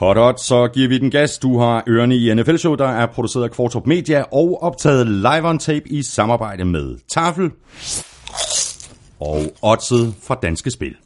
Hot, så giver vi den gas. Du har ørerne i NFL-show, der er produceret af Kvartrup Media og optaget live on tape i samarbejde med Tafel og Oddset fra Danske Spil.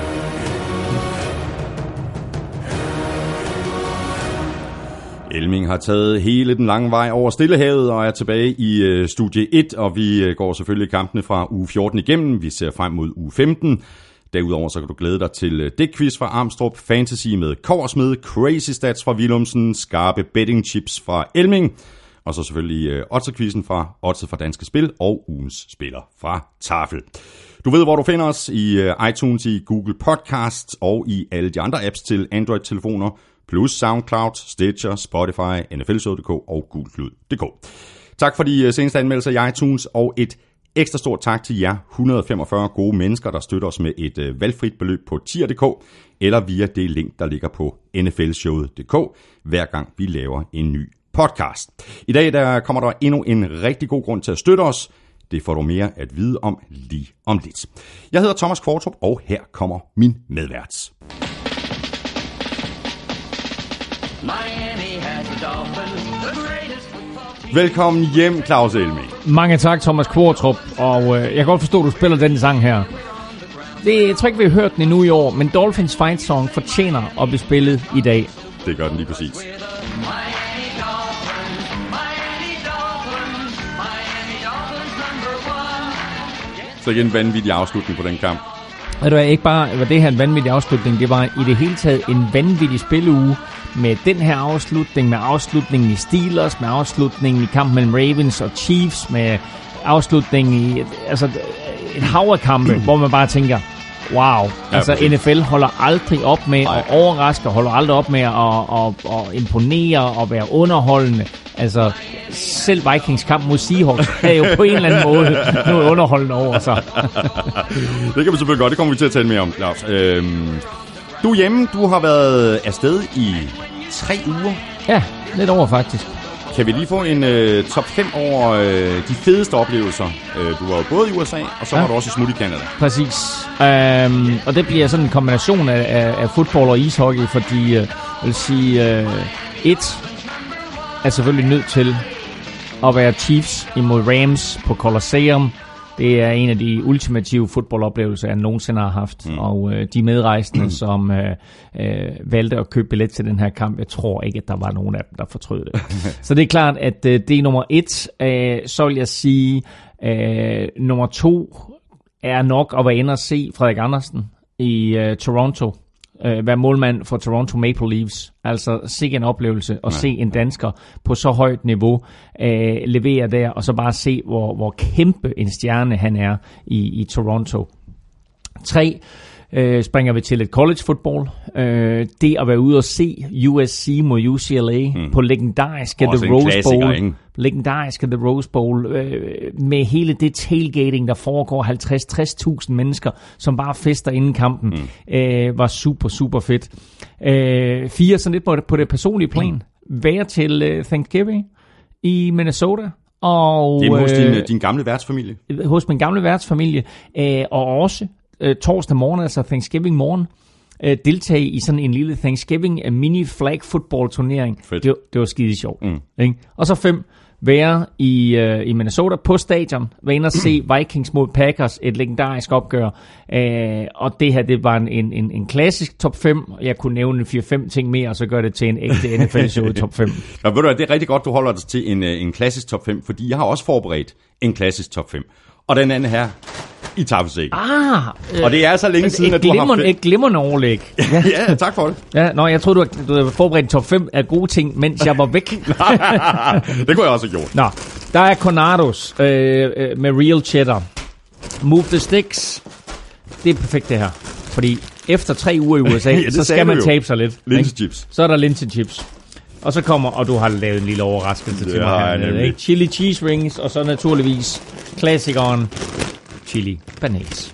Elming har taget hele den lange vej over Stillehavet og er tilbage i studie 1, og vi går selvfølgelig kampene fra uge 14 igennem. Vi ser frem mod uge 15. Derudover så kan du glæde dig til Dick-quiz fra Armstrong, Fantasy med Korsmed, Crazy Stats fra Willumsen, skarpe betting chips fra Elming, og så selvfølgelig Oddset-quizzen fra Oddset fra Danske Spil og ugens spiller fra Tafel. Du ved, hvor du finder os i iTunes, i Google Podcasts og i alle de andre apps til Android-telefoner, plus SoundCloud, Stitcher, Spotify, NFLshow.dk og Gulklud.dk. Tak for de seneste anmeldelser i iTunes, og et ekstra stort tak til jer 145 gode mennesker, der støtter os med et valgfrit beløb på tier.dk eller via det link, der ligger på nflshowet.dk, hver gang vi laver en ny podcast. I dag der kommer der endnu en rigtig god grund til at støtte os. Det får du mere at vide om lige om lidt. Jeg hedder Thomas Kvartrup, og her kommer min medvært. Velkommen hjem, Claus Elming. Mange tak, Thomas Kvartrup, og jeg kan godt forstå, at du spiller den sang her. Jeg tror ikke, vi har hørt den endnu i år, men Dolphins Fight Song fortjener at blive spillet i dag. Det gør den lige præcis. Så igen en vanvittig afslutning på den kamp. Ved du hvad, ikke bare var det her en vanvittig afslutning, det var i det hele taget en vanvittig spilleuge med den her afslutning, med afslutningen i Steelers, med afslutningen i kampen mellem Ravens og Chiefs, med afslutningen i et hav af kampe, hvor man bare tænker, wow, altså NFL holder aldrig op med at overraske, holder aldrig op med at imponere og være underholdende. Altså, selv Vikings kamp mod Seahawks er jo på en eller anden måde noget underholdende over sig. Det kan vi selvfølgelig godt, det kommer vi til at tale mere om, Claus. Du er hjemme, du har været afsted i 3 uger. Ja, lidt over faktisk. Kan vi lige få en top 5 over de fedeste oplevelser? Du var jo både i USA, og så var du også i smut i Canada. Præcis. Og det bliver sådan en kombination af fodbold og ishockey, fordi jeg vil sige, et er selvfølgelig nødt til at være Chiefs imod Rams på Colosseum. Det er en af de ultimative fodboldoplevelser, jeg nogensinde har haft. Og de medrejsende, som valgte at købe billet til den her kamp, jeg tror ikke, at der var nogen af dem, der fortrød det. Så det er klart, at det er nummer 1. Så vil jeg sige, nummer 2 er nok at være inde og se Frederik Andersen i Toronto. Være målmand for Toronto Maple Leafs. Altså sikke en oplevelse at se en dansker på så højt niveau levere der, og så bare se, hvor kæmpe en stjerne han er i Toronto. 3. Springer vi til et college football. Det at være ude og se USC mod UCLA på legendariske The Rose Bowl. Ikke? Legendariske The Rose Bowl. Med hele det tailgating, der foregår 50-60.000 mennesker, som bare fester inden kampen. Var super, super fedt. 4. Sådan lidt på det personlige plan. Være til Thanksgiving i Minnesota. Og, det er hos din gamle værtsfamilie? Hos min gamle værtsfamilie. Og også torsdag morgen, altså Thanksgiving morgen, deltage i sådan en lille Thanksgiving mini flag football turnering. Det var skide sjovt. Ikke? Og så 5, være i Minnesota på stadion, være inde og se Vikings mod Packers, et legendarisk opgør. Og det her, det var en klassisk top 5. Jeg kunne nævne 4-5 ting mere, og så gør det til en ægte NFL-show i top 5. Ja, ved du, det er rigtig godt, du holder dig til en klassisk top 5, fordi jeg har også forberedt en klassisk top 5. Og den anden her, i Tafelsækken. Og det er så længe siden, at du har haft... Et glimrende overlæg. Ja, tak for det. Ja, jeg troede, du havde forberedt top 5 af gode ting, mens jeg var væk. Det kunne jeg også have gjort. Nå, der er Cornados med real cheddar. Move the sticks. Det er perfekt, det her. Fordi efter 3 uger i USA, så skal man tabe sig lidt. Linsechips. Så er der linsechips. Og så kommer, og du har lavet en lille overraskelse til mig hernede, ikke? Chili cheese rings, og så naturligvis klassikeren chili banase.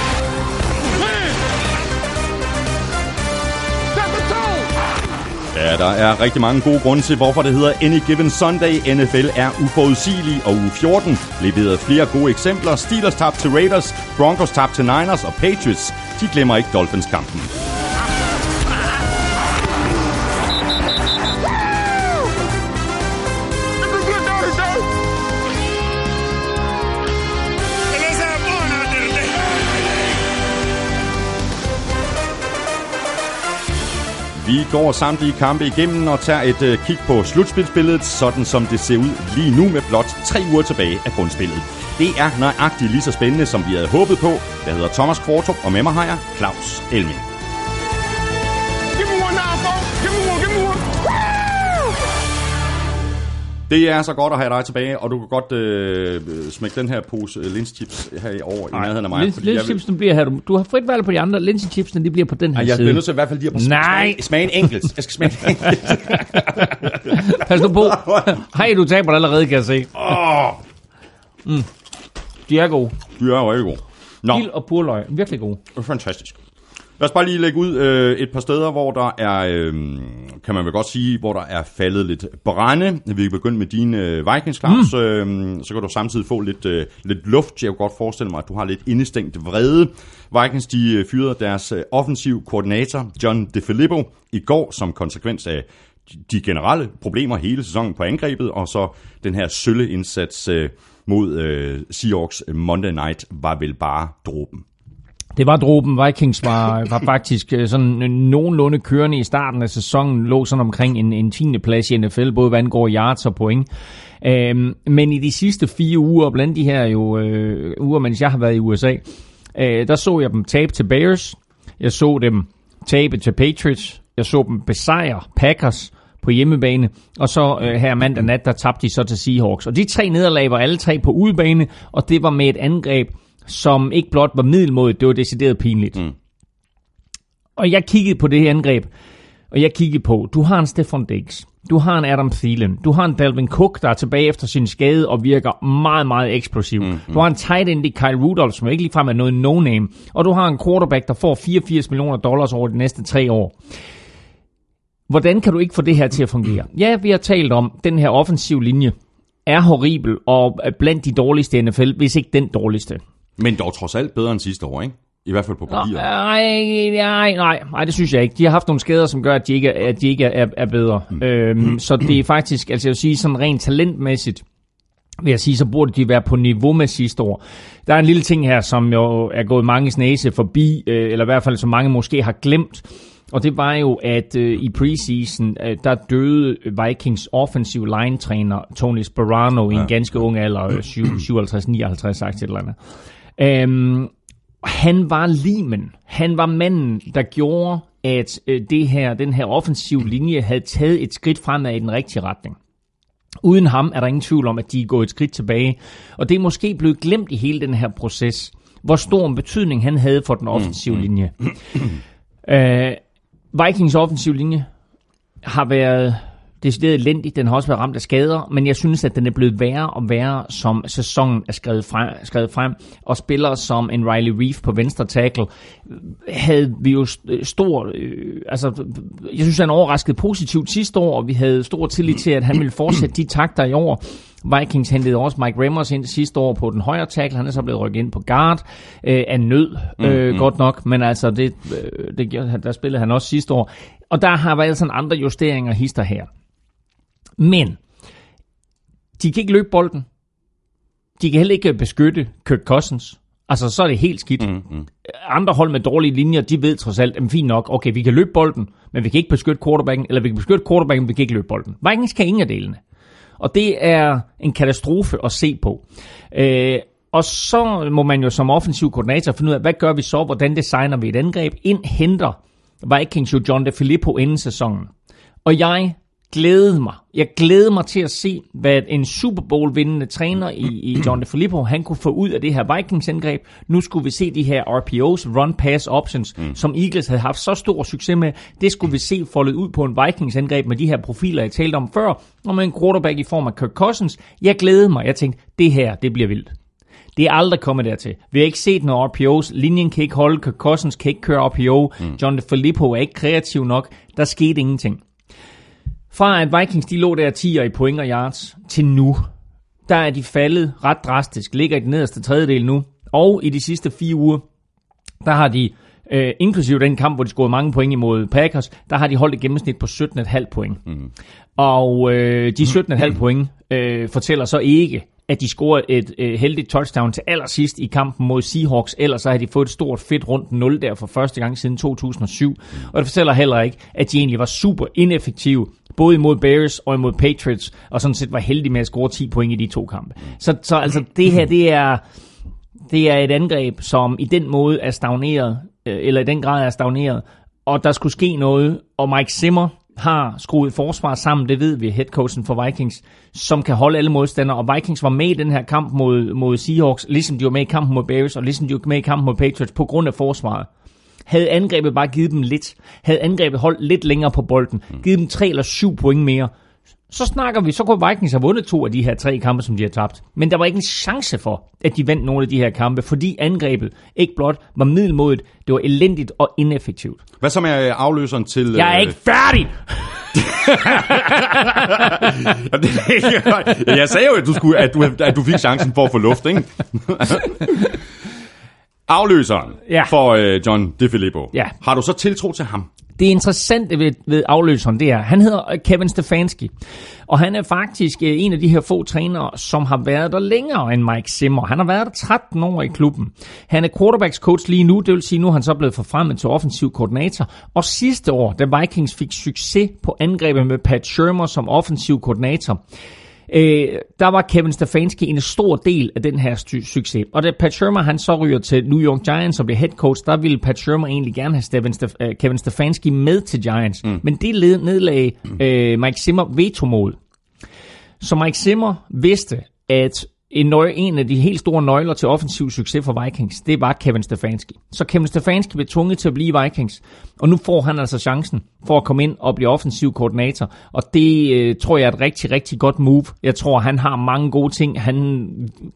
Ja, Ja, der er rigtig mange gode grunde til, hvorfor det hedder Any Given Sunday. NFL er uforudsigelig, og uge 14 leverede flere gode eksempler. Steelers tabte til Raiders, Broncos tabte til Niners, og Patriots, de glemmer ikke Dolphins-kampen. Vi går samtlige kampe igennem og tager et kig på slutspilsbilledet, sådan som det ser ud lige nu med blot 3 uger tilbage af grundspillet. Det er nøjagtigt lige så spændende, som vi havde håbet på. Jeg hedder Thomas Kvartrup, og med mig har jeg Claus Elming. Det er så godt at have dig tilbage, og du kan godt smække den her pose linsechips herovre i nærheden af mig. Linsechips, bliver her. Du har frit valg på de andre. Linsechips, de bliver på den her side. Jeg bliver nødt til i hvert fald lige at smage en enkelt. Jeg skal smage en enkelt. Pas nu på. Hej, du taber allerede, kan jeg se. De er gode. De er jo ikke gode. Ild og purløg. Virkelig gode. Fantastisk. Lad os bare lige lægge ud et par steder, hvor der er, kan man vel godt sige, hvor der er faldet lidt brænde. Vi kan begynde med dine Vikings, Claus. Så kan du samtidig få lidt luft. Jeg kan godt forestille mig, at du har lidt indestængt vrede. Vikings, de fyrede deres offensiv koordinator, John DeFilippo, i går som konsekvens af de generelle problemer hele sæsonen på angrebet, og så den her sølle indsats mod Seahawks Monday Night var vel bare dråben. Det var dråben. Vikings var faktisk sådan nogenlunde kørende i starten af sæsonen, lå sådan omkring en 10. plads i NFL, både hvad angår yards og point. Men i de sidste 4 uger, blandt de her uger, mens jeg har været i USA, der så jeg dem tabe til Bears, jeg så dem tabe til Patriots, jeg så dem besejre Packers på hjemmebane, og så her mandag nat, der tabte de så til Seahawks. Og de 3 nederlag var alle 3 på udebane, og det var med et angreb, som ikke blot var middelmådigt, det var decideret pinligt. Og jeg kiggede på det her angreb, og jeg kiggede på, du har en Stefon Diggs, du har en Adam Thielen, du har en Dalvin Cook, der er tilbage efter sin skade og virker meget, meget eksplosiv. Du har en tight end i Kyle Rudolph, som ikke ligefrem er noget no-name, og du har en quarterback, der får $84 million over de næste 3 år. Hvordan kan du ikke få det her til at fungere? Ja, vi har talt om, den her offensiv linje er horribel og blandt de dårligste i NFL, hvis ikke den dårligste. Men dog trods alt bedre end sidste år, ikke? I hvert fald på papiret. Nej, det synes jeg ikke. De har haft nogle skader, som gør, at de ikke er bedre. Så det er faktisk, altså jeg vil sige, sådan rent talentmæssigt, vil jeg sige, så burde de være på niveau med sidste år. Der er en lille ting her, som jo er gået manges næse forbi, eller i hvert fald som mange måske har glemt. Og det var jo, at i preseason, der døde Vikings offensive line-træner Tony Sparano i en ganske ung alder, 57-59, sagt et eller andet. Han var limen. Han var manden, der gjorde, at den her offensive linje havde taget et skridt fremad i den rigtige retning. Uden ham er der ingen tvivl om, at de er gået et skridt tilbage. Og det er måske blevet glemt i hele den her proces, hvor stor en betydning han havde for den offensive linje. Vikings offensiv linje har været decideret elendig. Den har også været ramt af skader, men jeg synes, at den er blevet værre og værre, som sæsonen er skrevet frem. Og spillere som en Riley Reef på venstre tackle havde vi jo stor... jeg synes, han overraskede positivt sidste år, og vi havde stor tillid til, at han ville fortsætte de takter i år. Vikings hentede også Mike Remmers ind sidste år på den højre tackle. Han er så blevet rykket ind på guard af nød, godt nok. Men altså, der spillede han også sidste år. Og der har været sådan andre justeringer hister her. Men de kan ikke løbe bolden. De kan heller ikke beskytte Kirk Cousins. Altså, så er det helt skidt. Andre hold med dårlige linjer, de ved trods alt, at fint nok, okay, vi kan løbe bolden, men vi kan ikke beskytte quarterbacken, eller vi kan beskytte quarterbacken, men vi kan ikke løbe bolden. Vikings kan ingen af delene. Og det er en katastrofe at se på. Og så må man jo som offensiv koordinator finde ud af, hvad gør vi så? Hvordan designer vi et angreb? Henter Vikings jo John DeFilippo inden sæsonen. Og jeg glædede mig til at se, hvad en Super Bowl-vindende træner i John DeFilippo, han kunne få ud af det her Vikings-angreb. Nu skulle vi se de her RPOs, run-pass options, som Eagles havde haft så stor succes med. Det skulle vi se foldet ud på en Vikings-angreb med de her profiler, jeg talte om før, og med en quarterback i form af Kirk Cousins. Jeg glædede mig. Jeg tænkte, det her, det bliver vildt. Det er aldrig kommet dertil. Vi har ikke set noget RPOs. Linjen kan ikke holde. Kirk Cousins kan ikke køre RPO. John DeFilippo er ikke kreativ nok. Der skete ingenting. Fra at Vikings de lå der 10'er i point og yards til nu, der er de faldet ret drastisk, ligger i den nederste tredjedel nu, og i de sidste 4 uger, der har de, inklusive den kamp, hvor de scorede mange point imod Packers, der har de holdt et gennemsnit på 17,5 point. Og de 17,5 point fortæller så ikke, at de scorede et heldigt touchdown til allersidst i kampen mod Seahawks, ellers så har de fået et stort fedt rundt 0 der for første gang siden 2007. Og det fortæller heller ikke, at de egentlig var super ineffektive, både imod Bears og imod Patriots, og sådan set var heldige med at score 10 point i de 2 kampe. Så altså det her, det er et angreb, som i den måde er stagneret, eller i den grad er stagneret, og der skulle ske noget, og Mike Zimmer har skruet forsvar sammen, det ved vi, headcoachen for Vikings, som kan holde alle modstandere, og Vikings var med i den her kamp mod Seahawks, ligesom de var med i kampen mod Bears, og ligesom de var med i kampen mod Patriots, på grund af forsvaret. Havde angrebet bare givet dem lidt, havde angrebet holdt lidt længere på bolden, givet dem 3 eller 7 point mere, så kunne Vikings have vundet 2 af de her 3 kampe, som de har tabt. Men der var ikke en chance for, at de vandt nogle af de her kampe, fordi angrebet ikke blot var middelmodigt, det var elendigt og ineffektivt. Hvad så med afløseren til... Jeg er ikke færdig! Jeg sagde jo, at du fik chancen for at få luft, ikke? Afløseren for John DeFilippo. Ja. Har du så tiltro til ham? Det interessante ved afløseren, det er, han hedder Kevin Stefanski, og han er faktisk en af de her få trænere, som har været der længere end Mike Zimmer. Han har været der 13 år i klubben. Han er quarterbacks coach lige nu, det vil sige, nu er han så blevet forfremmet til offensiv koordinator. Og sidste år, da Vikings fik succes på angrebet med Pat Shurmur som offensiv koordinator, der var Kevin Stefanski en stor del af den her succes. Og da Pat Shurmur han så ryger til New York Giants og bliver head coach, der ville Pat Shurmur egentlig gerne have Kevin Stefanski med til Giants. Men det nedlagde Mike Zimmer veto mod. Så Mike Zimmer vidste, at en af de helt store nøgler til offensiv succes for Vikings, det var Kevin Stefanski. Så Kevin Stefanski blev tvunget til at blive Vikings, og nu får han altså chancen for at komme ind og blive offensiv koordinator, og det tror jeg er et rigtig, rigtig godt move. Jeg tror, han har mange gode ting. Han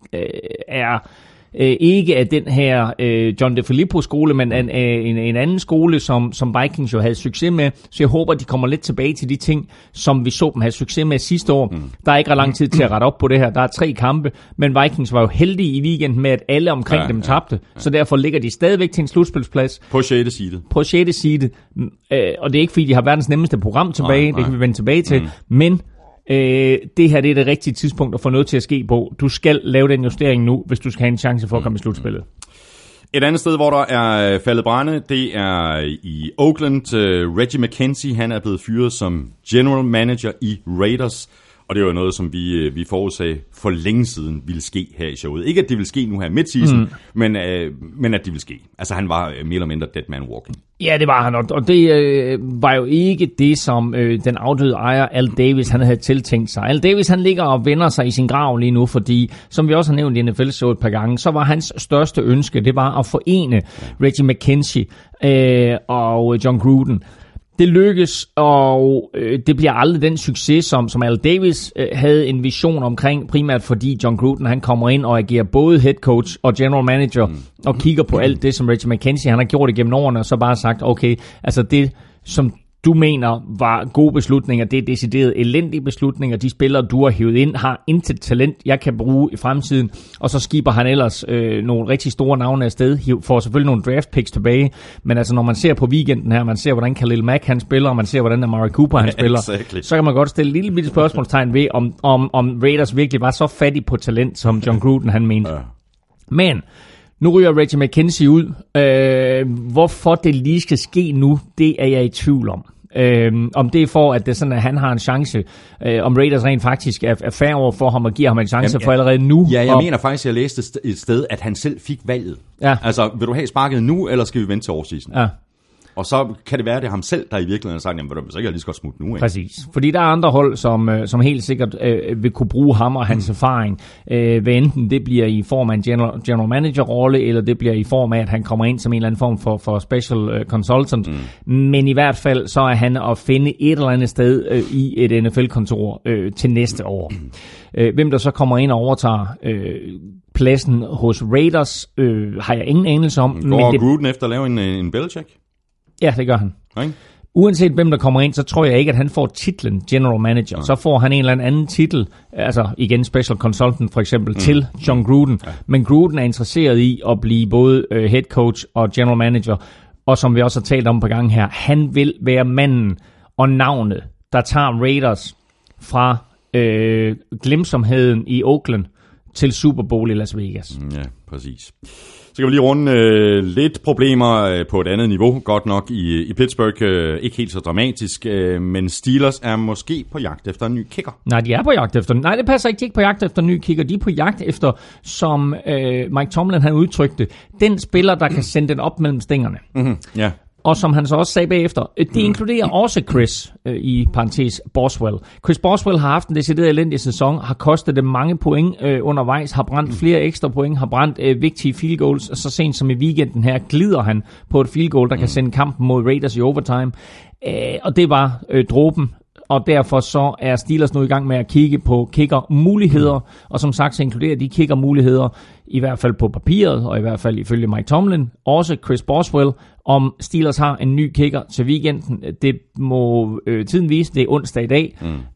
er ikke af den her John DeFilippo-skole, men en anden skole, som Vikings jo havde succes med. Så jeg håber, de kommer lidt tilbage til de ting, som vi så dem have succes med sidste år. Der er ikke ret lang tid til at rette op på det her. Der er 3 kampe, men Vikings var jo heldige i weekenden med, at alle omkring dem tabte. Så derfor ligger de stadigvæk til en slutspilsplads. På 6. side. På 6. side. Og det er ikke, fordi de har verdens nemmeste program tilbage. Det kan vi vende tilbage til. Men det her det er det rigtige tidspunkt at få noget til at ske på. Du skal lave den justering nu, hvis du skal have en chance for at komme i slutspillet. Et andet sted, hvor der er faldet brænde, det er i Oakland. Reggie McKenzie, han er blevet fyret som general manager i Raiders. Og det var noget, som vi forudsagde for længe siden ville ske her i showet. Ikke at det ville ske nu her midseason, men at det ville ske. Altså han var mere eller mindre dead man walking. Ja, det var han, og det var jo ikke det, som den afdøde ejer Al Davis, han havde tiltænkt sig. Al Davis, han ligger og vender sig i sin grav lige nu, fordi, som vi også har nævnt i NFL-showet et par gange, så var hans største ønske, det var at forene Reggie McKenzie og John Gruden. Det lykkes, og det bliver aldrig den succes, som Al Davis havde en vision omkring, primært fordi John Gruden han kommer ind og agerer både head coach og general manager, og kigger på alt det, som Reggie McKenzie han har gjort igennem årene, og så bare sagt, okay, altså det, som du mener var gode beslutninger, det er decideret elendige beslutninger. De spillere, du har hævet ind, har intet talent, jeg kan bruge i fremtiden. Og så skipper han ellers nogle rigtig store navne afsted, får selvfølgelig nogle draft picks tilbage. Men altså, når man ser på weekenden her, man ser, hvordan Khalil Mack han spiller, og man ser, hvordan Amari Cooper han spiller, så kan man godt stille et lille bitte spørgsmålstegn ved, om Raiders virkelig var så fattig på talent, som John Gruden han mente. Men nu ryger Reggie McKenzie ud. Hvorfor det lige skal ske nu, det er jeg i tvivl om. Om det er for, at det er sådan, at han har en chance, om Raiders rent faktisk er fair over for ham og giver ham en chance for allerede nu. Ja, jeg mener faktisk, at jeg læste et sted, at han selv fik valget. Ja. Altså, vil du have sparket nu, eller skal vi vente til årsseason? Ja. Og så kan det være, at det er ham selv, der i virkeligheden har sagt, jamen, så kan jeg lige så godt smutte nu. Ikke? Præcis. Fordi der er andre hold, som helt sikkert vil kunne bruge ham og hans erfaring. Hvad enten det bliver i form af en general manager-rolle, eller det bliver i form af, at han kommer ind som en eller anden form for special consultant. Men i hvert fald, så er han at finde et eller andet sted i et NFL-kontor til næste år. Hvem der så kommer ind og overtager pladsen hos Raiders, har jeg ingen anelse om. Går Gruden efter at lave en Belichick? Ja, det gør han. Okay. uanset hvem der kommer ind, så tror jeg ikke, at han får titlen General Manager. Ja. Så får han en eller anden titel, altså igen Special Consultant for eksempel, til John Gruden. Ja. Men Gruden er interesseret i at blive både head coach og General Manager. Og som vi også har talt om på gang her, han vil være manden og navnet, der tager Raiders fra glemsomheden i Oakland til Super Bowl i Las Vegas. Ja, præcis. Så kan vi lige runde lidt problemer på et andet niveau. Godt nok i Pittsburgh. Ikke helt så dramatisk, men Steelers er måske på jagt efter en ny kicker. Nej, de er på jagt efter... Nej, det passer ikke. De er ikke på jagt efter en ny kicker. De er på jagt efter, som Mike Tomlin han udtrykte, den spiller, der kan sende den op mellem stængerne. Mm-hmm. Ja. Og som han så også sagde bagefter, det inkluderer også Chris, i parentes Boswell. Chris Boswell har haft en decideret elendig sæson, har kostet dem mange point undervejs, har brændt flere ekstra point, har brændt vigtige field goals. Så sent som i weekenden her glider han på et field goal, der kan sende kampen mod Raiders i overtime. Og det var dråben. Og derfor så er Steelers nu i gang med at kigge på kicker-muligheder. Og som sagt, så inkluderer de kicker-muligheder, i hvert fald på papiret, og i hvert fald ifølge Mike Tomlin, også Chris Boswell. Om Steelers har en ny kicker til weekenden, det må tiden vise. Det er onsdag i dag.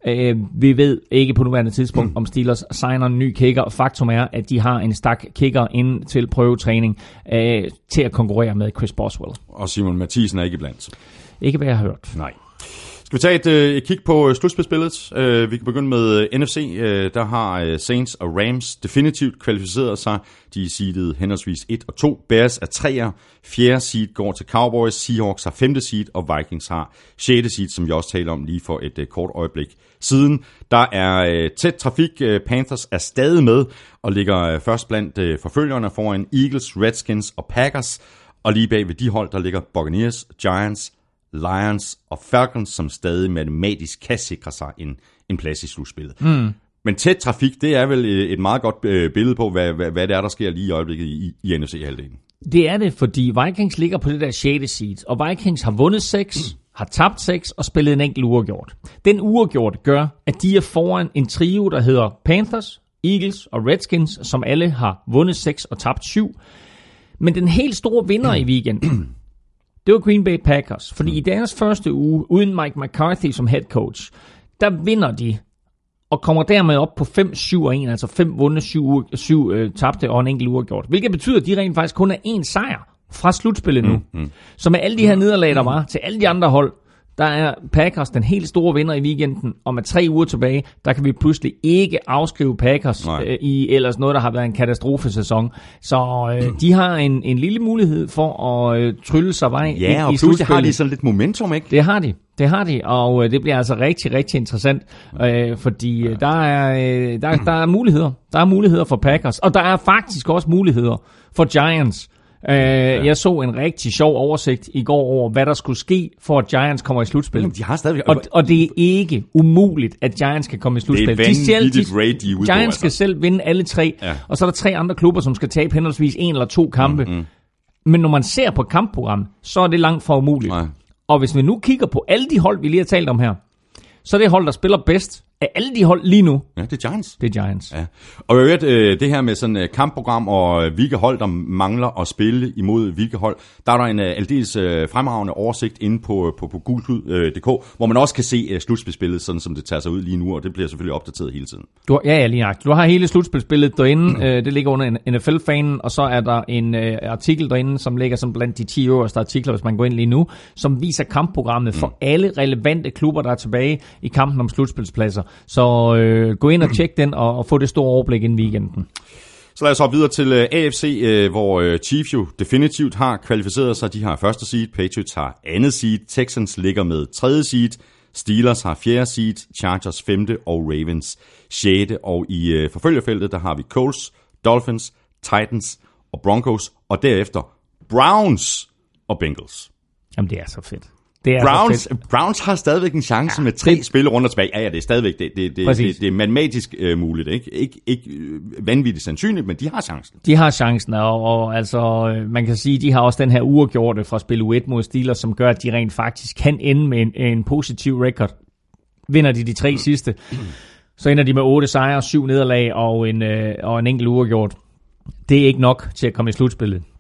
Vi ved ikke på nuværende tidspunkt, om Steelers signer en ny kicker. Faktum er, at de har en stak kicker ind til prøvetræning til at konkurrere med Chris Boswell. Og Simon Mathisen er ikke blandt. Ikke hvad jeg har hørt. Nej. Skal vi tage et kig på slutspilsbilledet? Vi kan begynde med NFC. Der har Saints og Rams definitivt kvalificeret sig. De er seedet henholdsvis 1 og 2. Bears er 3'er. 4. seed går til Cowboys. Seahawks har 5. seed, og Vikings har 6. seed, som vi også talte om lige for et kort øjeblik siden. Der er tæt trafik. Panthers er stadig med og ligger først blandt forfølgerne foran Eagles, Redskins og Packers. Og lige bag ved de hold, der ligger Buccaneers, Giants, Lions og Falcons, som stadig matematisk kan sikre sig en plads i slutspillet. Men tæt trafik, det er vel et meget godt billede på, hvad det er, der sker lige i øjeblikket i NFC-halvdelen. Det er det, fordi Vikings ligger på det der 6. seed, og Vikings har vundet 6, har tabt 6 og spillet en enkelt uafgjort. Den uafgjort gør, at de er foran en trio, der hedder Panthers, Eagles og Redskins, som alle har vundet 6 og tabt 7. Men den helt store vinder i weekenden, det var Green Bay Packers, fordi i deres første uge, uden Mike McCarthy som head coach, der vinder de og kommer dermed op på 5-7-1, altså 5 vunde, 7 tabte og en enkelt uafgjort. Hvilket betyder, at de rent faktisk kun er 1 sejr fra slutspillet nu. Så med alle de her nederlag, der var til alle de andre hold, der er Packers den helt store vinder i weekenden, og med 3 uger tilbage, der kan vi pludselig ikke afskrive Packers i ellers noget, der har været en katastrofesæson. Så de har en lille mulighed for at trylle sig vej ind i slutspillet. Ja, og pludselig har de sådan lidt momentum, ikke? Det har de, og det bliver altså rigtig, rigtig interessant, fordi der er muligheder. Der er muligheder for Packers, og der er faktisk også muligheder for Giants. Jeg så en rigtig sjov oversigt i går over, hvad der skulle ske, for at Giants kommer i slutspillet. De har stadig... og det er ikke umuligt, at Giants kan komme i slutspillet. Det er vanvittigt raid, de er ude på. Giants skal selv vinde alle 3, og så er der 3 andre klubber, som skal tabe henholdsvis 1 eller 2 kampe. Men når man ser på kampprogrammet, så er det langt fra umuligt. Og hvis vi nu kigger på alle de hold, vi lige har talt om her, så er det hold, der spiller bedst af alle de hold lige nu. Ja, det er Giants. Det er Giants. Ja. Og jeg ved, det her med sådan et kampprogram og hvilke hold, der mangler at spille imod hvilke hold, der er der en aldeles fremragende oversigt inde på gulklud.dk, hvor man også kan se slutspilsbilledet, sådan som det tager sig ud lige nu, og det bliver selvfølgelig opdateret hele tiden. Ja, lige nok. Du har hele slutspilsbilledet derinde. Det ligger under NFL-fanen, og så er der en artikel derinde, som ligger som blandt de 10 øverste artikler, hvis man går ind lige nu, som viser kampprogrammet for alle relevante klubber, der er tilbage i kampen om slutspilspladser. Så gå ind og tjek den og få det store overblik inden weekenden. Så lad os hoppe videre til AFC, hvor Chiefs jo definitivt har kvalificeret sig. De har 1. seed, Patriots har 2. seed, Texans ligger med 3. seed, Steelers har 4. seed, Chargers 5. og Ravens 6. Og i forfølgerfeltet, der har vi Colts, Dolphins, Titans og Broncos, og derefter Browns og Bengals. Jamen det er så fedt. Browns har stadigvæk en chance med 3 spillerunder tilbage. Ja, det er stadigvæk det er matematisk muligt, ikke vanvittigt sandsynligt, men de har chancen. De har chancen, og altså man kan sige, de har også den her uafgjorte fra spil U1 mod Steelers, som gør, at de rent faktisk kan ende med en positiv record. Vinder de 3 sidste, så ender de med 8 sejre, 7 nederlag og en enkelt uafgjort. Det er ikke nok til at komme i slutspillet.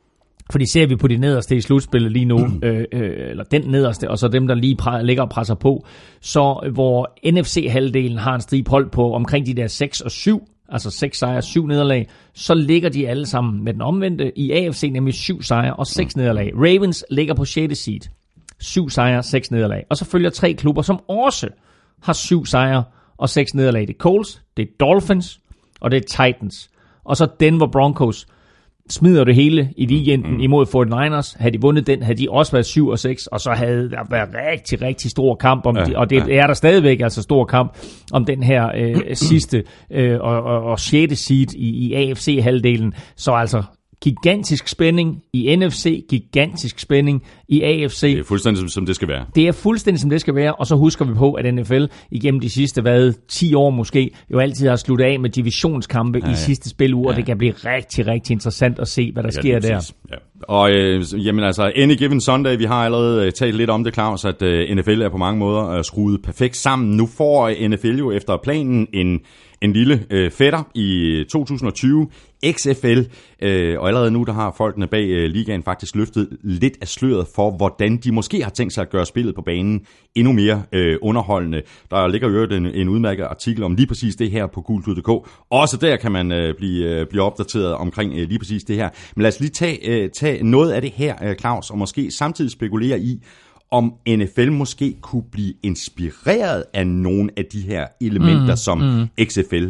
Fordi ser vi på de nederste i slutspillet lige nu, eller den nederste, og så dem, der lige ligger og presser på, så hvor NFC-halvdelen har en stribe hold på omkring de der 6 og 7, altså 6 sejre, 7 nederlag, så ligger de alle sammen med den omvendte i AFC, nemlig 7 sejre og 6 nederlag. Ravens ligger på 6. seed, 7 sejre, 6 nederlag. Og så følger 3 klubber, som også har 7 sejre og 6 nederlag. Det er Colts, det er Dolphins, og det er Titans. Og så Denver Broncos smider det hele i weekenden imod 49ers. Havde de vundet den, havde de også været 7 og 6, og så havde der været rigtig, rigtig stor kamp om og det er der stadigvæk, altså stor kamp om den her sidste og 6. seed i AFC-halvdelen. Så altså gigantisk spænding i NFC, gigantisk spænding i AFC. Det er fuldstændig som det skal være. Det er fuldstændig som det skal være, og så husker vi på, at NFL igennem de sidste 10 år måske, jo altid har sluttet af med divisionskampe i sidste spiluge, og det kan blive rigtig, rigtig interessant at se, hvad der sker der. Ja. Og jamen altså, Any Given Sunday, vi har allerede talt lidt om det, Claus, at NFL er på mange måder skruet perfekt sammen. Nu får NFL jo efter planen en lille fætter i 2020, XFL, og allerede nu der har folkene bag ligaen faktisk løftet lidt af sløret for, hvordan de måske har tænkt sig at gøre spillet på banen endnu mere underholdende. Der ligger jo en udmærket artikel om lige præcis det her på gulklud.dk. Også der kan man blive opdateret omkring lige præcis det her. Men lad os lige tage noget af det her, Claus, og måske samtidig spekulere i, om NFL måske kunne blive inspireret af nogle af de her elementer, som XFL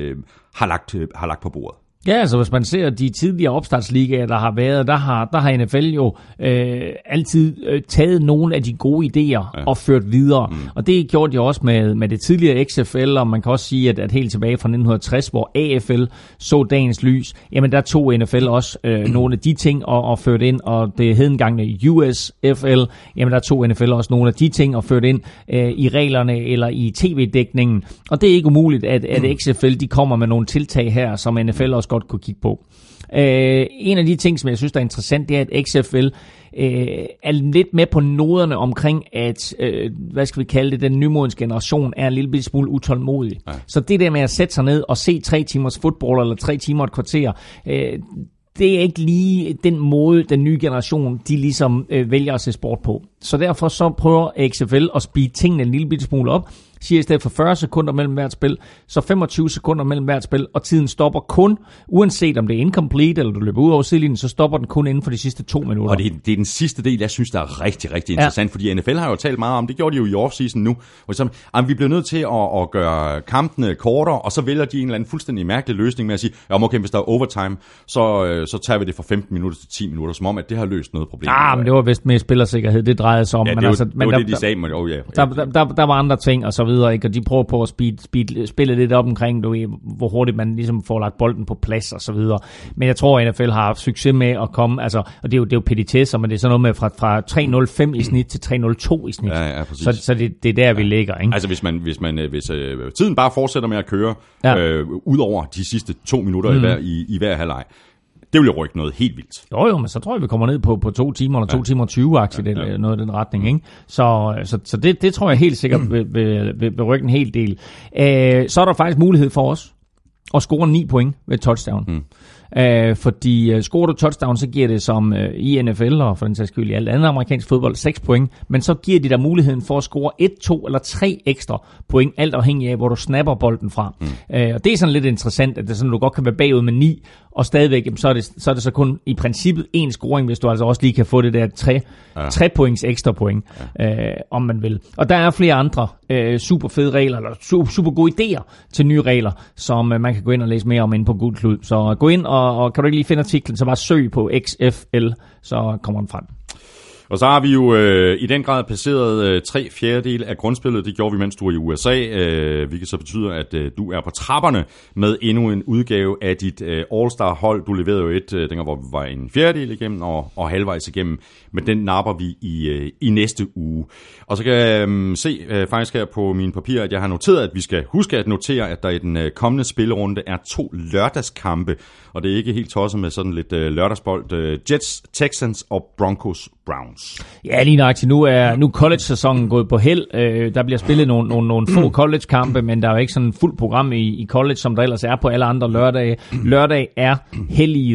har lagt på bordet. Ja, altså hvis man ser de tidligere opstartsligaer, der har været, der har NFL jo altid taget nogle af de gode idéer og ført videre. Og det gjorde de også med det tidligere XFL, og man kan også sige, at helt tilbage fra 1960, hvor AFL så dagens lys, jamen der tog NFL også nogle af de ting og førte ind, og det hedengangne USFL, jamen der tog NFL også nogle af de ting og førte ind i reglerne eller i tv-dækningen. Og det er ikke umuligt, at XFL de kommer med nogle tiltag her, som NFL også godt kunne kigge på. En af de ting, som jeg synes, der er interessant, det er, at XFL er lidt med på noderne omkring, at hvad skal vi kalde det, den nymodens generation er en lille smule utålmodig. Ja. Så det der med at sætte sig ned og se 3 timers fodbold eller 3 timer et kvarter, det er ikke lige den måde, den nye generation, de ligesom vælger at se sport på. Så derfor så prøver XFL at speede tingene en lille smule op, siger i stedet for 40 sekunder mellem hvert spil, så 25 sekunder mellem hvert spil, og tiden stopper kun, uanset om det er incomplete, eller du løber ud over sidelinjen, så stopper den kun inden for de sidste 2 minutter. Og det er den sidste del, jeg synes, der er rigtig, rigtig interessant, fordi NFL har jo talt meget om, det gjorde de jo i offseason nu, hvor så, vi bliver nødt til at gøre kampene kortere, og så vælger de en eller anden fuldstændig mærkelig løsning med at sige, okay, hvis der er overtime, så tager vi det fra 15 minutter til 10 minutter, som om, at det har løst noget problem. Men det var vist med spillersikkerhed, det drejede sig om. Ja, det var det, de sagde, men der var andre ting, og så videre, ikke? Og de prøver på at spille lidt op omkring, hvor hurtigt man ligesom får lagt bolden på plads og så videre. Men jeg tror, at NFL har haft succes med at komme, altså, og det er jo petitesser, men det er sådan noget med fra 3.05 i snit til 3.02 i snit. Ja, så det er der, vi ligger, ikke? Altså, hvis tiden bare fortsætter med at køre, ud over de sidste 2 minutter i hver halvleg, det vil jo rykke noget helt vildt. Jo, men så tror jeg, vi kommer ned på 2 timer, eller 2 timer 20-aktigt, eller noget i den retning, ikke? Så det tror jeg helt sikkert vil rykke en hel del. Så er der faktisk mulighed for os at score 9 point ved touchdown. Fordi scorer du touchdown, så giver det som i NFL, og for den sags skyld i alt andet amerikansk fodbold, 6 point, men så giver de dig muligheden for at score 1, 2 eller 3 ekstra point, alt afhængig af, hvor du snapper bolden fra. Og det er sådan lidt interessant, at det sådan, du godt kan være bagud med 9, og stadigvæk, så er det så kun i princippet en scoring, hvis du altså også lige kan få det der 3 points ekstra point, om man vil. Og der er flere andre super fede regler, eller super gode idéer til nye regler, som man kan gå ind og læse mere om inde på Gulklud. Så gå ind, og kan du ikke lige finde artiklen, så bare søg på XFL, så kommer den frem. Og så har vi jo i den grad passeret 3/4 af grundspillet. Det gjorde vi, mens du var i USA, hvilket så betyder, at du er på trapperne med endnu en udgave af dit All-Star-hold. Du leverede jo dengang hvor vi var en fjerdedel igennem og halvvejs igennem, men den napper vi i næste uge. Og så kan jeg se faktisk her på mine papirer, at jeg har noteret, at vi skal huske at notere, at der i den kommende spillerunde er 2 lørdagskampe, og det er ikke helt tosset med sådan lidt lørdagsbold. Jets, Texans og Broncos, Browns. Ja, lige nøjagtigt. Nu er college-sæsonen gået på held. Der bliver spillet nogle få college-kampe, men der er jo ikke sådan en fuld program i college, som der ellers er på alle andre lørdage. Lørdag er helliget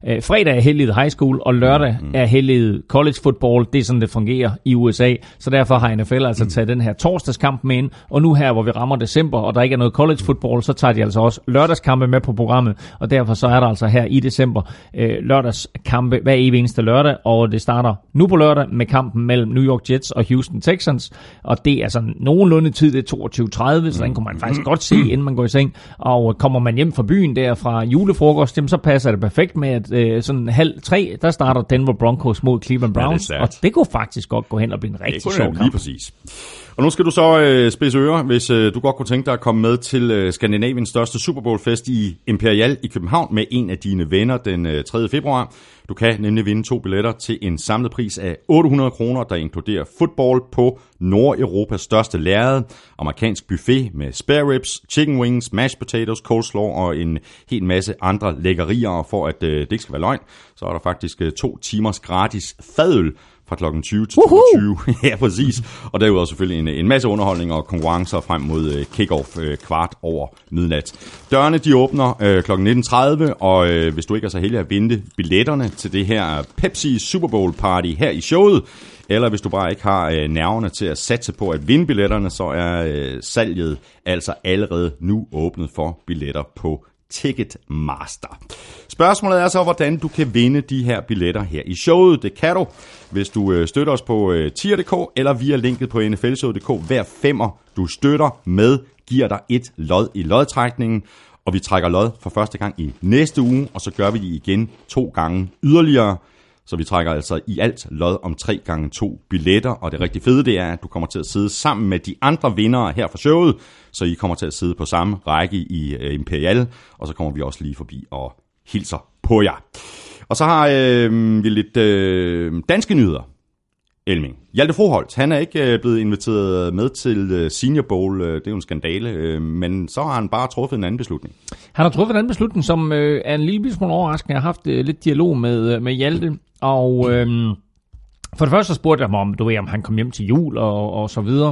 fredag er helliget high school, og lørdag er helliget college football. Det er sådan, det fungerer i USA. Så derfor har NFL altså taget den her torsdagskamp med ind. Og nu her, hvor vi rammer december, og der ikke er noget college football, så tager de altså også lørdagskampe med på programmet. Og derfor så er der altså her i december lørdagskampe hver evig eneste lørdag. Og det starter nu på lørdag med kampen mellem New York Jets og Houston Texans. Og det er sådan nogenlunde tid, det er 22:30, så den kunne man faktisk godt se, inden man går i seng. Og kommer man hjem fra byen der fra julefrokost, så passer det perfekt med, at sådan 2:30, der starter Denver Broncos mod Cleveland Browns. Og det kunne faktisk godt gå hen og blive en rigtig sjov kamp. Lige præcis. Og nu skal du så spidse ører, hvis du godt kunne tænke dig at komme med til Skandinaviens største Super Bowl-fest i Imperial i København med en af dine venner den 3. februar. Du kan nemlig vinde 2 billetter til en samlet pris af 800 kroner, der inkluderer football på Nordeuropas største lærred, amerikansk buffet med spare ribs, chicken wings, mashed potatoes, coleslaw og en hel masse andre lækkerier. Og for at det ikke skal være løgn, så er der faktisk 2 timers gratis fadøl fra klokken 20 til 22. Ja, præcis. Og derudover selvfølgelig en masse underholdning og konkurrencer frem mod kick-off kvart over midnat. Dørene de åbner klokken 19:30, og hvis du ikke er så heldig at vinde billetterne til det her Pepsi Super Bowl Party her i showet, eller hvis du bare ikke har nerverne til at satse på at vinde billetterne, så er salget altså allerede nu åbnet for billetter på Ticketmaster. Spørgsmålet er så, hvordan du kan vinde de her billetter her i showet. Det kan du, hvis du støtter os på tier.dk eller via linket på nflshowet.dk. Hver 5'er, du støtter med, giver dig et lod i lodtrækningen. Og vi trækker lod for første gang i næste uge, og så gør vi det igen 2 gange yderligere. Så vi trækker altså i alt lod om 3x2 billetter, og det rigtig fede det er, at du kommer til at sidde sammen med de andre vindere her fra showet, så I kommer til at sidde på samme række i Imperial, og så kommer vi også lige forbi og hilser på jer. Og så har vi lidt danske nyheder. Elming. Hjalte Froholt, han er ikke blevet inviteret med til Senior Bowl. Det er jo en skandale, men så har han bare truffet en anden beslutning. Han har truffet en anden beslutning, som er en lille smule overraskende. Jeg har haft lidt dialog med Hjalte, og for det første så spurgte jeg ham om han kom hjem til jul og så videre.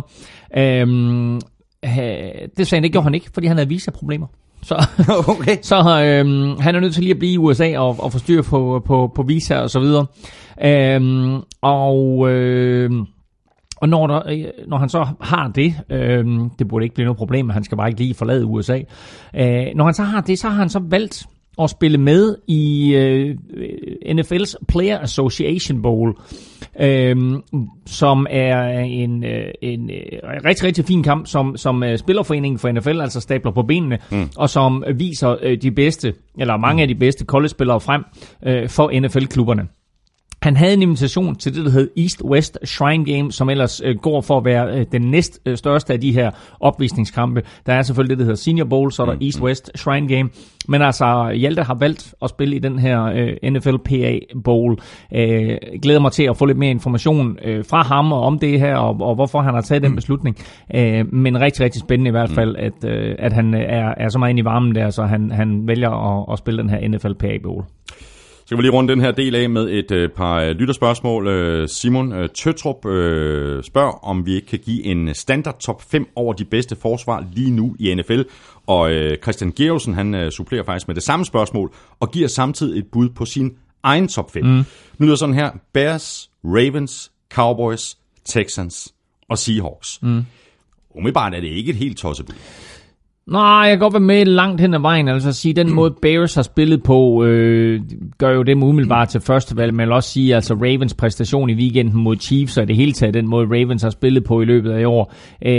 Det sagde han, det gjorde han ikke, fordi han havde visaproblemer. Så, okay. Så han er nødt til lige at blive i USA og få styr på visa og så videre. Og når han så har det, det burde ikke blive noget problem, han skal bare ikke lige forlade USA. Når han så har det, så har han så valgt at spille med i NFL's Player Association Bowl, som er en rigtig, rigtig fin kamp, som spillerforeningen for NFL altså stabler på benene, og som viser de bedste, eller mange af de bedste college-spillere frem for NFL-klubberne. Han havde en invitation til det, der hed East-West Shrine Game, som ellers går for at være den næst største af de her opvisningskampe. Der er selvfølgelig det, der hedder Senior Bowl, så er der East-West Shrine Game. Men altså, Hjalte har valgt at spille i den her NFL PA Bowl. Glæder mig til at få lidt mere information fra ham og om det her, og hvorfor han har taget den beslutning. Men rigtig, rigtig spændende i hvert fald, at han er så meget inde i varmen der, så han vælger at spille den her NFL PA Bowl. Så skal vi lige runde den her del af med et par lytterspørgsmål. Simon Tøtrup spørger, om vi ikke kan give en standard top 5 over de bedste forsvar lige nu i NFL. Og Christian Georgsen, han supplerer faktisk med det samme spørgsmål, og giver samtidig et bud på sin egen top 5. Nu lyder sådan her: Bears, Ravens, Cowboys, Texans og Seahawks. Umiddelbart er det ikke et helt tossebud. Nej, jeg kan godt være med langt hen ad vejen. Altså at sige, den måde Bears har spillet på, gør jo det umiddelbart til førstevalg. Men jeg vil også sige, altså Ravens præstation i weekenden mod Chiefs, og det hele taget den måde Ravens har spillet på i løbet af i år,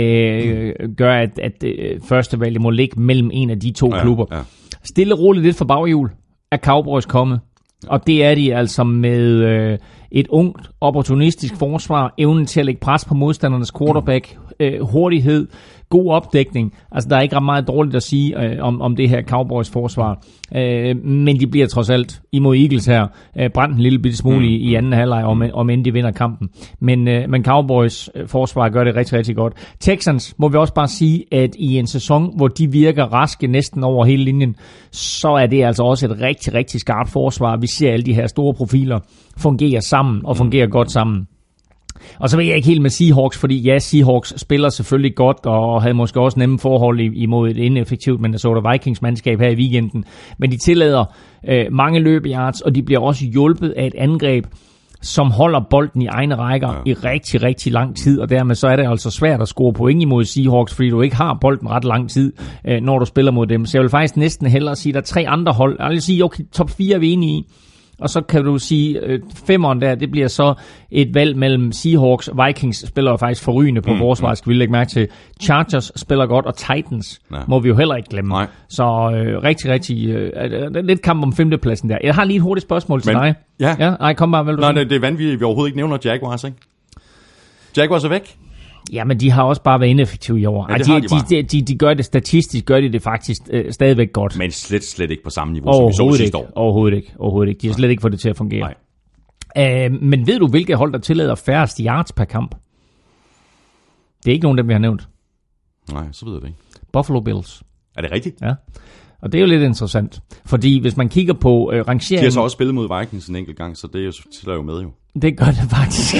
gør, at førstevalget må ligge mellem en af de to klubber. Ja. Stille og roligt lidt for baghjul er Cowboys kommet. Og det er de altså med et ungt, opportunistisk forsvar, evnen til at lægge pres på modstandernes quarterback, hurtighed, god opdækning. Altså, der er ikke ret meget dårligt at sige om det her Cowboys forsvar. Men de bliver trods alt imod Eagles her brændt en lille bitte smule i anden halvleg, om end de vinder kampen. Men Cowboys forsvar gør det rigtig, rigtig godt. Texans må vi også bare sige, at i en sæson, hvor de virker raske næsten over hele linjen, så er det altså også et rigtig, rigtig skarpt forsvar. Vi ser alle de her store profiler fungere sammen og fungere godt sammen. Og så ved jeg ikke helt med Seahawks, fordi ja, Seahawks spiller selvfølgelig godt, og havde måske også nemme forhold imod et ineffektivt Minnesota Vikings-mandskab her i weekenden. Men de tillader mange løbeyards, og de bliver også hjulpet af et angreb, som holder bolden i egne rækker i rigtig, rigtig lang tid, og dermed så er det altså svært at score point imod Seahawks, fordi du ikke har bolden ret lang tid, når du spiller mod dem. Så jeg vil faktisk næsten hellere sige, at der er 3 andre hold. Jeg vil sige, okay, top 4 er vi enige i. Og så kan du sige, 5'eren der, det bliver så et valg mellem Seahawks. Vikings spiller jo faktisk forrygende på forsvaret, skal vi lægge mærke til. Chargers spiller godt, og Titans må vi jo heller ikke glemme. Nej. Så rigtig, lidt kamp om 5. pladsen der. Jeg har lige et hurtigt spørgsmål til dig. Ja. Nej, kom bare, vel du. Nej, det er vanvittigt, vi overhovedet ikke nævner Jaguars, ikke? Jaguars er væk. Ja, men de har også bare været ineffektive i år. Ja, de gør det statistisk, gør de det faktisk stadigvæk godt. Men slet ikke på samme niveau, som vi så sidste år. Overhovedet ikke. De har slet ikke fået det til at fungere. Men ved du, hvilke hold, der tillader færrest yards per kamp? Det er ikke nogen af dem, vi har nævnt. Nej, så ved jeg det ikke. Buffalo Bills. Er det rigtigt? Ja. Og det er jo lidt interessant, fordi hvis man kigger på rangeringen... De har så også spillet mod Vikings en enkelt gang, så det tæller jo med jo. Det gør det faktisk.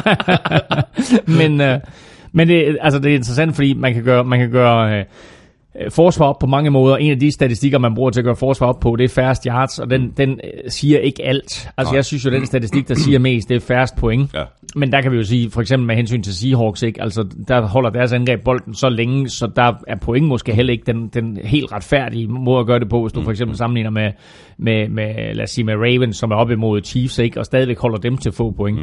men det, altså det er interessant, fordi man kan gøre forsvar op på mange måder. En af de statistikker, man bruger til at gøre forsvar op på, det er færrest yards, og den siger ikke alt. Altså jeg synes jo, den statistik, der siger mest, det er færrest point. Ja. Men der kan vi jo sige, for eksempel med hensyn til Seahawks, ikke? Altså der holder deres angreb bolden så længe, så der er point måske heller ikke den helt retfærdige måde at gøre det på, hvis du for eksempel sammenligner med lad os sige, med Ravens, som er op imod Chiefs, ikke? Og stadigvæk holder dem til få point.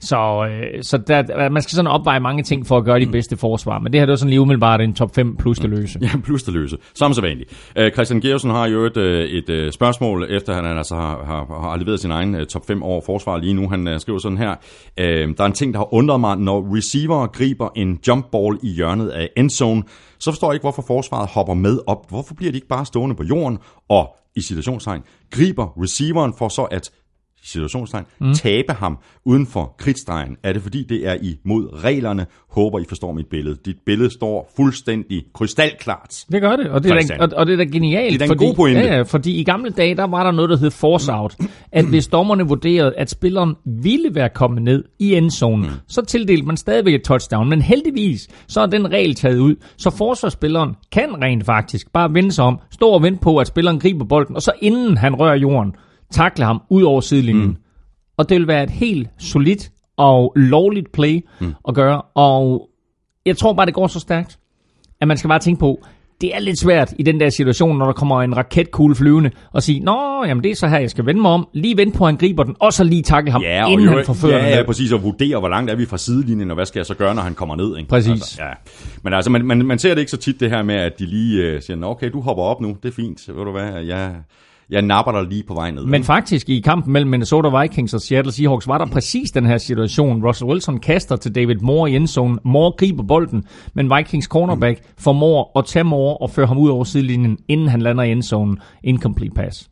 Så der, man skal sådan opveje mange ting for at gøre de bedste forsvar, men det her det er sådan lige umiddelbart en top 5 plus det løse. Ja, plus det løse. Som så vanligt. Christian Georgsen har jo et spørgsmål, efter han altså har leveret sin egen top 5 over forsvar lige nu. Han skriver sådan her. Der er en ting, der har undret mig, når receiver griber en jump ball i hjørnet af endzone, så forstår jeg ikke, hvorfor forsvaret hopper med op. Hvorfor bliver de ikke bare stående på jorden og i situationstegn griber receiveren for så at situationstegn, tabe ham uden for kridtstregen? Er det fordi, det er imod reglerne? Håber, I forstår mit billede. Dit billede står fuldstændig krystalklart. Det gør det, og det er da genialt. Det er en god pointe. Ja, fordi i gamle dage, der var der noget, der hed force out. At hvis dommerne vurderede, at spilleren ville være kommet ned i endzonen, så tildelte man stadigvæk et touchdown. Men heldigvis, så er den regel taget ud. Så forsvarsspilleren kan rent faktisk bare vende sig om, stå og vente på, at spilleren griber bolden, og så inden han rører jorden, takle ham ud over sidelinjen. Og det vil være et helt solidt og lovligt play at gøre. Og jeg tror bare, det går så stærkt, at man skal bare tænke på, det er lidt svært i den der situation, når der kommer en raketkugle flyvende, og sige, nå, jamen det er så her, jeg skal vende mig om, lige vente på, at han griber den, og så lige takle ham, inden han forfører den. Ja, præcis, og vurdere, hvor langt er vi fra sidelinjen, og hvad skal jeg så gøre, når han kommer ned? Ikke? Præcis. Altså, ja. Men altså, man ser det ikke så tit, det her med, at de lige siger, nå, okay, du hopper op nu, det er fint, ved du hvad, jeg napper dig lige på vej ned. Men faktisk i kampen mellem Minnesota Vikings og Seattle Seahawks var der præcis den her situation. Russell Wilson kaster til David Moore i endzone. Moore griber bolden, men Vikings cornerback formår at tage Moore og føre ham ud over sidelinjen, inden han lander i endzonen. Incomplete pass.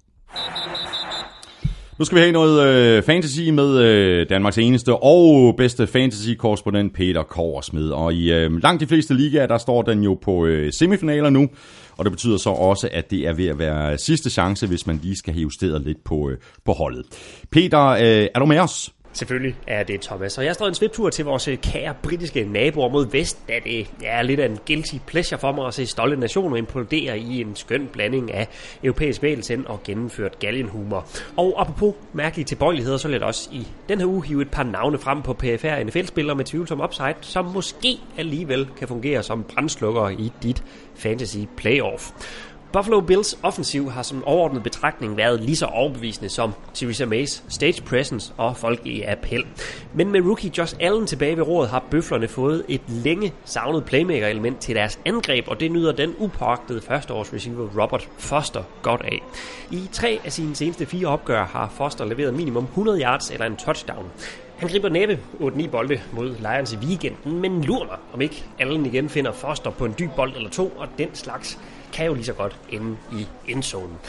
Nu skal vi have noget fantasy med Danmarks eneste og bedste fantasy-korrespondent Peter Kobbersmed. Og i langt de fleste ligaer, der står den jo på semifinaler nu. Og det betyder så også, at det er ved at være sidste chance, hvis man lige skal have justeret lidt på holdet. Peter, er du med os? Selvfølgelig er det, Thomas. Og jeg står en sviptur til vores kære britiske naboer mod vest, da det er lidt af en guilty pleasure for mig at se stolte nationer implodere i en skøn blanding af europæisk vægelsen og gennemført galgenhumor. Og apropos mærkelige tilbøjeligheder, så lidt også i den her uge hive et par navne frem på PFR NFL-spillere med tvivlsom upside, som måske alligevel kan fungere som brandslukkere i dit fantasy playoff. Buffalo Bills offensiv har som overordnet betragtning været lige så overbevisende som Theresa Mays stage presence og folkelig appel. Men med rookie Josh Allen tilbage ved roret har bøflerne fået et længe savnet playmaker-element til deres angreb, og det nyder den upåagtede førsteårs receiver Robert Foster godt af. I 3 af sine seneste 4 opgør har Foster leveret minimum 100 yards eller en touchdown. Han griber næppe 8-9 bolde mod Lions i weekenden, men lurer mig, om ikke Allen igen finder Foster på en dyb bold eller 2, og den slags kan jo lige så godt ende i endzonen.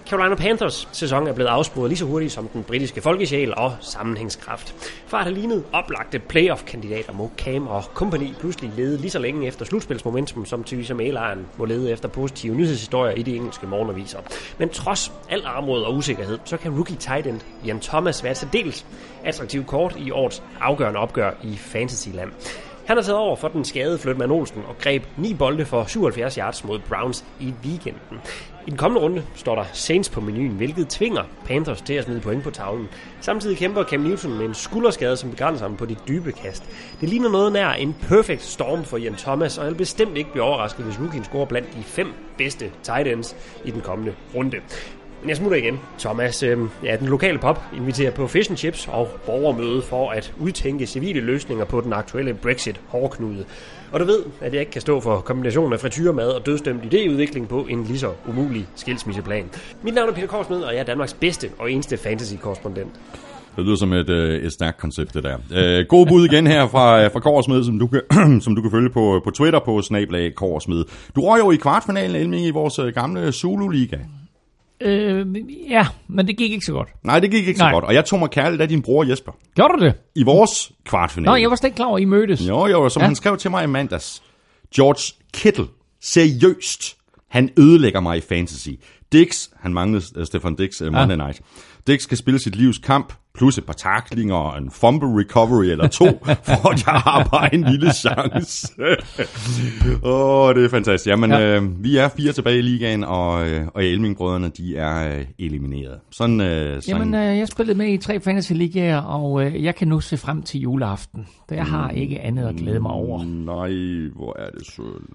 Carolina Panthers sæson er blevet afsporet lige så hurtigt som den britiske folkesjæl og sammenhængskraft. Før har lignet oplagte playoff-kandidater må Cam og company pludselig lede lige så længe efter slutspilsmomentum, som Theresa May-lejren må lede efter positive nyhedshistorier i de engelske morgenaviser. Men trods al armod og usikkerhed, så kan rookie tight end Ian Thomas være et særdeles attraktivt kort i årets afgørende opgør i Fantasyland. Han har taget over for den skadede Fløjtmann Olsen og greb 9 bolde for 77 yards mod Browns i weekenden. I den kommende runde står der Saints på menuen, hvilket tvinger Panthers til at smide point på tavlen. Samtidig kæmper Cam Newton med en skulderskade, som begrænser ham på de dybe kast. Det ligner noget nær en perfect storm for Ian Thomas, og jeg vil bestemt ikke blive overrasket, hvis rookien scorer blandt de 5 bedste tight ends i den kommende runde. Men jeg smutter igen. Thomas, den lokale pub inviterer på fish and chips og borgermøde for at udtænke civile løsninger på den aktuelle Brexit-hårdknude. Og du ved, at jeg ikke kan stå for kombinationen af frityremad og dødsdømt idéudvikling på en lige så umulig skilsmisseplan. Mit navn er Peter Korsmed, og jeg er Danmarks bedste og eneste fantasy-korrespondent. Det lyder som et stærkt koncept, det der. God bud igen her fra Korsmed, som du kan følge på Twitter på @Korsmed. Du røg jo i kvartfinalen, Elming, i vores gamle Zulu-liga. Ja, men det gik ikke så godt. Nej, det gik ikke så godt. Og jeg tog mig kærligt af din bror Jesper. Gjorde du det? I vores kvartfinale. Nå, jeg var slet ikke klar over, at I mødtes. Jo, som han skrev til mig i mandags. George Kittle, seriøst, han ødelægger mig i fantasy. Dix, han manglede Stefan Dix Monday Night. Dix skal spille sit livs kamp, plus et par tacklinger og en fumble recovery eller 2, for at jeg har bare en lille chance. Det er fantastisk. Jamen, vi er 4 tilbage i ligaen, og Elming-brødrene, de er elimineret. Sådan. Jamen, jeg spillede med i 3 fantasy-ligaer, og jeg kan nu se frem til juleaften. Jeg har ikke andet at glæde mig over. Nej, hvor er det synd.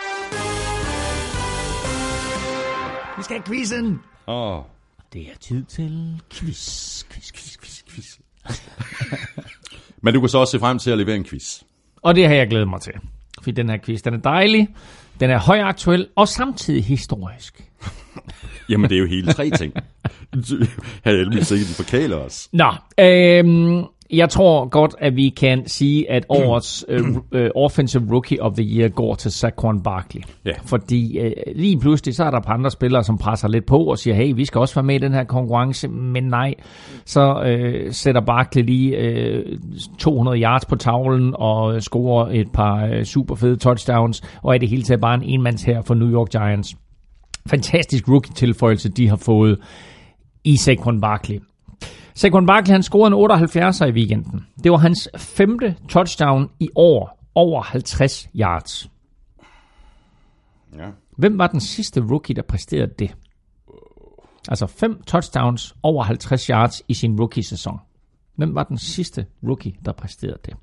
Vi skal have quizzen. Det er tid til quiz. Men du kan så også se frem til at levere en quiz. Og det har jeg glædet mig til. Fordi den her quiz, den er dejlig, den er højaktuel og samtidig historisk. Jamen, det er jo hele 3 ting. Her er Elming sikkert, de forkæler os. Nå, jeg tror godt, at vi kan sige, at årets Offensive Rookie of the Year går til Saquon Barkley. Ja. Fordi lige pludselig, så er der et par andre spillere, som presser lidt på og siger, hey, vi skal også være med i den her konkurrence, men nej. Så sætter Barkley lige 200 yards på tavlen og scorer et par super fede touchdowns, og er det hele taget bare en enmands her for New York Giants. Fantastisk rookie-tilføjelse, de har fået i Saquon Barkley. Saquon Barkley, han scorede en 78'er i weekenden. Det var hans 5. touchdown i år, over 50 yards. Ja. Hvem var den sidste rookie, der præsterede det? Altså 5 touchdowns, over 50 yards i sin rookie-sæson. Hvem var den sidste rookie, der præsterede det?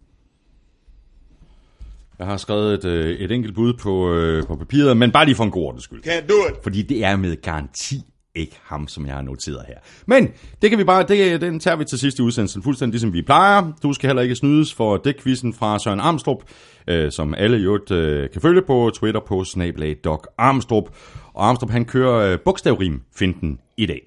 Jeg har skrevet et enkelt bud på papiret, men bare lige for en god ordens skyld. Can't do it. Fordi det er med garanti ikke ham, som jeg har noteret her. Men det kan vi bare, den tager vi til sidste udsendelse, fuldstændig ligesom vi plejer. Du skal heller ikke snydes for dækquizzen fra Søren Armstrong, som alle jo kan følge på Twitter på @DocArmstrong. Og Armstrong, han kører bogstavrim-finten i dag.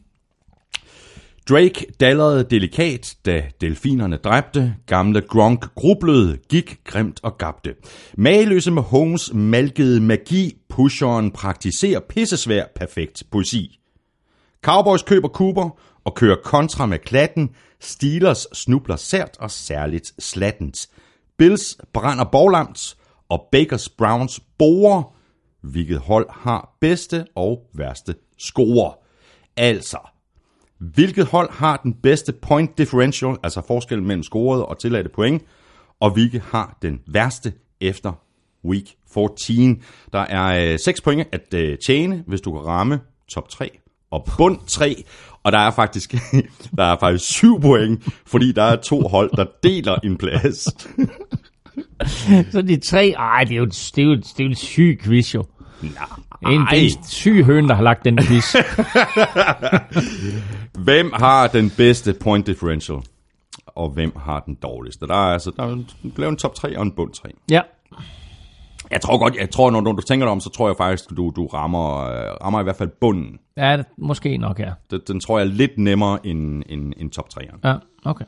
Drake dallerede delikat, da delfinerne dræbte. Gamle Gronk grublede, gik grimt og gabte. Mageløse med Holmes malkede magi. Pusheren praktiserer pissesvær perfekt poesi. Cowboys køber Cooper og kører kontra med klatten. Steelers snubler sært og særligt slattent. Bills brænder bovlamt, og Bakers Browns borer. Hvilket hold har bedste og værste scorer? Altså, hvilket hold har den bedste point differential, altså forskellen mellem scorede og tilladte point, og hvilket har den værste efter week 14? Der er 6 point at tjene, hvis du kan ramme top 3 og bund 3, og der er faktisk 7 point, fordi der er 2 hold, der deler en plads. Så de 3, det er jo en syg quiz, jo. Nej. En syg høne, der har lagt den quiz. Hvem har den bedste point differential, og hvem har den dårligste? Der er en top 3 og en bund 3. Ja. Jeg tror, når du tænker dig om, så tror jeg faktisk, du rammer i hvert fald bunden. Ja, måske nok, ja. Den tror jeg er lidt nemmere end top 3'eren. Ja, okay.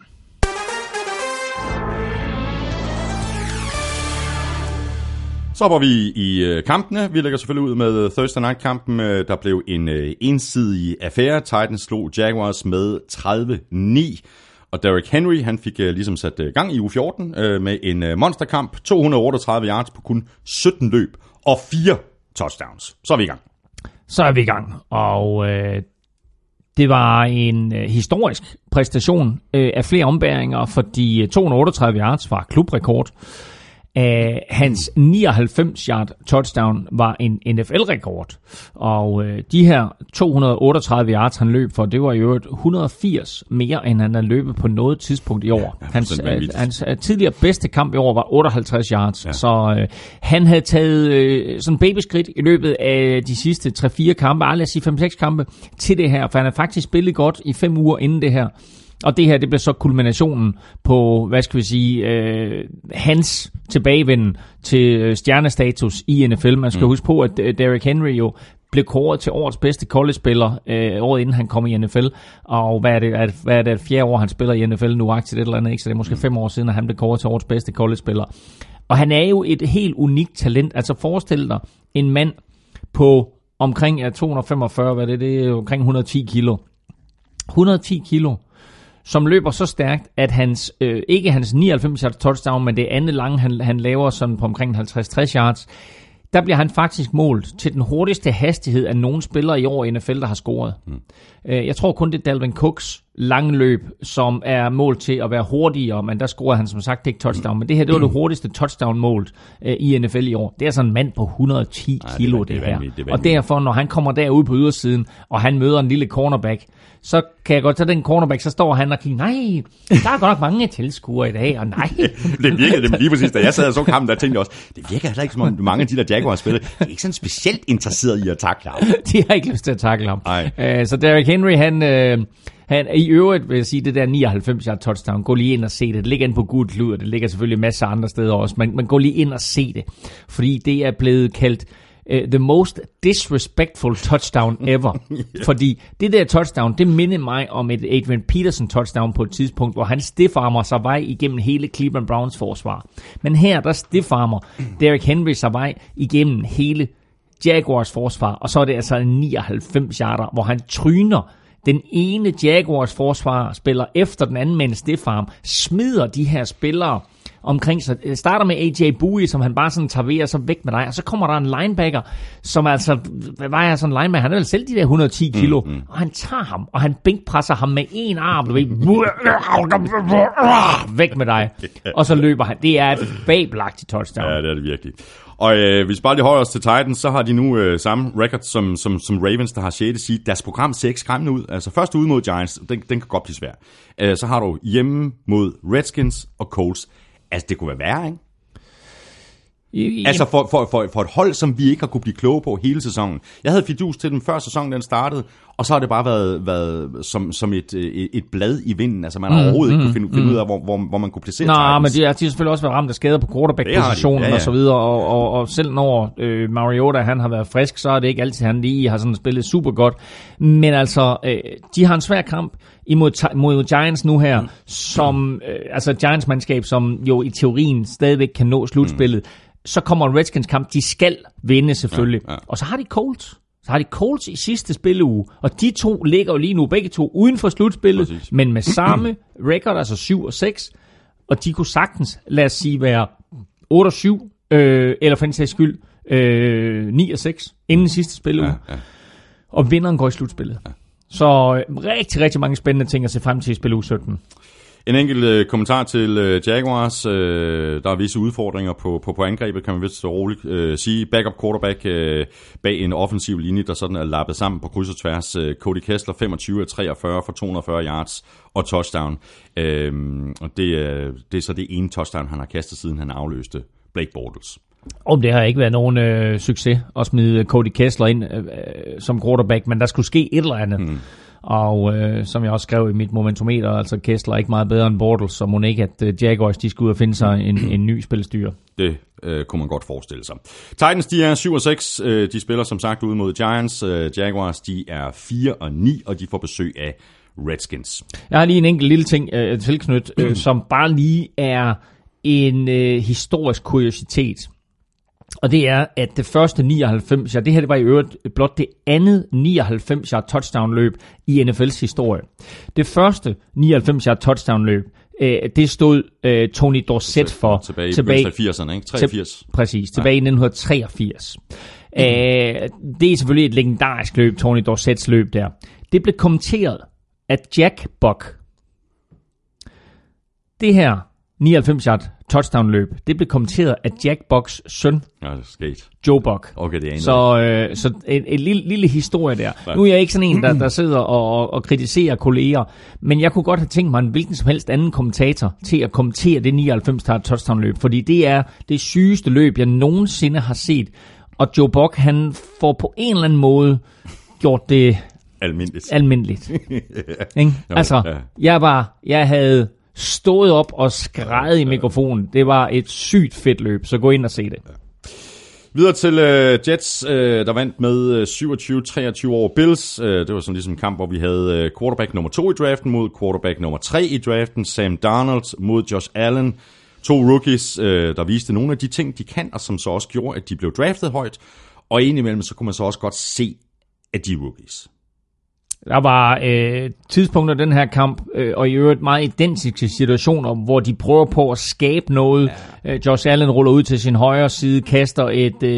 Så hopper vi i kampene. Vi lægger selvfølgelig ud med Thursday Night-kampen. Der blev en ensidig affære. Titans slog Jaguars med 30-9. Og Derrick Henry, han fik ligesom sat gang i uge 14 med en monsterkamp. 238 yards på kun 17 løb og 4 touchdowns. Så er vi i gang. Og det var en historisk præstation af flere ombæringer, fordi 238 yards var klubrekord. Hans 99-yard touchdown var en NFL-rekord, og de her 238 yards, han løb for, det var jo 180 mere, end han havde løbet på noget tidspunkt i år. Hans tidligere bedste kamp i år var 58 yards, så han havde taget sådan babyskridt i løbet af de sidste 3-4 kampe, lad os sige 5-6 kampe, til det her, for han havde faktisk spillet godt i 5 uger inden det her. Og det her, det blev så kulminationen på, hans tilbagevenden til stjernestatus i NFL. Man skal huske på, at Derrick Henry jo blev kåret til årets bedste college-spiller året inden han kom i NFL. Og hvad er det 4. år, han spiller i NFL nu, aktivt et eller andet, ikke? Så det er måske 5 år siden, at han blev kåret til årets bedste college-spiller. Og han er jo et helt unikt talent. Altså forestil dig en mand på omkring 245, det er omkring 110 kilo. 110 kilo. Som løber så stærkt, at ikke hans 99 yards touchdown, men det andet lange, han laver sådan på omkring 50-60 yards, der bliver han faktisk målt til den hurtigste hastighed af nogen spillere i år i NFL, der har scoret. Jeg tror kun, det er Dalvin Cooks lange løb, som er målt til at være hurtigere, men der scorede han som sagt ikke touchdown. Men det her, det var det hurtigste touchdown-målt i NFL i år. Det er sådan en mand på 110 kilo, det her. Og derfor, når han kommer derude på ydersiden, og han møder en lille cornerback, så kan jeg godt tage den cornerback, så står han og kigger, nej, der er godt nok mange tilskuere i dag, og nej. Det virkede lige præcis, da jeg sad og så kampen, der tænkte jeg også, det virker heller ikke som om mange af de der Jaguars-spillere, de er ikke sådan specielt interesseret i at takle ham. De har ikke lyst til at takle ham. Så Derrick Henry, han i øvrigt, vil jeg sige, det der 99-yard touchdown, gå lige ind og se det. Det ligger inde på Gul Klud, og det ligger selvfølgelig masser af andre steder også, men gå lige ind og se det, fordi det er blevet kaldt the most disrespectful touchdown ever. Fordi det der touchdown, det minder mig om et Adrian Peterson touchdown på et tidspunkt, hvor han stiffarmer sig vej igennem hele Cleveland Browns forsvar. Men her, der stiffarmer Derrick Henry sig vej igennem hele Jaguars forsvar, og så er det altså en 99 yarder, hvor han tryner den ene Jaguars forsvar, spiller efter den anden med en stiffarm, smider de her spillere omkring sig. Det starter med AJ Bowie, som han bare sådan tager så væk med dig, og så kommer der en linebacker, som altså, hvad var jeg sådan en linebacker? Han er vel selv de der 110 kilo, og han tager ham, og han bænkpresser ham med en arm, du ved, væk med dig, og så løber han. Det er et fabelagtigt touchdown. Ja, det er det virkelig. Og hvis bare lige holder os til Titans, så har de nu samme record som Ravens, der har 6. seed. Deres program ser ikke skræmmende ud. Altså først ude mod Giants, den kan godt blive svær. Så har du hjemme mod Redskins og Colts. Altså det kunne være værre, ikke? Altså for et hold, som vi ikke har kunne blive kloge på hele sæsonen. Jeg havde fidus til den før sæsonen, den startede, og så har det bare været som et blad i vinden. Altså man har overhovedet ikke kunne finde ud af, hvor man kunne placere Titans. Nej, men de har selvfølgelig også været ramt af skader på quarterback-positionen og så videre, og selv når Mariota han har været frisk, så er det ikke altid, han lige har sådan spillet super godt. Men altså, de har en svær kamp mod Giants nu her, som altså Giants-mandskab, som jo i teorien stadigvæk kan nå slutspillet. Så kommer Redskins kamp, de skal vinde selvfølgelig. Og så har de Colts. I sidste spilleuge. Og de to ligger jo lige nu begge to uden for slutspillet, men med samme record, altså 7-6. Og de kunne sagtens, lad os sige, være 8-7, eller for en sags skyld 9-6 inden sidste spilleuge. Og vinderen går i slutspillet. Så rigtig, rigtig mange spændende ting at se frem til i spilleuge 17. En enkelt kommentar til Jaguars. Der er visse udfordringer på angrebet, kan man vist så roligt sige. Backup quarterback bag en offensiv linje, der sådan er lappet sammen på kryds og tværs. Cody Kessler 25-43 for 240 yards og touchdown. Og det er så det ene touchdown, han har kastet, siden han afløste Blake Bortles. Og det har ikke været nogen succes at smide Cody Kessler ind som quarterback, men der skulle ske et eller andet. Og som jeg også skrev i mit momentometer, altså Kessler er ikke meget bedre end Bortles, så må ikke, at Jaguars de skal ud og finde sig en ny spilstyre. Det kunne man godt forestille sig. Titans, de er 7-6. De spiller som sagt ude mod Giants. Jaguars, de er 4-9, og de får besøg af Redskins. Jeg har lige en enkelt lille ting tilknyttet, som bare lige er en historisk kuriositet. Og det er, at det første 99 yard, det her det var i øvrigt blot det andet 99 yard touchdown løb i NFL's historie. Det første 99 yard touchdown løb, det stod Tony Dorsett for tilbage i 80'erne, ikke? 83. Præcis, tilbage i 1983. Det er selvfølgelig et legendarisk løb, Tony Dorsetts løb der. Det blev kommenteret af Jack Buck. Det her 99 yard touchdown løb, det blev kommenteret af Jack Bucks søn, Joe Buck. Okay, det er så en lille historie der. Ja. Nu er jeg ikke sådan en, der sidder og kritiserer kolleger, men jeg kunne godt have tænkt mig en hvilken som helst anden kommentator til at kommentere det 99 yard touchdown løb, fordi det er det sygeste løb, jeg nogensinde har set. Og Joe Buck, han får på en eller anden måde gjort det almindeligt. Ikke? Altså, jeg havde stået op og skreget i mikrofonen. Det var et sygt fedt løb, så gå ind og se det. Videre til Jets, der vandt med 27-23 over Bills. Det var sådan ligesom en kamp, hvor vi havde quarterback nummer 2 i draften mod quarterback nummer 3 i draften. Sam Darnold mod Josh Allen. 2 rookies, der viste nogle af de ting, de kan, og som så også gjorde, at de blev draftet højt. Og indimellem, så kunne man så også godt se, at de rookies. Der var tidspunkter i den her kamp, og i øvrigt meget identiske situationer, hvor de prøver på at skabe noget. Ja. Josh Allen ruller ud til sin højre side, kaster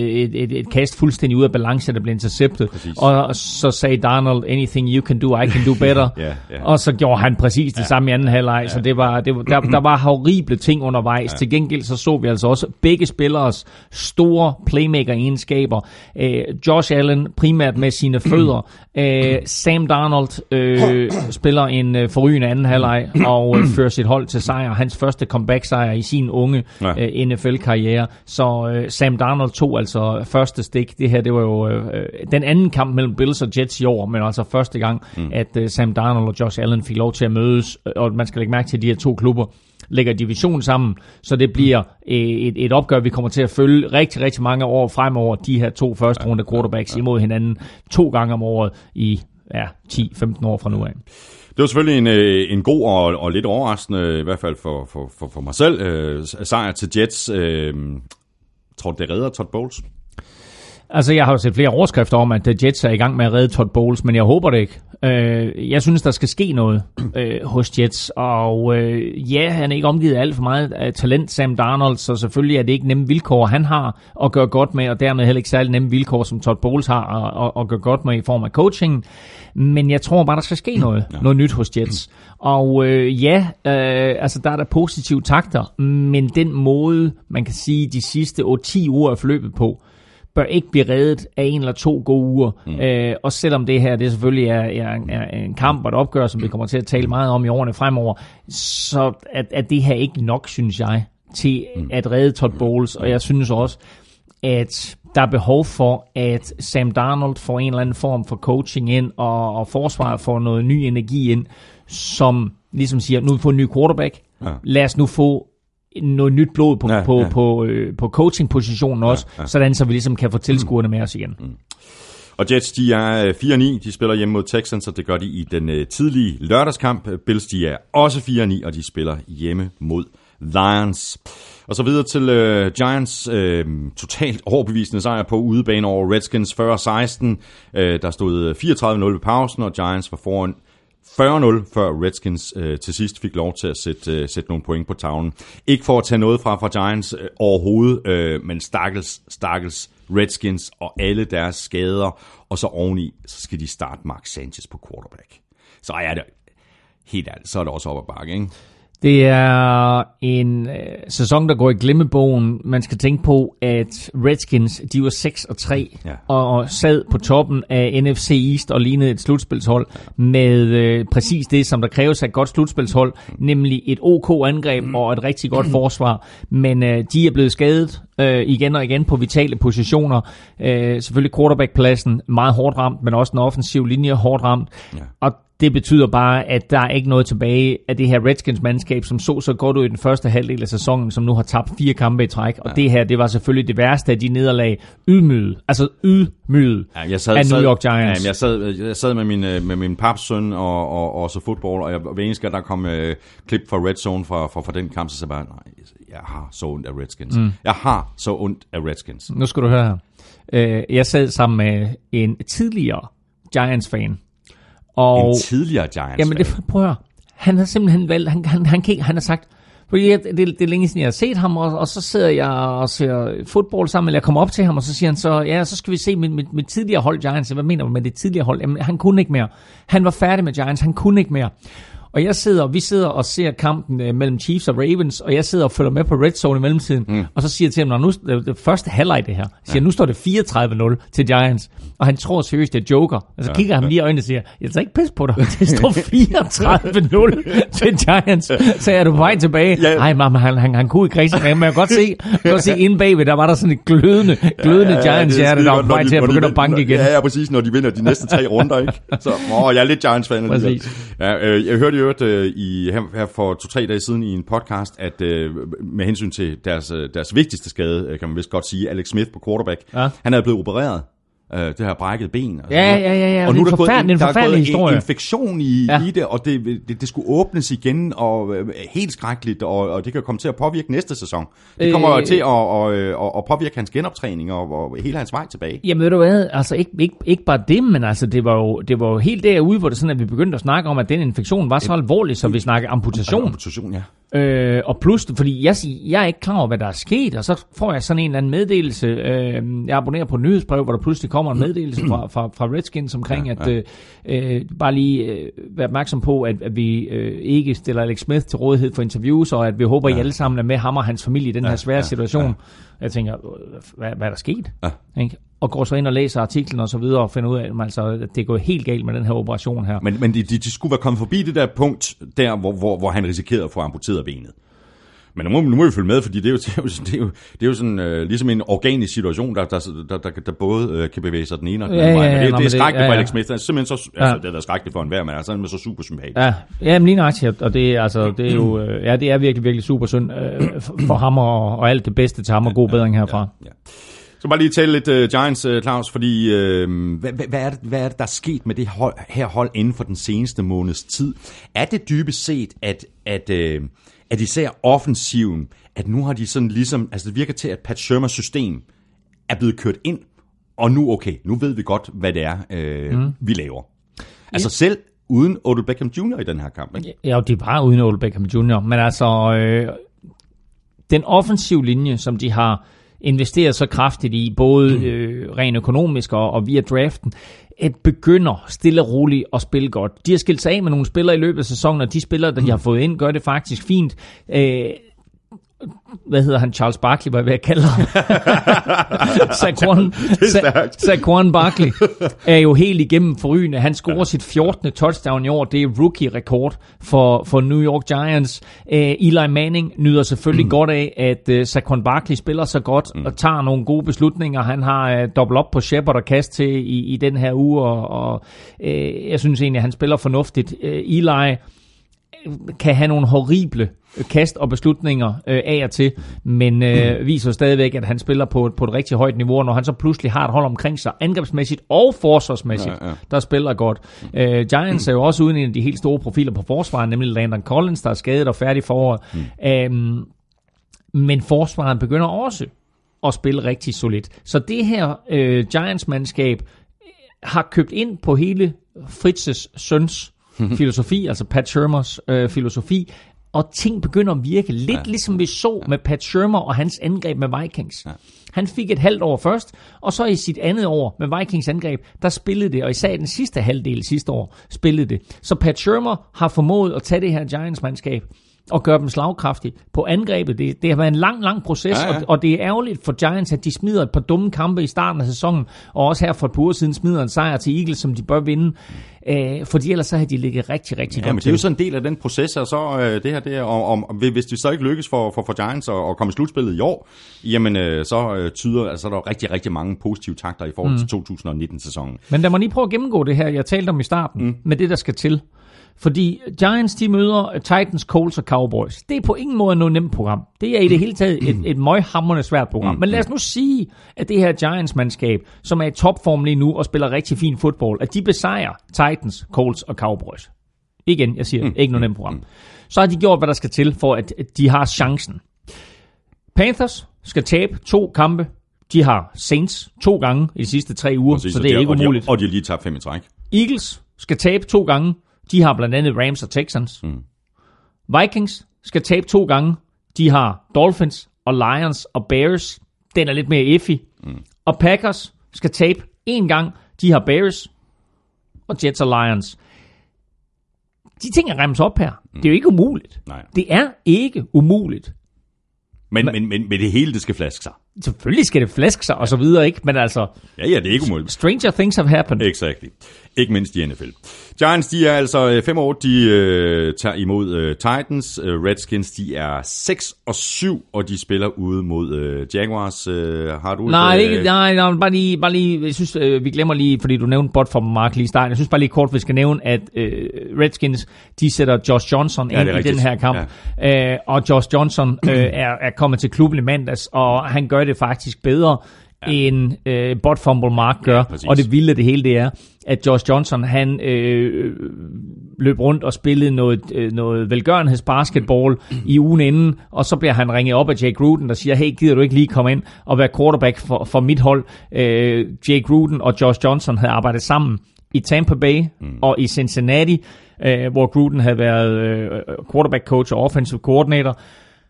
et kast fuldstændig ud af balance, der blev interceptet. Præcis. Og så sagde Darnold, anything you can do, I can do better. Ja. Og så gjorde han præcis det samme i anden halvleg. Så der var horrible ting undervejs. Ja. Til gengæld så vi altså også begge spilleres store playmaker-egenskaber. Josh Allen primært med sine fødder. Sam Darnold spiller en forrygende anden halvleg og fører sit hold til sejr. Hans første comeback-sejr i sin unge NFL-karriere. Så Sam Darnold tog altså første stik. Det her, det var jo den anden kamp mellem Bills og Jets i år, men altså første gang, at Sam Darnold og Josh Allen fik lov til at mødes. Og man skal lægge mærke til, at de her 2 klubber lægger division sammen, så det bliver et opgør, vi kommer til at følge rigtig, rigtig mange år fremover. De her 2 første runde quarterbacks imod hinanden 2 gange om året i 10-15 år fra nu af. Det var selvfølgelig en god og lidt overraskende, i hvert fald for mig selv, sejr til Jets. Tror du, det redder Todd Bowles? Altså, jeg har jo set flere overskrifter om, at Jets er i gang med at redde Todd Bowles, men jeg håber det ikke. Jeg synes, der skal ske noget hos Jets, og han er ikke omgivet af alt for meget talent, Sam Darnold, så selvfølgelig er det ikke nemme vilkår, han har at gøre godt med, og dermed heller ikke særlig nemme vilkår, som Todd Bowles har at gøre godt med i form af coaching. Men jeg tror bare, der skal ske noget nyt hos Jets. Og altså der er der positive takter, men den måde, man kan sige, de sidste 8-10 uger er forløbet på, bør ikke blive reddet af 1 eller 2 gode uger. Og selvom det her, det selvfølgelig er en kamp og et opgør, som vi kommer til at tale meget om i årene fremover, så er det her ikke nok, synes jeg, til at redde Todd Bowles. Og jeg synes også, at der er behov for, at Sam Darnold får en eller anden form for coaching ind, og forsvaret får noget ny energi ind, som ligesom siger, nu får en ny quarterback, lad os nu få noget nyt blod på coaching-positionen også, sådan så vi ligesom kan få tilskuerne med os igen. Og Jets, de er 4-9, de spiller hjemme mod Texans, og det gør de i den tidlige lørdagskamp. Bills, de er også 4-9, og de spiller hjemme mod Lions. Og så videre til Giants, totalt overbevisende sejr på udebane over Redskins 40-16. Der stod 34-0 ved pausen, og Giants var foran 40-0, før Redskins til sidst fik lov til at sætte nogle point på tavlen. Ikke for at tage noget fra Giants overhovedet, men stakkels Redskins og alle deres skader, og så oveni, så skal de starte Mark Sanchez på quarterback. Så er det helt ærligt, så er det også op ad bakke, ikke? Det er en sæson, der går i glemmebogen. Man skal tænke på, at Redskins, de var 6-3 og sad på toppen af NFC East og lignede et slutspilshold med præcis det, som der kræves af et godt slutspilshold, nemlig et OK angreb og et rigtig godt forsvar. Men de er blevet skadet igen og igen på vitale positioner. Selvfølgelig quarterbackpladsen meget hårdt ramt, men også den offensive linje hårdt ramt. Ja. Og det betyder bare, at der er ikke noget tilbage af det her Redskins-mandskab, som så godt ud i den første halvdel af sæsonen, som nu har tabt 4 kampe i træk. Og det her, det var selvfølgelig det værste af de nederlag. Ydmyget af New York Giants. Jeg sad med min papsøn og så fodbold, og hver eneste gang der kom klip fra Red Zone fra den kamp, så sagde jeg bare, nej, jeg har så ondt af Redskins. Jeg har så ondt af Redskins. Nu skal du høre her. Jeg sad sammen med en tidligere Giants-fan. En tidligere Giants-fan? Prøv at høre. Han har simpelthen valgt, han har sagt, fordi det er længe siden, jeg har set ham, og så sidder jeg og ser fodbold sammen, eller jeg kommer op til ham, og så siger han så skal vi se mit tidligere hold Giants. Hvad mener du med det tidligere hold? Jamen, han kunne ikke mere. Han var færdig med Giants, han kunne ikke mere. Og vi sidder og ser kampen mellem Chiefs og Ravens, og jeg sidder og følger med på Red Zone i mellemtiden, og så siger jeg til ham, nu det første halvleg det her, siger nu står det 34-0 til Giants, og han tror seriøst, det er joker. Og så kigger han lige i øjnene og siger, jeg tager ikke pis på dig, det står 34-0 til Giants, så er du på vej tilbage. Nej, mamma, han kunne ikke rigtig, men jeg kan godt se inde bagved, der var der sådan et glødende Giants-hjerte, der var på vej til at begynde at banke igen. Ja, præcis, når de vinder de næste 3 runder, ikke? Så, jeg er lidt Giants-fan. Jeg hørte jo her for 2-3 dage siden i en podcast, at med hensyn til deres vigtigste skade, kan man vist godt sige, Alex Smith på quarterback, han er blevet opereret. Det her brækket ben. Ja. Og nu er der gået en infektion i det, og det skulle åbnes igen, og helt skrækkeligt, og det kan komme til at påvirke næste sæson. Det kommer til at påvirke hans genoptræning og hele hans vej tilbage. Jamen ved du hvad, altså ikke bare det, men altså det var jo helt derude, hvor det sådan, at vi begyndte at snakke om, at den infektion var så alvorlig, så vi snakker amputation. Amputation, ja. Og plus, fordi jeg er ikke klar over, hvad der er sket, og så får jeg sådan en eller anden meddelelse. Jeg abonnerer på nyhedsbrev, hvor der pludselig kommer en meddelelse fra Redskins omkring, at bare lige være opmærksom på, at vi ikke stiller Alex Smith til rådighed for interviews, og at vi håber, I alle sammen er med ham og hans familie i den her svære situation. Jeg tænker, hvad er der sket? Ikke? Og går så ind og læser artiklen og så videre og finder ud af, at det går helt galt med den her operation her. Men de skulle være kommet forbi det der punkt, der hvor han risikerede at få amputeret benet. Men nu må vi følge med, fordi det er jo sådan ligesom en organisk situation, der både kan bevæge sig den ene og den anden vej. Men det er skrækkeligt for Alex Smith. Det er simpelthen så det er skrækkeligt for enhver, men er sådan med så super sympatisk. Ja, men lige nøjagtigt, og det er jo det er virkelig, virkelig super synd for ham og alt det bedste til ham og god bedring herfra. Ja. Så bare lige tale lidt Giants, Claus, fordi hvad er det, der er sket med det her hold inden for den seneste måneds tid? Er det dybest set, at især offensiven, at nu har de sådan ligesom, altså det virker til, at Pat Shurmurs system er blevet kørt ind, og nu ved vi godt, hvad det er, vi laver. Altså selv uden Odell Beckham Jr. i den her kamp, ikke? Ja, de var uden Odell Beckham Jr., men altså den offensive linje, som de har investeret så kraftigt i, både rent økonomisk og via draften, at begynder stille og roligt at spille godt. De har skilt sig af med nogle spillere i løbet af sæsonen, og de spillere, der de har fået ind, gør det faktisk fint. Hvad hedder han? Charles Barkley, hvad vil jeg kalde ham? Saquon Barkley er jo helt igennem forrygende. Han scorer sit 14. touchdown i år. Det er rookie-rekord for New York Giants. Eli Manning nyder selvfølgelig godt af, at Saquon Barkley spiller så godt og tager nogle gode beslutninger. Han har dobbelt op på Shepard og kast til i den her uge, og jeg synes egentlig, at han spiller fornuftigt. Eli kan have nogle horrible kast og beslutninger af og til, men viser stadigvæk, at han spiller på et rigtig højt niveau, når han så pludselig har et hold omkring sig, angrebsmæssigt og forsvarsmæssigt, der spiller godt. Giants er jo også uden en af de helt store profiler på forsvaret, nemlig Landon Collins, der er skadet og færdig for året. Men forsvaret begynder også at spille rigtig solidt. Så det her Giants-mandskab har købt ind på hele Fritzes søns filosofi, altså Pat Shurmurs filosofi, og ting begynder at virke lidt ligesom vi så med Pat Shurmur og hans angreb med Vikings. Han fik et halvt år først, og så i sit andet år med Vikings angreb, der spillede det, og især den sidste halvdel sidste år spillede det. Så Pat Shurmur har formået at tage det her Giants-mandskab og gøre dem slagkraftige på angrebet. Det har været en lang proces, ja. Og det er ærgerligt for Giants, at de smider et par dumme kampe i starten af sæsonen, og også her for et par uger siden smider en sejr til Eagles, som de bør vinde, fordi ellers så har de ligget rigtig godt men det er jo sådan en del af den proces, og så det her, hvis det så ikke lykkes for Giants at komme i slutspillet i år, jamen så tyder altså der rigtig, rigtig mange positive takter i forhold til 2019-sæsonen. Men lad mig lige prøve at gennemgå det her, jeg talte om i starten, med det, der skal til. Fordi Giants, de møder Titans, Colts og Cowboys. Det er på ingen måde noget nemt program. Det er i det hele taget et møghamrende svært program. Men lad os nu sige, at det her Giants-mandskab, som er i topform lige nu og spiller rigtig fin fodbold, at de besejrer Titans, Colts og Cowboys. Igen, jeg siger, ikke noget nemt program. Så har de gjort, hvad der skal til, for at de har chancen. Panthers skal tabe 2 kampe. De har Saints 2 gange i de sidste 3 uger, præcis, så det er ikke umuligt. Og de har lige tabt 5 i træk. Eagles skal tabe 2 gange. De har blandt andet Rams og Texans. Vikings skal tabe 2 gange. De har Dolphins og Lions og Bears. Den er lidt mere iffy. Og Packers skal tabe 1 gang. De har Bears og Jets og Lions. De ting er remset op her. Det er jo ikke umuligt. Nej. Det er ikke umuligt. Men det hele, det skal flaske sig. Selvfølgelig skal det flaske sig, og så videre, ikke? Men altså... Ja, det er ikke umuligt. Stranger things have happened. Exactly. Ikke mindst i NFL. Giants, de er altså 5-8, de tager imod Titans. Redskins, de er 6-7, og de spiller ude mod Jaguars. Har du Nej, bare lige, jeg synes, vi glemmer lige, fordi du nævnte bot for Mark lige i starten. Jeg synes bare lige kort, vi skal nævne, at Redskins, de sætter Josh Johnson ind i den her kamp. Ja. Og Josh Johnson er kommet til klubben i mandags, og han gør det faktisk bedre, end bot fumble Mark gør. Ja, og det vilde det hele, det er, at Josh Johnson, han løb rundt og spillede noget velgørenhedsbasketball i ugen inden, og så bliver han ringet op af Jay Gruden, der siger, hey, gider du ikke lige komme ind og være quarterback for mit hold? Jay Gruden og Josh Johnson havde arbejdet sammen i Tampa Bay og i Cincinnati, hvor Gruden havde været quarterback coach og offensive coordinator.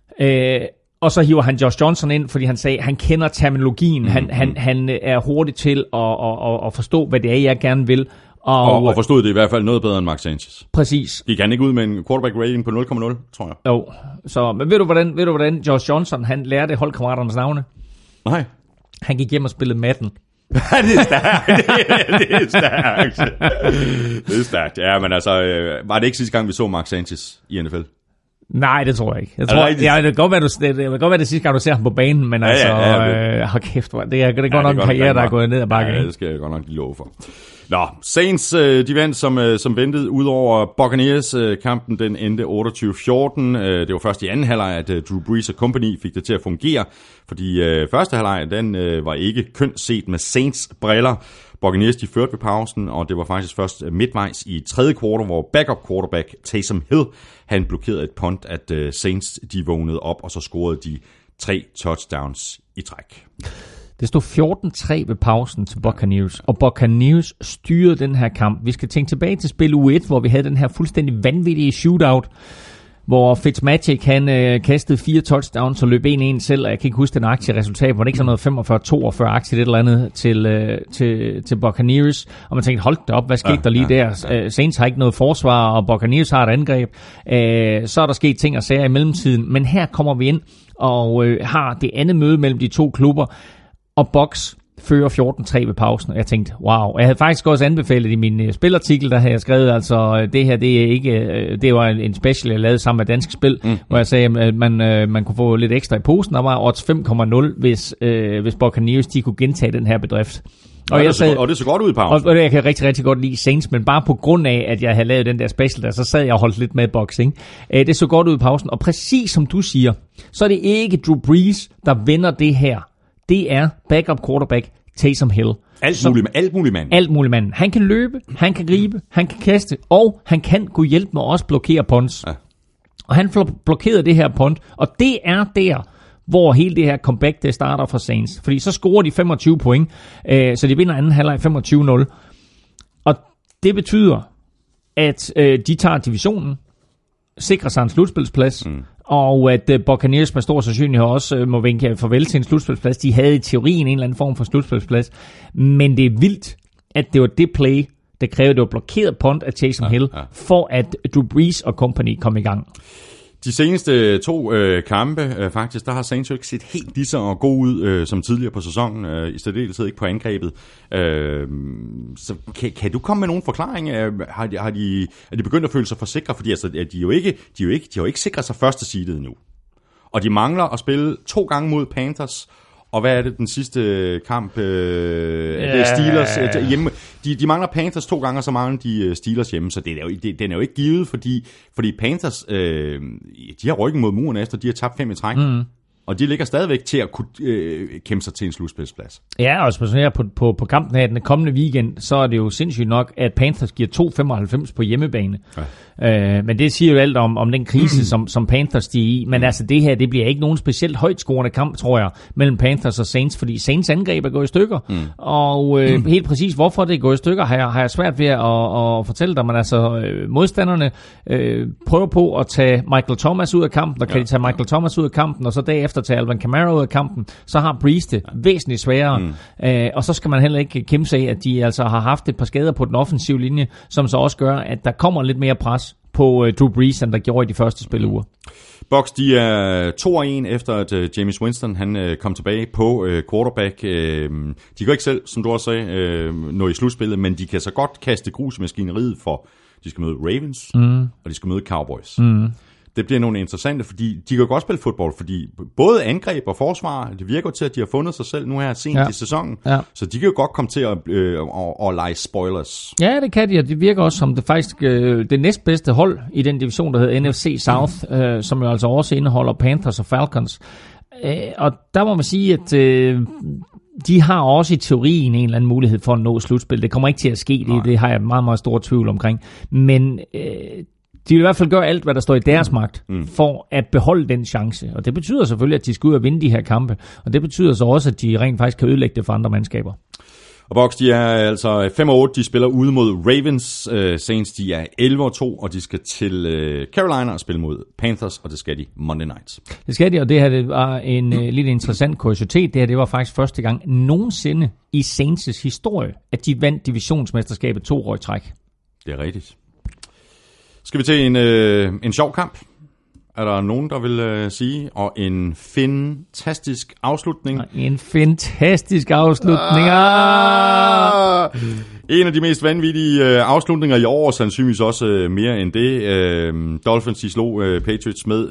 Og så hiver han Josh Johnson ind, fordi han sagde, han kender terminologien. Han er hurtig til at forstå, hvad det er, jeg gerne vil. Og forstod det i hvert fald noget bedre end Mark Sanchez. Præcis. Gik han ikke ud med en quarterback rating på 0,0, tror jeg. Jo. Så, men ved du, hvordan Josh Johnson, han lærte holdkammeraternes navne? Nej. Han gik hjem og spillede Madden. Det er stærkt. Det er stærkt. Ja, men altså, var det ikke sidste gang, vi så Mark Sanchez i NFL? Nej, det tror jeg ikke. Det kan godt være, det sidste gang, du ser ham på banen, men hold kæft, det er godt nok en karriere, der er gået ned ad bakken. Ja, det skal jeg godt nok lige love for. Nå, Saints, de vandt som ventet ud over Buccaneers. Kampen den endte 28-14. Det var først i anden halvleg, at Drew Brees og company fik det til at fungere, fordi første halvleg, den var ikke kønt set med Saints briller. Buccaneers, de førte ved pausen, og det var faktisk først midtvejs i tredje kvartal, hvor backup quarterback Taysom Hill, han blokerede et punt, at Saints, de vågnede op, og så scorede de 3 touchdowns i træk. Det stod 14-3 ved pausen til Buccaneers, og Buccaneers styrede den her kamp. Vi skal tænke tilbage til spil U1, hvor vi havde den her fuldstændig vanvittige shootout, hvor Fitzmagic, han kastede 4 touchdowns og løb 1-1 selv, og jeg kan ikke huske den aktieresultat, hvor det ikke sådan noget 45-42 aktie, et eller andet til Buccaneers, og man tænkte, hold da op, hvad skete der lige der? Saints har ikke noget forsvar, og Buccaneers har et angreb, så er der sket ting og sager i mellemtiden, men her kommer vi ind og har det andet møde mellem de to klubber, og Bucs fører 14-3 ved pausen, og jeg tænkte, wow. Jeg havde faktisk også anbefalet i min spilartikel, der havde jeg skrevet, altså det her, det er ikke, det var en special, jeg lavede sammen med Dansk Spil, hvor jeg sagde, at man kunne få lidt ekstra i posen, der var odds 5,0, hvis Buccaneers, de kunne gentage den her bedrift. Og det så godt ud i pausen. Og jeg kan rigtig, rigtig godt lide Saints, men bare på grund af, at jeg havde lavet den der special der, så sad jeg og holdt lidt med Bucs, ikke? Det så godt ud i pausen, og præcis som du siger, så er det ikke Drew Brees, der vinder det her. Det er backup quarterback Taysom Hill. Alt muligt mand. Han kan løbe, han kan gribe, han kan kaste, og han kan kunne hjælpe med at også blokere punts. Ja. Og han blokerede det her punt, og det er der, hvor hele det her comeback, det starter fra Saints. Fordi så scorer de 25 point, så de vinder anden halvleg 25-0. Og det betyder, at de tager divisionen, sikrer sig en slutspilsplads, og at Buccaneers med stor sandsynlighed også må vinke farvel til en slutspilsplads. De havde i teorien en eller anden form for slutspilsplads, men det er vildt, at det var det play, der krævede, det var blokeret punt af Taysom Hill, for at Drew Brees og company kom i gang. De seneste 2 kampe, faktisk, der har Saints jo ikke set helt lige så god ud som tidligere på sæsonen, i særdeleshed ikke på angrebet. Så kan du komme med nogen forklaring? Er de begyndt at føle sig for sikre? Fordi altså, de har jo ikke sikret sig første seedet endnu. Og de mangler at spille 2 gange mod Panthers. Og hvad er det den sidste kamp? Det er Steelers hjemme. De mangler Panthers 2 gange, og så mangler de Steelers hjemme. Så den er jo ikke givet, fordi Panthers de har ryggen mod muren efter, de har tabt 5 i træk. Og de ligger stadigvæk til at kunne kæmpe sig til en slutspilsplads. Ja, og specielt på kampen her den kommende weekend, så er det jo sindssygt nok, at Panthers giver 2,95 på hjemmebane. Ja. Men det siger jo alt om den krise, som Panthers de er i. Men altså det her, det bliver ikke nogen specielt højt scorende kamp, tror jeg, mellem Panthers og Saints, fordi Saints angreb er gået i stykker. Og helt præcis hvorfor det er gået i stykker, har jeg svært ved at fortælle dig. Men altså modstanderne prøver på at tage Michael Thomas ud af kampen, og kan de tage Michael Thomas ud af kampen, og så derefter tage Alvin Kamara ud af kampen, så har Breeze det væsentligt sværere. Og så skal man heller ikke kæmpe sig af, at de altså har haft et par skader på den offensive linje, som så også gør, at der kommer lidt mere pres på Drew Brees, end der gjorde i de første spilleuger. Bucks, de er 2-1 efter, at Jameis Winston han kom tilbage på quarterback. De kan ikke selv, som du også sagde, nå i slutspillet, men de kan så godt kaste grus i maskineriet, for de skal møde Ravens, og de skal møde Cowboys. Det bliver nogle interessante, fordi de kan godt spille fodbold, fordi både angreb og forsvar, det virker til, at de har fundet sig selv nu her sent i sæsonen, så de kan jo godt komme til at lege spoilers. Ja, det kan de, og det virker også som det faktisk det næstbedste hold i den division, der hedder NFC South, som jo altså også indeholder Panthers og Falcons. Og der må man sige, at de har også i teorien en eller anden mulighed for at nå slutspil. Det kommer ikke til at ske, det har jeg meget, meget stor tvivl omkring. Men de vil i hvert fald gøre alt, hvad der står i deres magt, for at beholde den chance. Og det betyder selvfølgelig, at de skal ud og vinde de her kampe. Og det betyder så også, at de rent faktisk kan ødelægge det for andre mandskaber. Og Bucks, de er altså 5-8, de spiller ude mod Ravens. Saints, de er 11-2, og de skal til Carolina og spille mod Panthers, og det skal de Monday Nights. Det skal de, og det her det var en lidt interessant kuriositet. Det her det var faktisk første gang nogensinde i Saints' historie, at de vandt divisionsmesterskabet 2 år i træk. Det er rigtigt. Skal vi til en sjov kamp? Er der nogen, der vil sige? Og en fantastisk afslutning. En fantastisk afslutning. En af de mest vanvittige afslutninger i år, sandsynligvis også mere end det. Dolphins, de slog Patriots med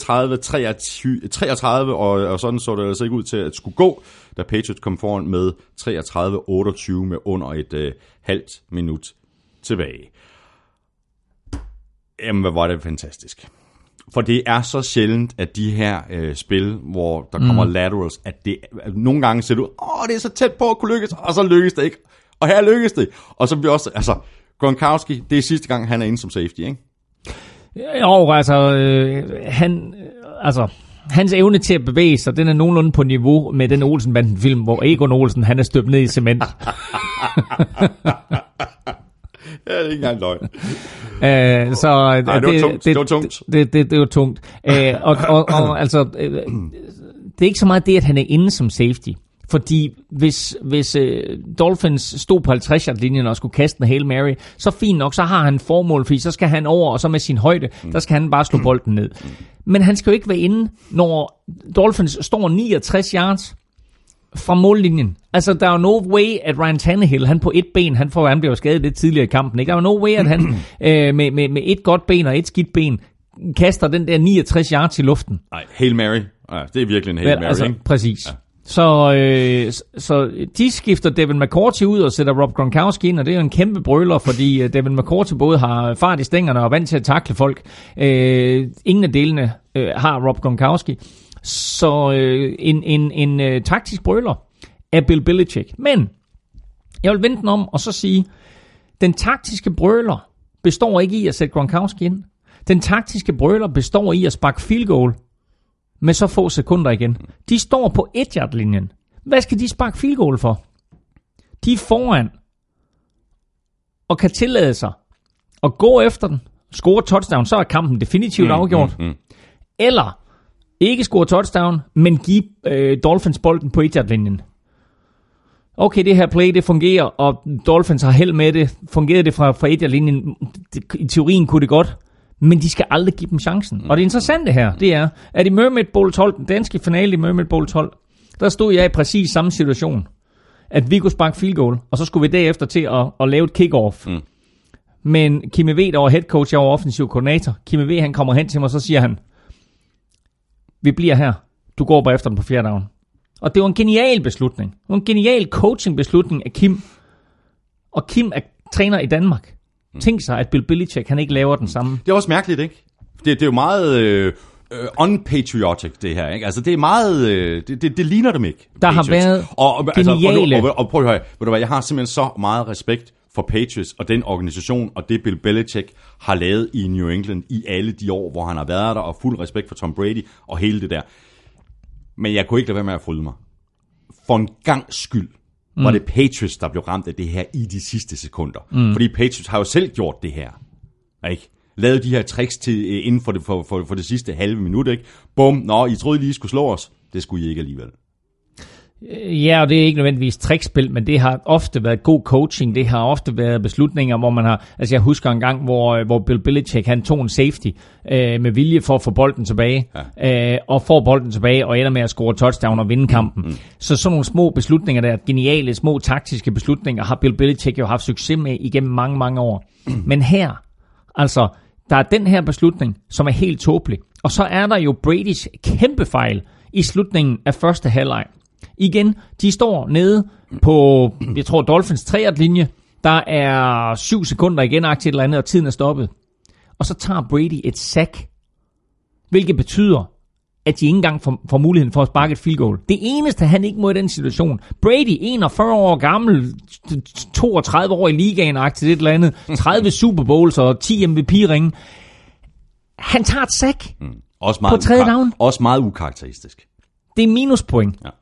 34-33, og sådan så det altså ikke ud til at skulle gå, da Patriots kom foran med 33-28 med under et halvt minut tilbage. Jamen, hvad var det fantastisk. For det er så sjældent, at de her spil, hvor der kommer laterals, at det nogle gange ser ud, det er så tæt på at kunne lykkes, og så lykkes det ikke. Og her lykkes det. Og så bliver også, altså, Gronkowski, det er sidste gang, han er inde som safety, ikke? Jo, hans evne til at bevæge sig, den er nogenlunde på niveau med den Olsen-banden-film, hvor Egon Olsen, han er støbt ned i cement. Ja, det er ikke engang løgn. Det var tungt. Det var tungt. Og altså, det er ikke så meget det, at han er inde som safety. Fordi hvis Dolphins stod på 50-yard-linjen og skulle kaste en Hail Mary, så fint nok, så har han formål, fordi så skal han over, og så med sin højde, der skal han bare slå bolden ned. Men han skal jo ikke være inde, når Dolphins står 69 yards fra mållinjen. Altså, der er jo no way, at Ryan Tannehill, han på et ben, han bliver skadet lidt tidligere i kampen, ikke? Der er jo no way, at han med et godt ben og et skidt ben kaster den der 69 yards i luften. Nej, Hail Mary. Ja, det er virkelig en Hail Mary, altså, ikke? Præcis. Ja. Så de skifter Devin McCourty ud og sætter Rob Gronkowski ind, og det er jo en kæmpe brøler, fordi Devin McCourty både har fart i stængerne og er vant til at takle folk. Ingen af delene har Rob Gronkowski. Så en taktisk brøler af Bill Belichick. Men jeg vil vente den om og så sige, den taktiske brøler består ikke i at sætte Gronkowski ind. Den taktiske brøler består i at sparke field goal med så få sekunder igen. De står på 1-yard-linjen. Hvad skal de sparke field goal for? De er foran og kan tillade sig at gå efter den, score touchdown, så er kampen definitivt afgjort. Eller ikke score touchdown, men give Dolphins bolden på 1-yard-linjen. Okay, det her play, det fungerer, og Dolphins har held med det. Fungerede det fra 1-yard-linjen? I teorien kunne det godt. Men de skal aldrig give dem chancen. Og det interessante her, det er, at i Mermaid Bowl 12, den danske finale i Mermaid Bowl 12, der stod jeg i præcis samme situation. At vi kunne sparke field goal, og så skulle vi derefter til at lave et kick-off. Men Kim V, der var head coach, jeg var offensiv koordinator. Kim V, han kommer hen til mig, og så siger han, vi bliver her. Du går bare efter den på 4. down. Og det var en genial beslutning. Det var en genial coaching-beslutning af Kim. Og Kim er træner i Danmark. Tænk sig, at Bill Belichick, han ikke laver den samme. Det er også mærkeligt, ikke? Det er jo meget unpatriotic, det her, ikke? Altså, det er meget... det ligner dem ikke. Der Patriots. Har været geniale... Og prøv at høre, ved du hvad, jeg har simpelthen så meget respekt for Patriots og den organisation, og det Bill Belichick har lavet i New England i alle de år, hvor han har været der, og fuld respekt for Tom Brady og hele det der. Men jeg kunne ikke lade være med at fryde mig. For en gangs skyld var det Patriots, der blev ramt af det her i de sidste sekunder. Fordi Patriots har jo selv gjort det her. Ikke? Lavet de her tricks til, inden for det sidste halve minut. Ikke? Bum, I troede lige skulle slå os. Det skulle I ikke alligevel. Ja, og det er ikke nødvendigvis trickspil, men det har ofte været god coaching. Det har ofte været beslutninger, hvor man har... Altså, jeg husker en gang, hvor Bill Belichick, han tog en safety med vilje for at få bolden tilbage, og får bolden tilbage, og ender med at score touchdown og vinde kampen. Så sådan nogle små beslutninger der, geniale, små taktiske beslutninger, har Bill Belichick jo haft succes med igennem mange, mange år. Men her, altså, der er den her beslutning, som er helt tåbelig. Og så er der jo Bradys kæmpe fejl i slutningen af første halvleg. Igen, de står nede på, jeg tror, Dolphins 3-linje. Der er 7 sekunder igen, aktivt eller andet, og tiden er stoppet. Og så tager Brady et sack, hvilket betyder, at de ikke engang får muligheden for at sparke et field goal. Det eneste, han ikke må i den situation. Brady, 41 år gammel, 32 år i ligaen, aktivt et eller andet, 30 Super Bowls og 10 MVP-ringe. Han tager et sack på 3. down. Også meget ukarakteristisk. Det er minuspoint. Ja.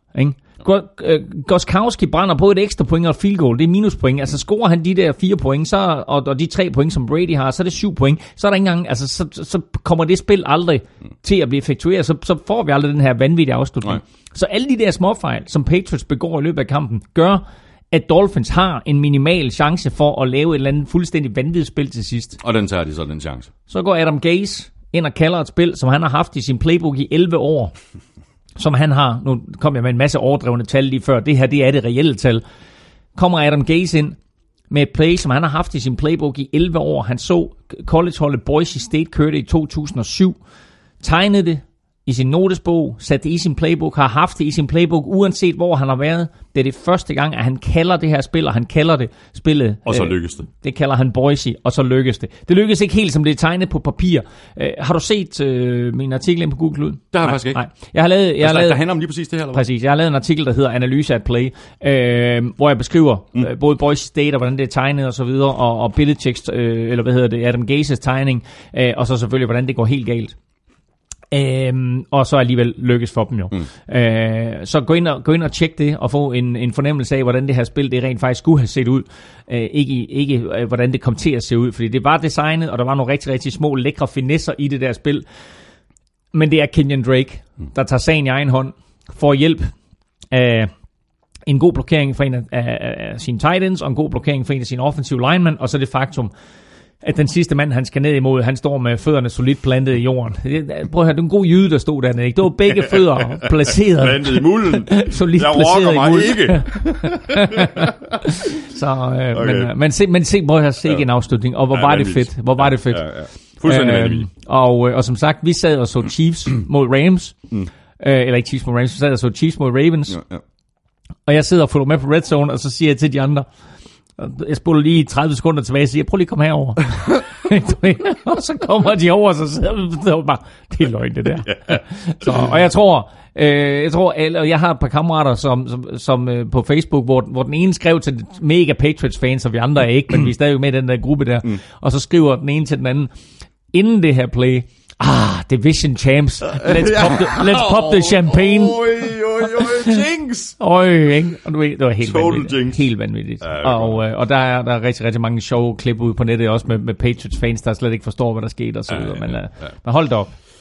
Gostkowski brænder på et ekstra point og et field goal. Det er minuspoint. Altså scorer han de der 4 point, så, og de 3 point, som Brady har, så er det 7 point. Så er der ikke engang, altså så kommer det spil aldrig til at blive effektueret. Så får vi aldrig den her vanvittige afslutning. Nej. Så alle de der småfejl, som Patriots begår i løbet af kampen, gør, at Dolphins har en minimal chance for at lave et eller andet fuldstændig vanvittigt spil til sidst. Og den tager de så, den chance. Så går Adam Gase ind og kalder et spil, som han har haft i sin playbook i 11 år. Som han har, nu kom jeg med en masse overdrevne tal lige før, det her, det er det reelle tal. Kommer Adam Gase ind med et play, som han har haft i sin playbook i 11 år. Han så collegeholdet Boise State køre det i 2007, tegnede det i sin notesbog, satte det i sin playbook, har haft det i sin playbook, uanset hvor han har været. Det er det første gang, at han kalder det her spil, og han kalder det spillet. Og så lykkes det. Det kalder han Boise, og så lykkes det. Det lykkes ikke helt, som det er tegnet på papir. Har du set min artikel ind på Google? Det har jeg faktisk ikke. Nej. Jeg har lavet, der handler om lige præcis det her, eller hvad? Præcis. Jeg har lavet en artikel, der hedder Analyse at Play, hvor jeg beskriver både Boise State, og hvordan det er tegnet og så videre, og Belichicks, Adam Gases tegning, og så selvfølgelig, hvordan det går helt galt. Og så alligevel lykkes for dem jo. Så gå ind og tjek det og få en fornemmelse af, hvordan det her spil det rent faktisk skulle have set ud. Ikke hvordan det kom til at se ud, fordi det var designet, og der var nogle rigtig, rigtig små lækre finesser i det der spil. Men det er Kenyon Drake, der tager sagen i egen hånd, får hjælp af en god blokering for en af sine tight ends, og en god blokering for en af sine offensive linemen, og så det faktum, at den sidste mand, han skal ned imod, han står med fødderne solidt plantet i jorden. Prøv at høre, det er en god jyde, der stod dernede, ikke? Det var begge fødder placeret. Plantet i mulden. Solidt jeg placeret rokker mig ikke. Så, okay. men se, prøv at høre, se en afslutning, og hvor var det fedt. Hvor var det fedt. Ja. Fuldstændig vanvittigt. Og som sagt, vi sad og så Chiefs mod Rams. Eller ikke Chiefs mod Rams, vi sad og så Chiefs mod Ravens. Ja. Og jeg sidder og følger med på Red Zone, og så siger jeg til de andre, jeg spoler lige 30 sekunder tilbage og siger, prøv lige at komme herover. Og så kommer de over, og så sidder jeg bare, det er løgn det der. Så, og jeg tror, og jeg har et par kammerater som på Facebook, hvor den ene skrev til mega Patriots fans, og vi andre er ikke, men vi er stadig med i den der gruppe der. Og så skriver den ene til den anden, inden det her play, Division Champs, let's pop the champagne. Jinx! Ikke? Og du ved, det var helt Total vanvittigt. Jinx. Helt vanvittigt. Ja, og der er rigtig, rigtig mange sjove klip ude på nettet, også med Patriots fans, der slet ikke forstår, hvad der skete og så videre. Men hold da op.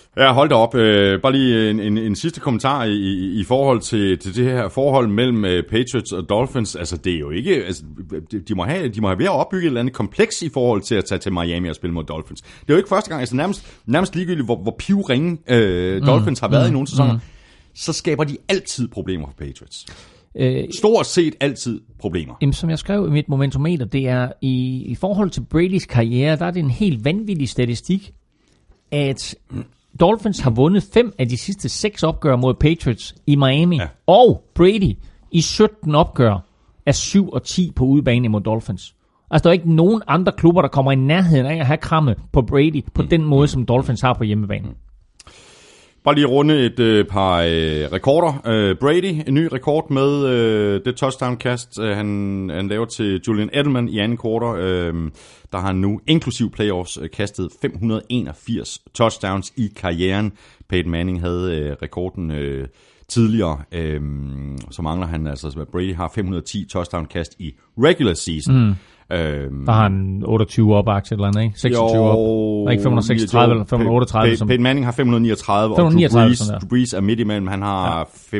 Ja, hold da op. Bare lige en sidste kommentar i forhold til det her forhold mellem Patriots og Dolphins. Altså, det er jo ikke... Altså, de må have ved at opbygge et eller andet kompleks i forhold til at tage til Miami og spille mod Dolphins. Det er jo ikke første gang, altså nærmest ligegyldigt, hvor pivringe Dolphins har været i nogle sæsoner, så skaber de altid problemer for Patriots. Stort set altid problemer. Jamen, som jeg skrev i mit momentometer, det er i forhold til Bradys karriere, der er det en helt vanvittig statistik, at Dolphins har vundet 5 af de sidste 6 opgør mod Patriots i Miami, og Brady i 17 opgør er 7-10 på udebane mod Dolphins. Altså, der er ikke nogen andre klubber, der kommer i nærheden af at have kramme på Brady på den måde, som Dolphins har på hjemmebane. Bare lige runde et par rekorder. Brady, en ny rekord med det touchdown-kast, han laver til Julian Edelman i anden kvartal. Der har han nu, inklusiv playoffs, kastet 581 touchdowns i karrieren. Peyton Manning havde rekorden tidligere. Så mangler han altså, Brady har 510 touchdown-kast i regular season. Der har han 28 op aktier eller andet, ikke? 26 op. Der ikke 536 eller 538. Peyton Manning har 539, 539 og Drew Brees er midt imellem. Han har 518-19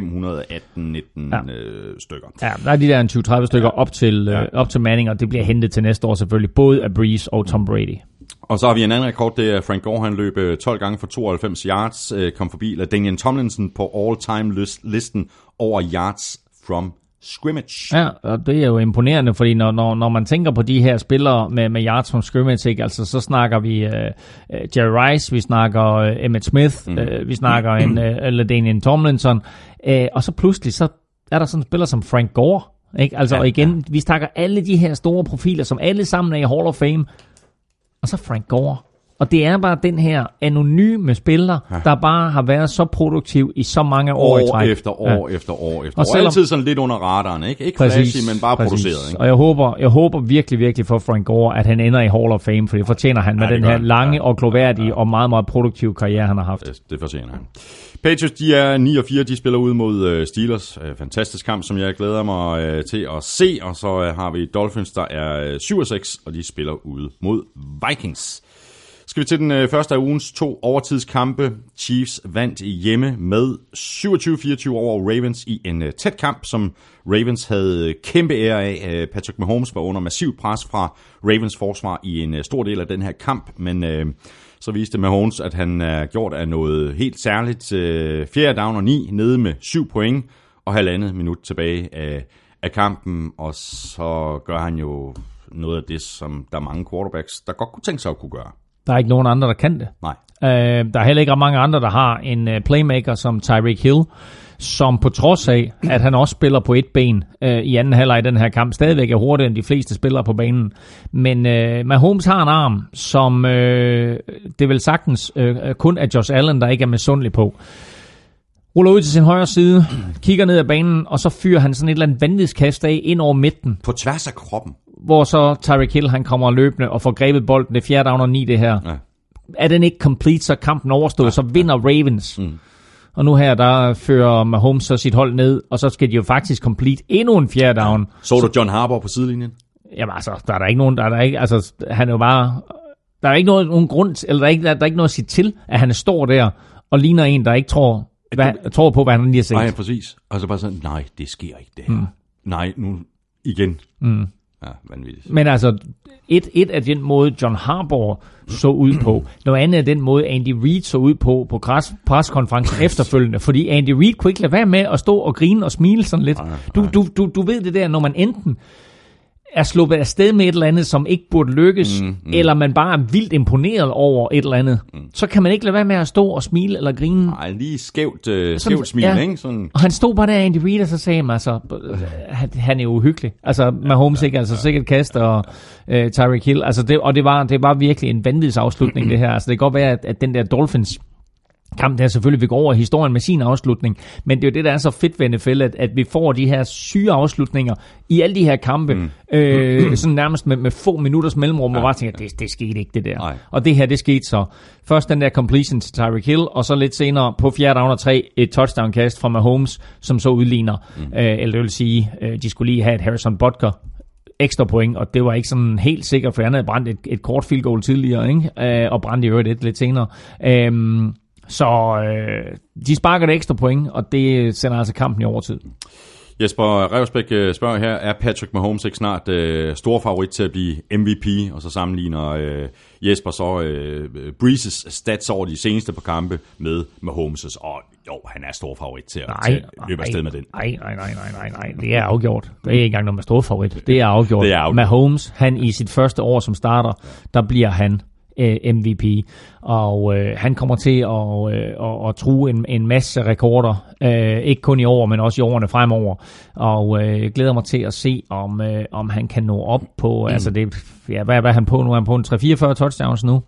stykker. Ja, der er de der 20-30 stykker op til Manning, og det bliver hentet til næste år selvfølgelig, både af Brees og Tom Brady. Og så har vi en anden rekord, det er Frank Gore, han løb 12 gange for 92 yards, kom forbi Daniel Tomlinson på all-time-listen over yards from scrimmage. Ja, og det er jo imponerende, fordi når man tænker på de her spillere med yards from scrimmage, ikke? Altså, så snakker vi Jerry Rice, vi snakker Emmitt Smith, vi snakker LaDainian Tomlinson, og så pludselig så er der sådan en spiller som Frank Gore, ikke? Altså, og igen, vi snakker alle de her store profiler, som alle sammen er i Hall of Fame, og så Frank Gore. Og det er bare den her anonyme spiller, der bare har været så produktiv i så mange år i træk. År efter år. Og altid sådan lidt under radaren, ikke? Ikke flashy, men bare produceret. Ikke? Og jeg håber virkelig, virkelig for Frank Gore, at han ender i Hall of Fame, for det fortjener han med den her lange og gloværdige og meget, meget produktive karriere, han har haft. Det fortjener han. Patriots, de er 9-4, de spiller ud mod Steelers. Fantastisk kamp, som jeg glæder mig til at se. Og så har vi Dolphins, der er 7-6, og de spiller ude mod Vikings. Skal vi til den første af ugens 2 overtidskampe. Chiefs vandt hjemme med 27-24 over Ravens i en tæt kamp, som Ravens havde kæmpe ære af. Patrick Mahomes var under massiv pres fra Ravens forsvar i en stor del af den her kamp, men så viste Mahomes, at han er gjort af noget helt særligt. 4. down og 9 nede med 7 point og 1,5 minut tilbage af kampen, og så gør han jo noget af det, som der er mange quarterbacks, der godt kunne tænke sig at kunne gøre. Der er ikke nogen andre, der kan det. Nej. Der er heller ikke mange andre, der har en playmaker som Tyreek Hill, som på trods af, at han også spiller på et ben i anden halvleg i den her kamp, stadigvæk er hurtigere end de fleste spillere på banen. Men Mahomes har en arm, som det vil sagtens kun er Josh Allen, der ikke er misundelig på. Ruller ud til sin højre side, kigger ned ad banen, og så fyrer han sådan et eller andet vanvidskast af ind over midten. På tværs af kroppen. Hvor så Tyreek Hill, han kommer løbende og får grebet bolden. Det er 4. down og 9 det her. Ja. Er den ikke complete, så kampen overstået, så vinder Ravens. Og nu her, der fører Mahomes så sit hold ned, og så skal de jo faktisk complete endnu en 4. down. Så du John Harbaugh på sidelinjen? Jamen altså, der er ikke nogen, han er jo bare, der er ikke nogen grund, eller der er ikke noget at sige til, at han står der og ligner en, der ikke tror på, hvad han lige har set. Nej, præcis. Og så bare sådan, nej, det sker ikke det her. Nej, nu igen. Ja, vanvittigt. Men altså, et af den måde, John Harbaugh så ud på. Noget andet er den måde, Andy Reid så ud på preskonferencen efterfølgende. Fordi Andy Reid kunne ikke lade være med at stå og grine og smile sådan lidt. Du ved det der, når man enten er sluppet afsted med et eller andet, som ikke burde lykkes, eller man bare er vildt imponeret over et eller andet, så kan man ikke lade være med at stå og smile eller grine. Nej, lige skævt smil, ikke? Sådan. Og han stod bare der, Andy Reid, og så sagde han, altså, han er jo uhyggelig. Altså, Mahomes ikke, altså sikkert kast og Tyreek Hill. Altså, det var virkelig en vanvidsafslutning, det her. Altså, det kan godt være, at den der Dolphins kampen der selvfølgelig vil gå over historien med sin afslutning, men det er jo det, der er så fedt ved NFL, at vi får de her syge afslutninger i alle de her kampe, sådan nærmest med få minutters mellemrum, og bare tænker, det skete ikke det der. Nej. Og det her, det skete så. Først den der completion til Tyreek Hill, og så lidt senere på 4. down og 3, et touchdown-kast fra Mahomes, som så udligner. Eller det vil sige, de skulle lige have et Harrison Butker ekstra point, og det var ikke sådan helt sikkert, for han havde brændt et kort field goal tidligere, ikke? Og brændte i øvrigt lidt senere. Så de sparker et ekstra point, og det sender altså kampen i overtid. Jesper Revsbæk spørger her, er Patrick Mahomes ikke snart stor favorit til at blive MVP? Og så sammenligner Jesper så Breezes stats over de seneste par kampe med Mahomes'. Og jo, han er stor favorit til at løbe afsted med den. Nej. Det er afgjort. Det er ikke engang noget med stor favorit. Det er afgjort. Mahomes, han i sit første år som starter, der bliver han MVP, og han kommer til at true en masse rekorder, ikke kun i år, men også i årene fremover, og glæder mig til at se, om han kan nå op på, altså det, ja, hvad er han på nu? Er han på en 3-44 touchdowns nu?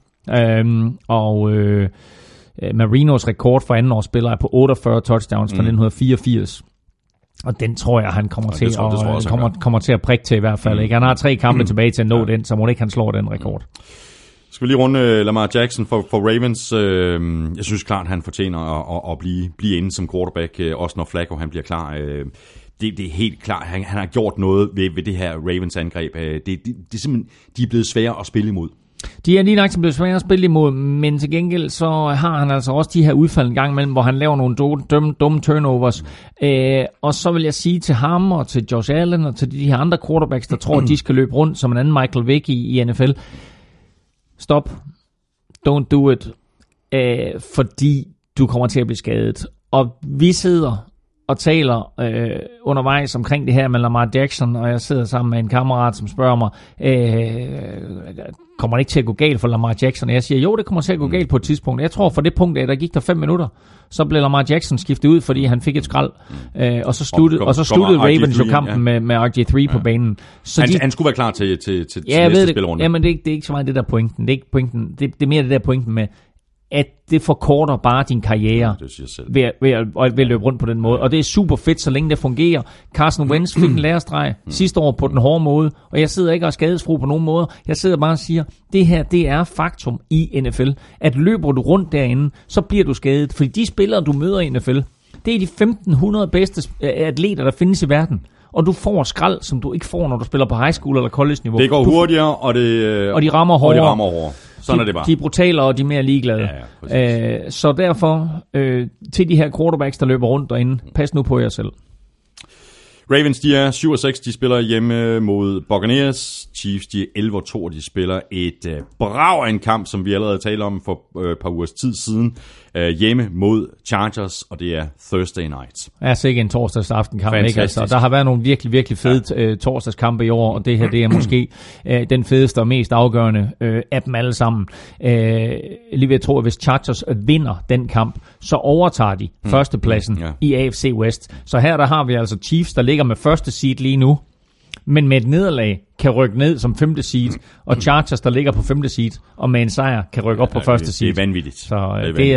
Marinos rekord for anden årsspiller er på 48 touchdowns fra 1984. Og den tror jeg, han kommer til at prikke til i hvert fald. Ikke? Han har 3 kampe tilbage til at nå den, så må det ikke han slår den rekord. Skal vi lige runde Lamar Jackson for Ravens? Jeg synes klart, han fortjener at blive inde som quarterback, også når Flacco han bliver klar. Det er helt klart, han har gjort noget ved det her Ravens angreb. Det er simpelthen, de er blevet svære at spille imod. De er lige nok blevet svære at spille imod, men til gengæld så har han altså også de her udfald en gang imellem, hvor han laver nogle dumme turnovers. Og så vil jeg sige til ham og til Josh Allen og til de her andre quarterbacks, der tror, at de skal løbe rundt som en anden Michael Vick i NFL. Stop. Don't do it. Fordi du kommer til at blive skadet. Og vi sidder og taler undervejs omkring det her med Lamar Jackson, og jeg sidder sammen med en kammerat, som spørger mig, kommer det ikke til at gå galt for Lamar Jackson? Og jeg siger, jo, det kommer til at gå galt på et tidspunkt. Jeg tror, for det punkt, der gik der 5 minutter, så blev Lamar Jackson skiftet ud, fordi han fik et skrald. Og så sluttede Ravens jo kampen med RG3 på banen. Så han skulle være klar til næste spilrunde. Ja, men det er ikke så meget det der pointen. Det er ikke pointen. Det er mere det der pointen med, at det forkorter bare din karriere ved at løbe rundt på den måde. Og det er super fedt, så længe det fungerer. Carson Wentz fik en lærestreg sidste år på den hårde måde, og jeg sidder ikke og er skadesfri på nogen måde. Jeg sidder bare og siger, det her, det er faktum i NFL. At løber du rundt derinde, så bliver du skadet. Fordi de spillere, du møder i NFL, det er de 1500 bedste atleter, der findes i verden. Og du får skrald, som du ikke får, når du spiller på high school eller college-niveau. Det går hurtigere, og de rammer hårdere. Sådan er det bare. De er brutale, og de er mere ligeglade. Ja, så derfor, til de her quarterbacks, der løber rundt derinde, pas nu på jer selv. Ravens, de er 7-6, de spiller hjemme mod Buccaneers. Chiefs, de er 11-2, og de spiller et brag af en kamp, som vi allerede talte om for et par ugers tid siden. Hjemme mod Chargers, og det er Thursday night. Altså ikke en torsdags aftenkamp, ikke? Altså, der har været nogle virkelig, virkelig fede torsdagskampe i år, og det her, det er måske den fedeste og mest afgørende af dem alle sammen. Lige ved at tro, at hvis Chargers vinder den kamp, så overtager de førstepladsen i AFC West. Så her der har vi altså Chiefs, der ligger med første seed lige nu, men med et nederlag kan rykke ned som 5. seed, og Chargers, der ligger på 5. seed, og med en sejr kan rykke op på første seed. Det er vanvittigt. Så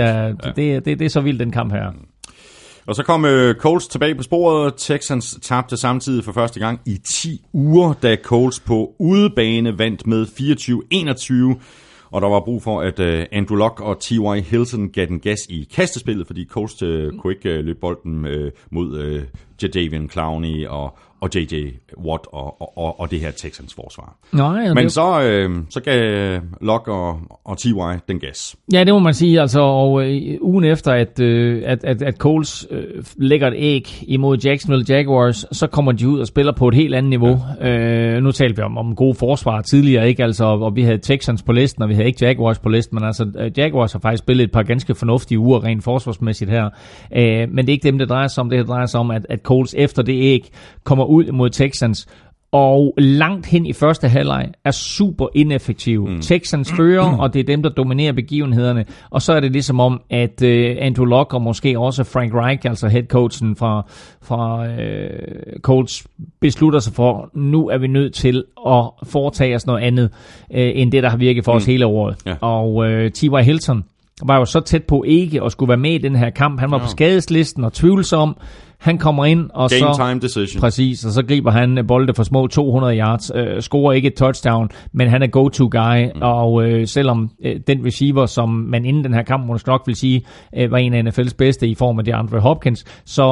det er så vildt, den kamp her. Og så kom Colts tilbage på sporet. Texans tabte samtidig for første gang i 10 uger, da Colts på udebane vandt med 24-21. Og der var brug for, at Andrew Luck og T.Y. Hilton gav den gas i kastespillet, fordi Colts kunne ikke løbe bolden mod Jadeveon Clowney og J.J. Watt og det her Texans forsvar. Men så gav Luck og T.Y. den gas. Ja, det må man sige. Altså, og ugen efter, at Colts lægger et æg imod Jacksonville Jaguars, så kommer de ud og spiller på et helt andet niveau. Ja. Nu talte vi om gode forsvar tidligere, ikke? Altså, og vi havde Texans på listen, og vi havde ikke Jaguars på listen, men altså, Jaguars har faktisk spillet et par ganske fornuftige uger rent forsvarsmæssigt her. Men det er ikke dem, det drejer sig om. Det drejer sig om, at Colts efter det æg kommer ud mod Texans, og langt hen i første halvleg er super ineffektive. Texans fører, og det er dem, der dominerer begivenhederne, og så er det ligesom om, at Andrew Luck og måske også Frank Reich, altså headcoachen fra Colts, beslutter sig for, nu er vi nødt til at foretage os noget andet, end det, der har virket for os hele året. Ja. Og T.Y. Hilton var jo så tæt på ikke at skulle være med i den her kamp. Han var på skadeslisten og tvivlsom. Han kommer ind, og game time decision. Præcis, og så griber han bolde for små 200 yards, scorer ikke et touchdown, men han er go-to guy, og selvom den receiver, som man inden den her kamp måske nok vil sige, var en af NFL's bedste i form af DeAndre Hopkins, så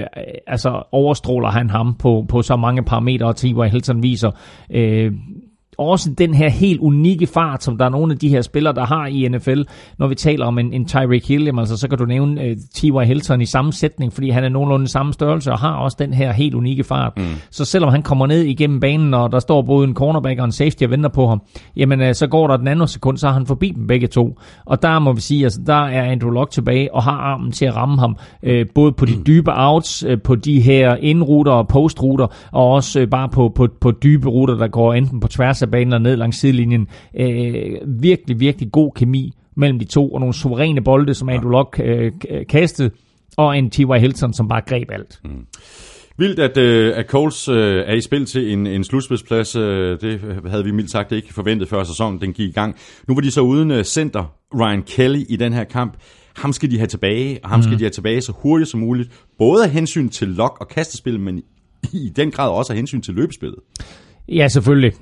overstråler han ham på så mange parametre, og T.Y. Hilton viser også den her helt unikke fart, som der er nogle af de her spillere, der har i NFL. Når vi taler om en Tyreek Hill, altså, så kan du nævne T.Y. Hilton i samme sætning, fordi han er nogenlunde samme størrelse og har også den her helt unikke fart. Så selvom han kommer ned igennem banen, og der står både en cornerback og en safety og venter på ham, jamen så går der den anden sekund, så har han forbi dem begge to. Og der må vi sige, altså der er Andrew Luck tilbage og har armen til at ramme ham, både på de dybe outs, på de her indruter og postruter, og også bare på dybe ruter, der går enten på tværs af banen eller ned langs sidelinjen. Virkelig, virkelig god kemi mellem de to, og nogle suveræne bolde, som Andrew Luck kastede, og en T.Y. Hilton, som bare greb alt. Vildt, at Colts er i spil til en slutspilsplads. Det havde vi mildt sagt ikke forventet før sæsonen den gik i gang. Nu var de så uden center Ryan Kelly i den her kamp. Ham skal de have tilbage, og ham skal de have tilbage så hurtigt som muligt. Både af hensyn til Luck og kastespil, men i den grad også af hensyn til løbespillet. Ja, selvfølgelig.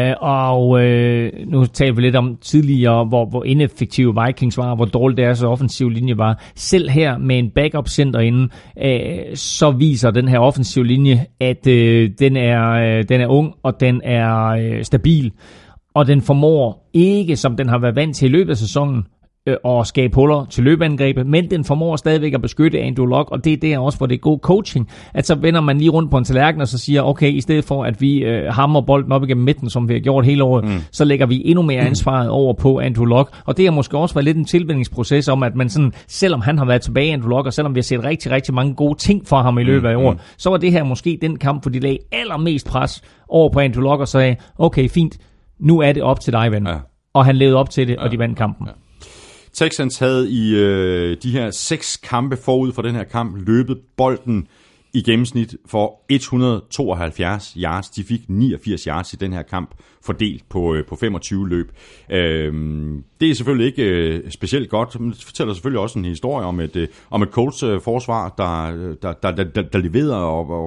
Nu talte vi lidt om tidligere, hvor ineffektive Vikings var, hvor dårligt deres offensiv linje var. Selv her med en backup-center inde, så viser den her offensiv linje, at den er ung, og den er stabil. Og den formår ikke, som den har været vant til i løbet af sæsonen, og skabe huller til løbeangrebet, men den formår stadigvæk at beskytte Andrew Luck, og det er der også, hvor det er god coaching, at så vender man lige rundt på en tallerken, og så siger, okay, i stedet for, at vi hammer bolden op igennem midten, som vi har gjort hele året, så lægger vi endnu mere ansvaret over på Andrew Luck, og det har måske også været lidt en tilvændingsproces om, at man sådan, selvom han har været tilbage, Andrew Luck, og selvom vi har set rigtig, rigtig mange gode ting fra ham i løbet af året, så var det her måske den kamp, hvor de lagde allermest pres over på Andrew Luck, og sagde, okay, fint, nu er det op til dig, ven. Ja. Og han levede op til det, og de vandt kampen. Ja. Texans havde i de her 6 kampe forud for den her kamp løbet bolden i gennemsnit for 172 yards. De fik 89 yards i den her kamp, fordelt på 25 løb. Det er selvfølgelig ikke specielt godt, men det fortæller selvfølgelig også en historie om et Colts forsvar, der leverede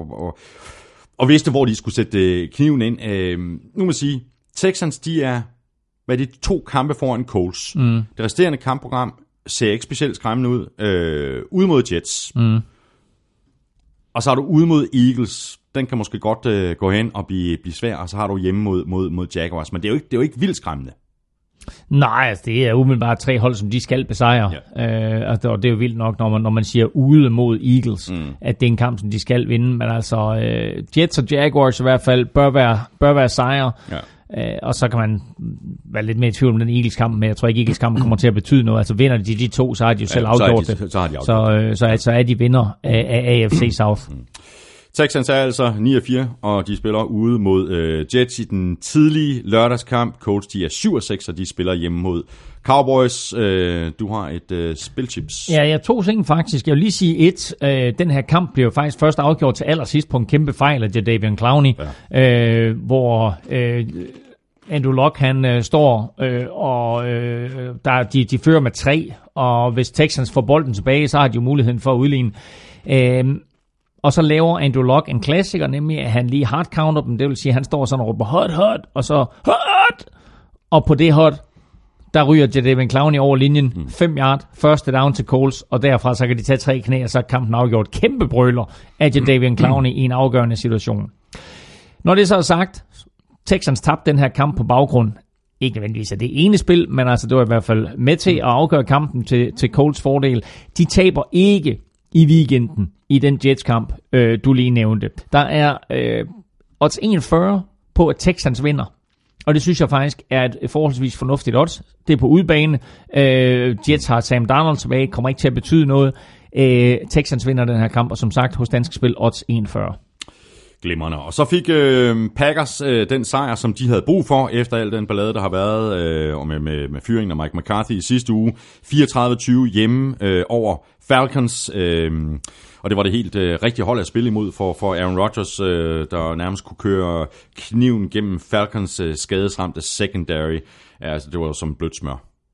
og vidste, hvor de skulle sætte kniven ind. Nu må jeg sige, Texans, de er... Hvad er det? 2 kampe foran Colts. Det resterende kampprogram ser ikke specielt skræmmende ud. Ude mod Jets. Og så har du ude mod Eagles. Den kan måske godt gå hen og blive svær. Og så har du hjemme mod Jaguars. Men det er jo ikke vildt skræmmende. Nej, altså det er umiddelbart 3 hold, som de skal besejre. Ja. Og det er jo vildt nok, når man siger ude mod Eagles, at det er en kamp, som de skal vinde. Men altså Jets og Jaguars i hvert fald bør være sejre. Ja. Og så kan man være lidt mere i tvivl om den Eagles-kamp, men jeg tror ikke, Eagles-kampen kommer til at betyde noget. Altså vinder de 2, så har de jo selv afgjort det. Så er de vinder af AFC South. Texans er altså 9-4, og de spiller ude mod Jets i den tidlige lørdagskamp. Colts, de er 7-6, og de spiller hjemme mod Cowboys. Du har et spilchips. Ja, jeg har 2 ting faktisk. Jeg vil lige sige 1. Den her kamp bliver jo faktisk først afgjort til allersidst på en kæmpe fejl af Jadeveon Clowney, hvor Andrew Luck han står, og de fører med 3, og hvis Texans får bolden tilbage, så har de jo muligheden for at udligne. Og så laver Andrew Luck en klassiker, nemlig at han lige hard counter dem. Det vil sige, at han står sådan og råber hot, og så hot! Og på det hot, der ryger Jadeveon Clowney over linjen. 5 yard, første down til Colts, og derfra så kan de tage 3 knæ, og så er kampen afgjort. Kæmpe brøler af Jadeveon Clowney i en afgørende situation. Når det så er sagt, Texans tabte den her kamp på baggrund. Ikke nødvendigvis af det ene spil, men altså det var i hvert fald med til at afgøre kampen til Colts fordel. De taber ikke i weekenden i den Jets-kamp, du lige nævnte. Der er odds 41 på, at Texans vinder. Og det synes jeg faktisk er et forholdsvis fornuftigt odds. Det er på udebane. Jets har Sam Darnold tilbage, kommer ikke til at betyde noget. Texans vinder den her kamp, og som sagt hos Dansk Spil odds 41. Glimrende. Og så fik Packers den sejr, som de havde brug for, efter al den ballade, der har været og med fyringen af Mike McCarthy i sidste uge. 34-20 hjemme over Falcons. Og det var det helt rigtige hold at spille imod for Aaron Rodgers, der nærmest kunne køre kniven gennem Falcons skadesramte secondary. Altså, det var som blødt smør.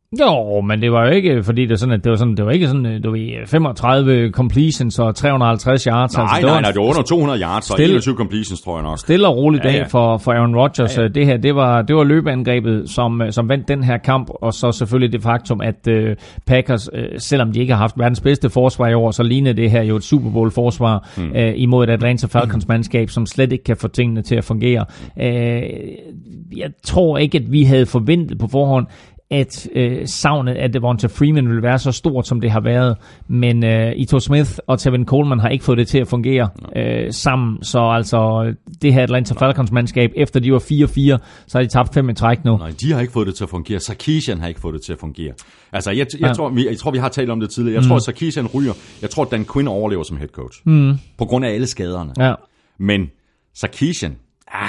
Jo, men det var jo ikke, fordi det var ikke sådan, du ved, 35 completions og 350 yards. Nej, det var under 200 yards og 21 completions, tror jeg nok. Stille og rolig dag for Aaron Rodgers. Ja. Det her, det var løbeangrebet, som vandt den her kamp, og så selvfølgelig det faktum, at Packers, selvom de ikke har haft verdens bedste forsvar i år, så ligner det her jo et Super Bowl forsvar imod et Atlanta Falcons mandskab, som slet ikke kan få tingene til at fungere. Jeg tror ikke, at vi havde forventet på forhånd, at savnet af Devonta Freeman ville være så stort, som det har været. Men Ito Smith og Tevin Coleman har ikke fået det til at fungere sammen. Så altså, det her Atlanta Falcons mandskab, efter de var 4-4, så har de tabt 5 i træk nu. Nej, de har ikke fået det til at fungere. Sarkisian har ikke fået det til at fungere. Altså, jeg tror, vi har talt om det tidligere. Jeg tror, at Sarkisian ryger. Jeg tror, at Dan Quinn overlever som head coach. På grund af alle skaderne. Ja. Men Sarkisian,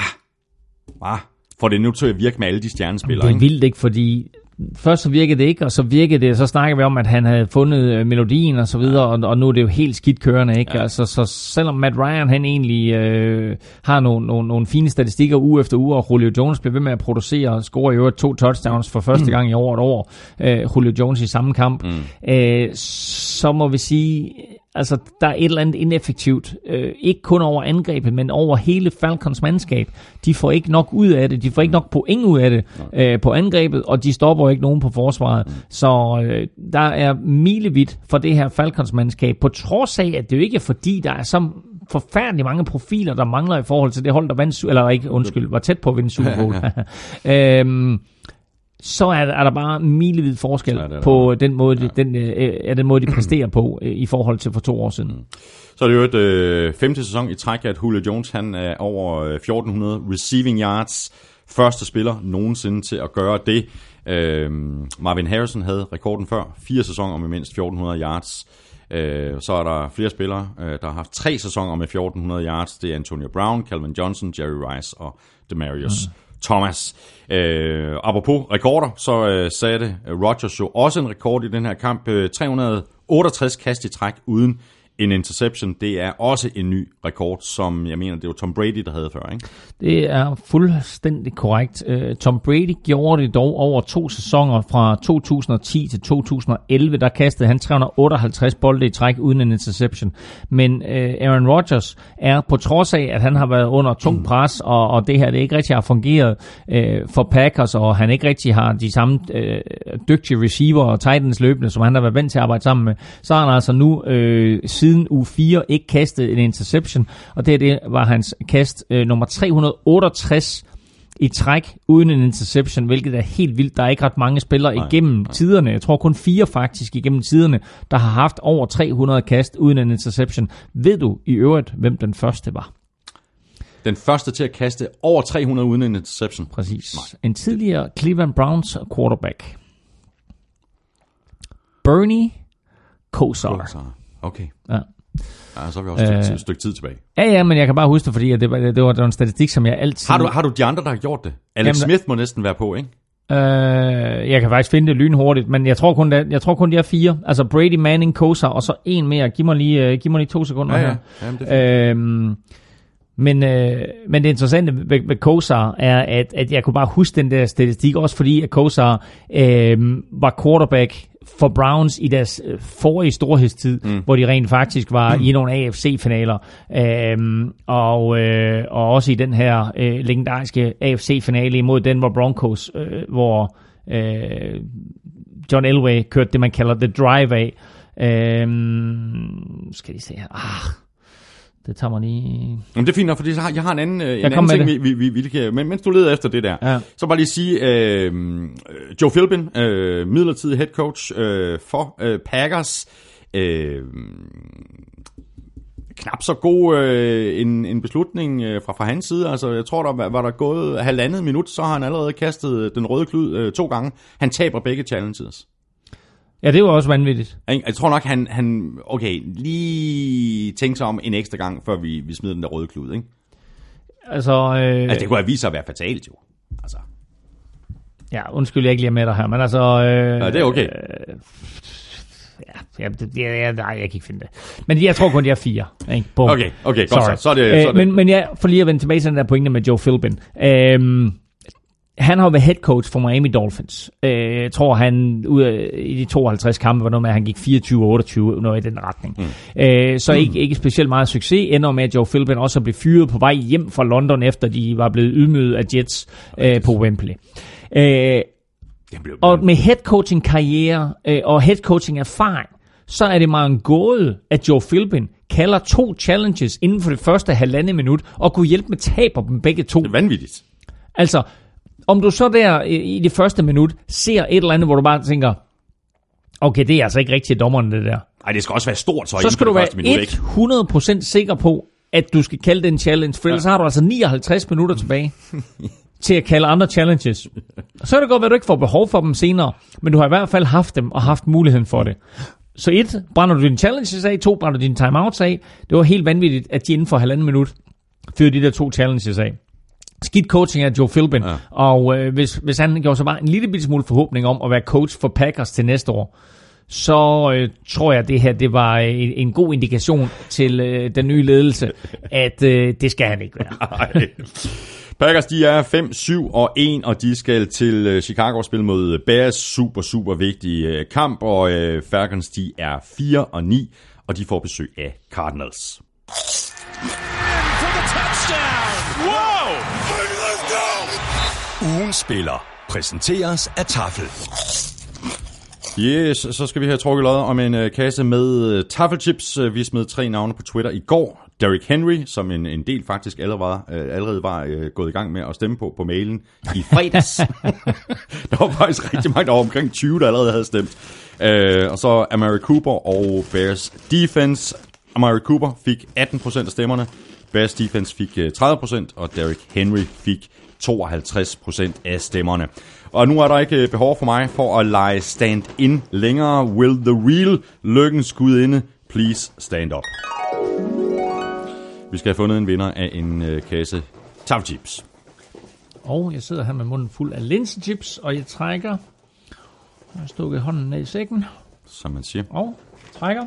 får det nu til at virke med alle de stjernespillere. Det er vildt ikke, fordi først så virkede det ikke, og så virkede det, så snakker vi om, at han havde fundet melodien og så videre, og nu er det jo helt skidt kørende, ikke? Ja. Altså, så selvom Matt Ryan, han egentlig har nogle fine statistikker uge efter uge, og Julio Jones bliver ved med at producere og score i øvrigt 2 touchdowns for første gang i over et år, Julio Jones i samme kamp, så må vi sige, altså, der er et eller andet ineffektivt, ikke kun over angrebet, men over hele Falcons mandskab. De får ikke nok ud af det, de får ikke nok point ud af det på angrebet, og de stopper ikke nogen på forsvaret. Så der er milevidt for det her Falcons mandskab, på trods af, at det jo ikke er fordi, der er så forfærdeligt mange profiler, der mangler i forhold til det hold, der var tæt på at vinde Super Bowl. Så er der bare milevid forskel på den måde, den måde, de præsterer på i forhold til for 2 år siden. Så er det jo et 5. sæson i træk, at Julio Jones han er over 1400 receiving yards. Første spiller nogensinde til at gøre det. Marvin Harrison havde rekorden før. 4 sæsoner med mindst 1400 yards. Så er der flere spillere, der har haft 3 sæsoner med 1400 yards. Det er Antonio Brown, Calvin Johnson, Jerry Rice og Demaryius Thomas. Apropos rekorder, så satte Rodgers jo også en rekord i den her kamp. 368 kast i træk uden en interception. Det er også en ny rekord, som jeg mener, det var Tom Brady, der havde før, ikke? Det er fuldstændig korrekt. Tom Brady gjorde det dog over 2 sæsoner fra 2010 til 2011. Der kastede han 358 bolde i træk uden en interception. Men Aaron Rodgers er, på trods af, at han har været under tung pres, og det her det ikke rigtig har fungeret for Packers, og han ikke rigtig har de samme dygtige receiver og tight ends løbende, som han har været vant til at arbejde sammen med, så har han altså nu siden uge 4 ikke kastet en interception, og det var hans kast nummer 368 i træk uden en interception, hvilket er helt vildt. Der er ikke ret mange spillere igennem tiderne. Jeg tror kun 4 faktisk igennem tiderne, der har haft over 300 kast uden en interception. Ved du i øvrigt, hvem den første var? Den første til at kaste over 300 uden en interception? Præcis. Nej. En tidligere Cleveland Browns quarterback. Bernie Kosar. Okay. Ja. Ja, så har vi også et stykke tid tilbage. Ja, men jeg kan bare huske det, fordi det var en statistik, som jeg altid... Har du de andre, der har gjort det? Alex Smith må næsten være på, ikke? Jeg kan faktisk finde det lynhurtigt, men jeg tror kun de er 4. Altså Brady, Manning, Kosar, og så en mere. Giv mig lige 2 sekunder her. Jamen, men det interessante ved Kosar er, at jeg kunne bare huske den der statistik, også fordi at Kosar var quarterback for Browns i deres forrige storhedstid, hvor de rent faktisk var i nogle AFC-finaler, og også i den her legendariske AFC-finale imod Denver Broncos, hvor John Elway kørte det, man kalder the drive af. Skal de se her. Det tager mig lige... Men det er fint nok, fordi jeg har en anden ting, vi kan... Men mens du leder efter det der, så bare lige sige, Joe Philbin, midlertidig head coach for Packers, knap så god en beslutning fra hans side. Altså, jeg tror, der var der gået 1,5 minut, så har han allerede kastet den røde klud 2 gange. Han taber begge challenges. Ja, det var også vanvittigt. Jeg tror nok, han lige tænkte sig om en ekstra gang, før vi smider den der røde klud, ikke? Altså, det kunne have vist sig at være fatalt, jo. Altså. Ja, undskyld, jeg ikke lige er med dig her, men altså... ja, det er okay. Nej, jeg kan ikke finde det. Men jeg tror kun, de er 4. Ikke? Okay, godt så. Så er det. Men jeg får lige at vende tilbage til den der pointe med Joe Philbin. han har været head coach for Miami Dolphins. Jeg tror, han ud af i de 52 kampe var noget med, at han gik 24-28, noget i den retning. Så ikke specielt meget succes. Ender med, at Joe Philbin også blev fyret på vej hjem fra London, efter de var blevet ydmyget af Jets på Wembley. Og med head coaching karriere og head coaching erfaring, så er det meget en gåde, at Joe Philbin kalder 2 challenges inden for det første 1,5 minut, og kunne hjælpe med taber dem begge 2. Det er vanvittigt. Altså, om du så der i det første minut ser et eller andet, hvor du bare tænker, okay, det er altså ikke rigtigt dommeren, det der. Nej, det skal også være stort, så skal du være 100% sikker på, at du skal kalde den challenge, for ellers har du altså 59 minutter tilbage til at kalde andre challenges. Så er det godt, at du ikke får behov for dem senere, men du har i hvert fald haft dem og haft muligheden for det. Så 1, brænder du dine challenges af, 2, brænder du dine timeouts af. Det var helt vanvittigt, at de inden for 1,5 minut fyrede de der 2 challenges af. Skidt coaching af Joe Philbin, og hvis han gjorde så bare en lille smule forhåbning om at være coach for Packers til næste år, så tror jeg, at det her det var en god indikation til den nye ledelse, at det skal han ikke være. Packers, de er 5-7-1, og de skal til Chicago spille mod Bears. Super vigtig kamp, og Falcons, de er 4-9, og de får besøg af Cardinals. Ugens spiller præsenteres af Tafel. Yes, så skal vi have trukket lod om en kasse med taffelchips. Vi smed 3 navne på Twitter i går. Derrick Henry, som en del faktisk allerede var gået i gang med at stemme på mailen i fredags. Der var faktisk rigtig mange, der var omkring 20, der allerede havde stemt. Og så Amari Cooper og Bears Defense. Amari Cooper fik 18% af stemmerne. Bears Defense fik 30%, og Derrick Henry fik 52% af stemmerne. Og nu er der ikke behov for mig for at lege stand-in længere. Will the real lykkens gudinde please stand up? Vi skal have fundet en vinder af en kasse taffelchips. Og jeg sidder her med munden fuld af linsechips, og jeg trækker. Jeg har stukket hånden ned i sækken. Som man siger. Og trækker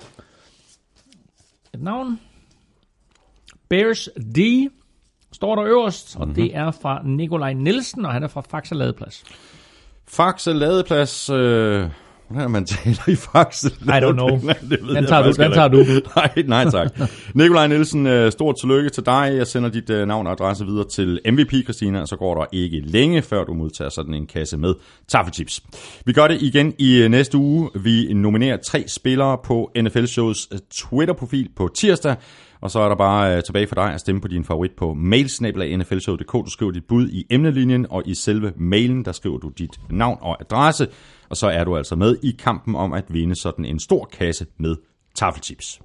et navn. Bears D står der øverst, og det er fra Nikolaj Nielsen, og han er fra Faxe Ladeplads. Faxe Ladeplads, hvordan man taler i Faxe? I don't know. Den tager du. Nej tak. Nikolaj Nielsen, stort tillykke til dig. Jeg sender dit navn og adresse videre til MVP, Christina, og så går der ikke længe, før du modtager sådan en kasse med taffelchips. Vi gør det igen i næste uge. Vi nominerer 3 spillere på NFL Shows Twitter-profil på tirsdag. Og så er der bare tilbage for dig at stemme på din favorit på mailsnabel.nflshow.dk. Du skriver dit bud i emnelinjen, og i selve mailen, der skriver du dit navn og adresse. Og så er du altså med i kampen om at vinde sådan en stor kasse med taffelchips.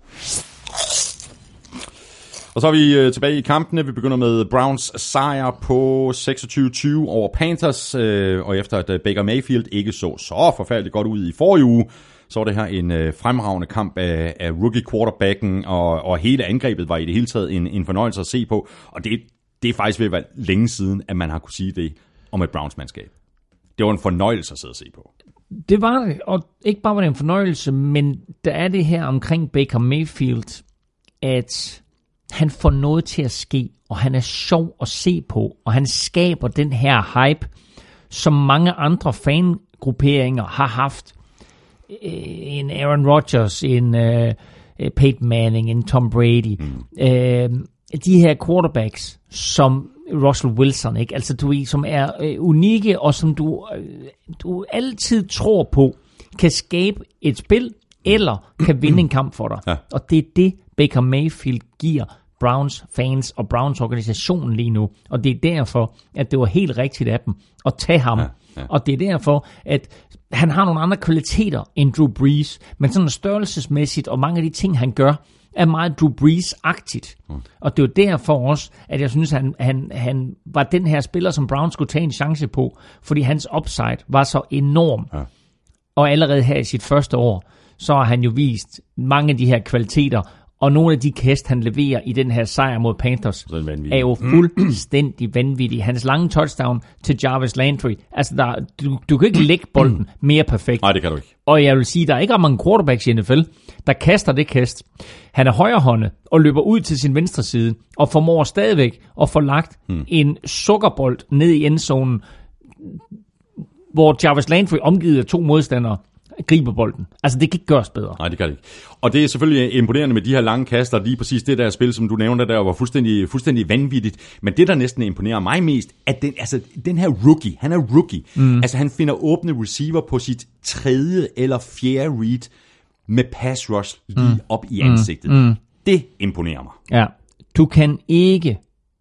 Og så er vi tilbage i kampene. Vi begynder med Browns sejr på 26-20 over Panthers. Og efter at Baker Mayfield ikke så forfærdeligt godt ud i forrige uge, så var det her en fremragende kamp af rookie quarterbacken, og hele angrebet var i det hele taget en fornøjelse at se på. Og det er faktisk ved at være længe siden, at man har kunne sige det om et Browns-mandskab. Det var en fornøjelse at sidde og se på. Det var det, og ikke bare var det en fornøjelse, men der er det her omkring Baker Mayfield, at han får noget til at ske, og han er sjov at se på, og han skaber den her hype, som mange andre fangrupperinger har haft. En Aaron Rodgers, en Peyton Manning, en Tom Brady. De her quarterbacks, som Russell Wilson, ikke? Altså du ved, som er unikke, og som du altid tror på, kan skabe et spil, eller kan vinde en kamp for dig. Ja. Og det er det, Baker Mayfield giver Browns fans og Browns organisationen lige nu. Og det er derfor, at det var helt rigtigt af dem at tage ham. Ja. Ja. Og det er derfor, at han har nogle andre kvaliteter end Drew Brees, men sådan størrelsesmæssigt, og mange af de ting, han gør, er meget Drew Brees-agtigt. Og det er jo derfor også, at jeg synes, at han var den her spiller, som Browns skulle tage en chance på, fordi hans upside var så enorm. Ja. Og allerede her i sit første år, så har han jo vist mange af de her kvaliteter, Og nogle af de kast, han leverer i den her sejr mod Panthers, er jo fuldstændig vanvittige. Hans lange touchdown til Jarvis Landry. Altså, du kan ikke lægge bolden mere perfekt. Nej, det kan du ikke. Og jeg vil sige, der er ikke ret mange quarterbacks i NFL, der kaster det kast. Han er højrehåndet og løber ud til sin venstre side, og formår stadigvæk at få lagt en sukkerbold ned i endzonen, hvor Jarvis Landry, omgivet af 2 modstandere, griber bolden. Altså, det kan ikke gøres bedre. Nej, det kan det ikke. Og det er selvfølgelig imponerende med de her lange kaster, lige præcis det der spil, som du nævnte der, var fuldstændig vanvittigt. Men det, der næsten imponerer mig mest, at den her rookie, han er rookie. Altså, han finder åbne receiver på sit 3. eller 4. read med pass rush lige op i ansigtet. Det imponerer mig. Ja, du kan ikke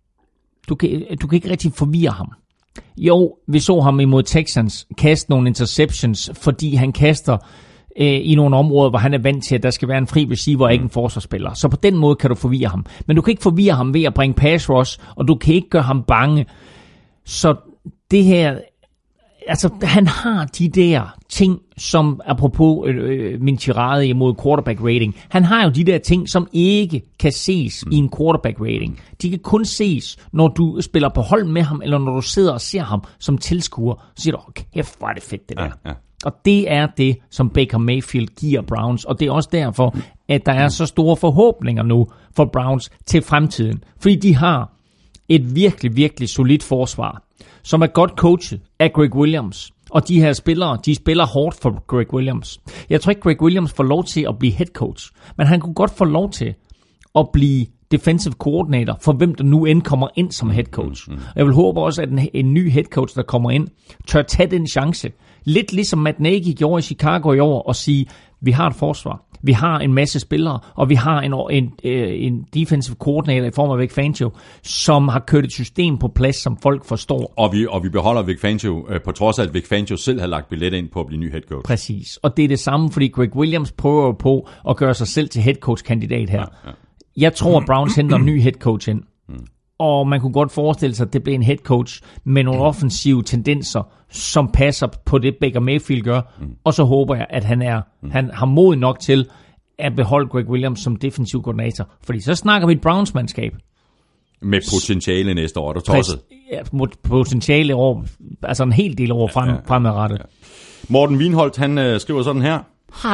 rigtig forvirre ham. Jo, vi så ham imod Texans kaste nogle interceptions, fordi han kaster i nogle områder, hvor han er vant til, at der skal være en fri receiver og ikke en forsvarsspiller. Så på den måde kan du forvirre ham. Men du kan ikke forvirre ham ved at bringe pass rush, og du kan ikke gøre ham bange. Så det her... Altså, han har de der ting, som apropos min tirade imod quarterback rating. Han har jo de der ting, som ikke kan ses i en quarterback rating. De kan kun ses, når du spiller på hold med ham, eller når du sidder og ser ham som tilskuer. Så siger du, kæft, hvor er det fedt det der. Ja. Og det er det, som Baker Mayfield giver Browns. Og det er også derfor, at der er så store forhåbninger nu for Browns til fremtiden. Fordi de har et virkelig, virkelig solidt forsvar, som er godt coachet af Greg Williams. Og de her spillere, de spiller hårdt for Greg Williams. Jeg tror ikke, Greg Williams får lov til at blive head coach, men han kunne godt få lov til at blive defensive coordinator for hvem der nu end kommer ind som head coach. Jeg vil håbe også, at en ny head coach, der kommer ind, tør tage den chance. Lidt ligesom Matt Nagy gjorde i Chicago i år, og sige, vi har et forsvar, vi har en masse spillere, og vi har en defensive coordinator i form af Vic Fangio, som har kørt et system på plads, som folk forstår. Og vi beholder Vic Fangio, på trods af, at Vic Fangio selv har lagt billet ind på at blive ny head coach. Præcis, og det er det samme, fordi Greg Williams prøver på at gøre sig selv til head coach-kandidat her. Ja. Jeg tror, at Browns henter en ny head coach ind. Og man kunne godt forestille sig, at det bliver en head coach med nogle offensive tendenser, som passer på det, Baker Mayfield gør. Og så håber jeg, at han har mod nok til at beholde Greg Williams som defensiv koordinator. Fordi så snakker vi et Browns-mandskab. Med potentiale næste år, er du tosset? Ja, potentiale over, altså en hel del over fremadrettet. Ja. Morten Wienholdt, han skriver sådan her.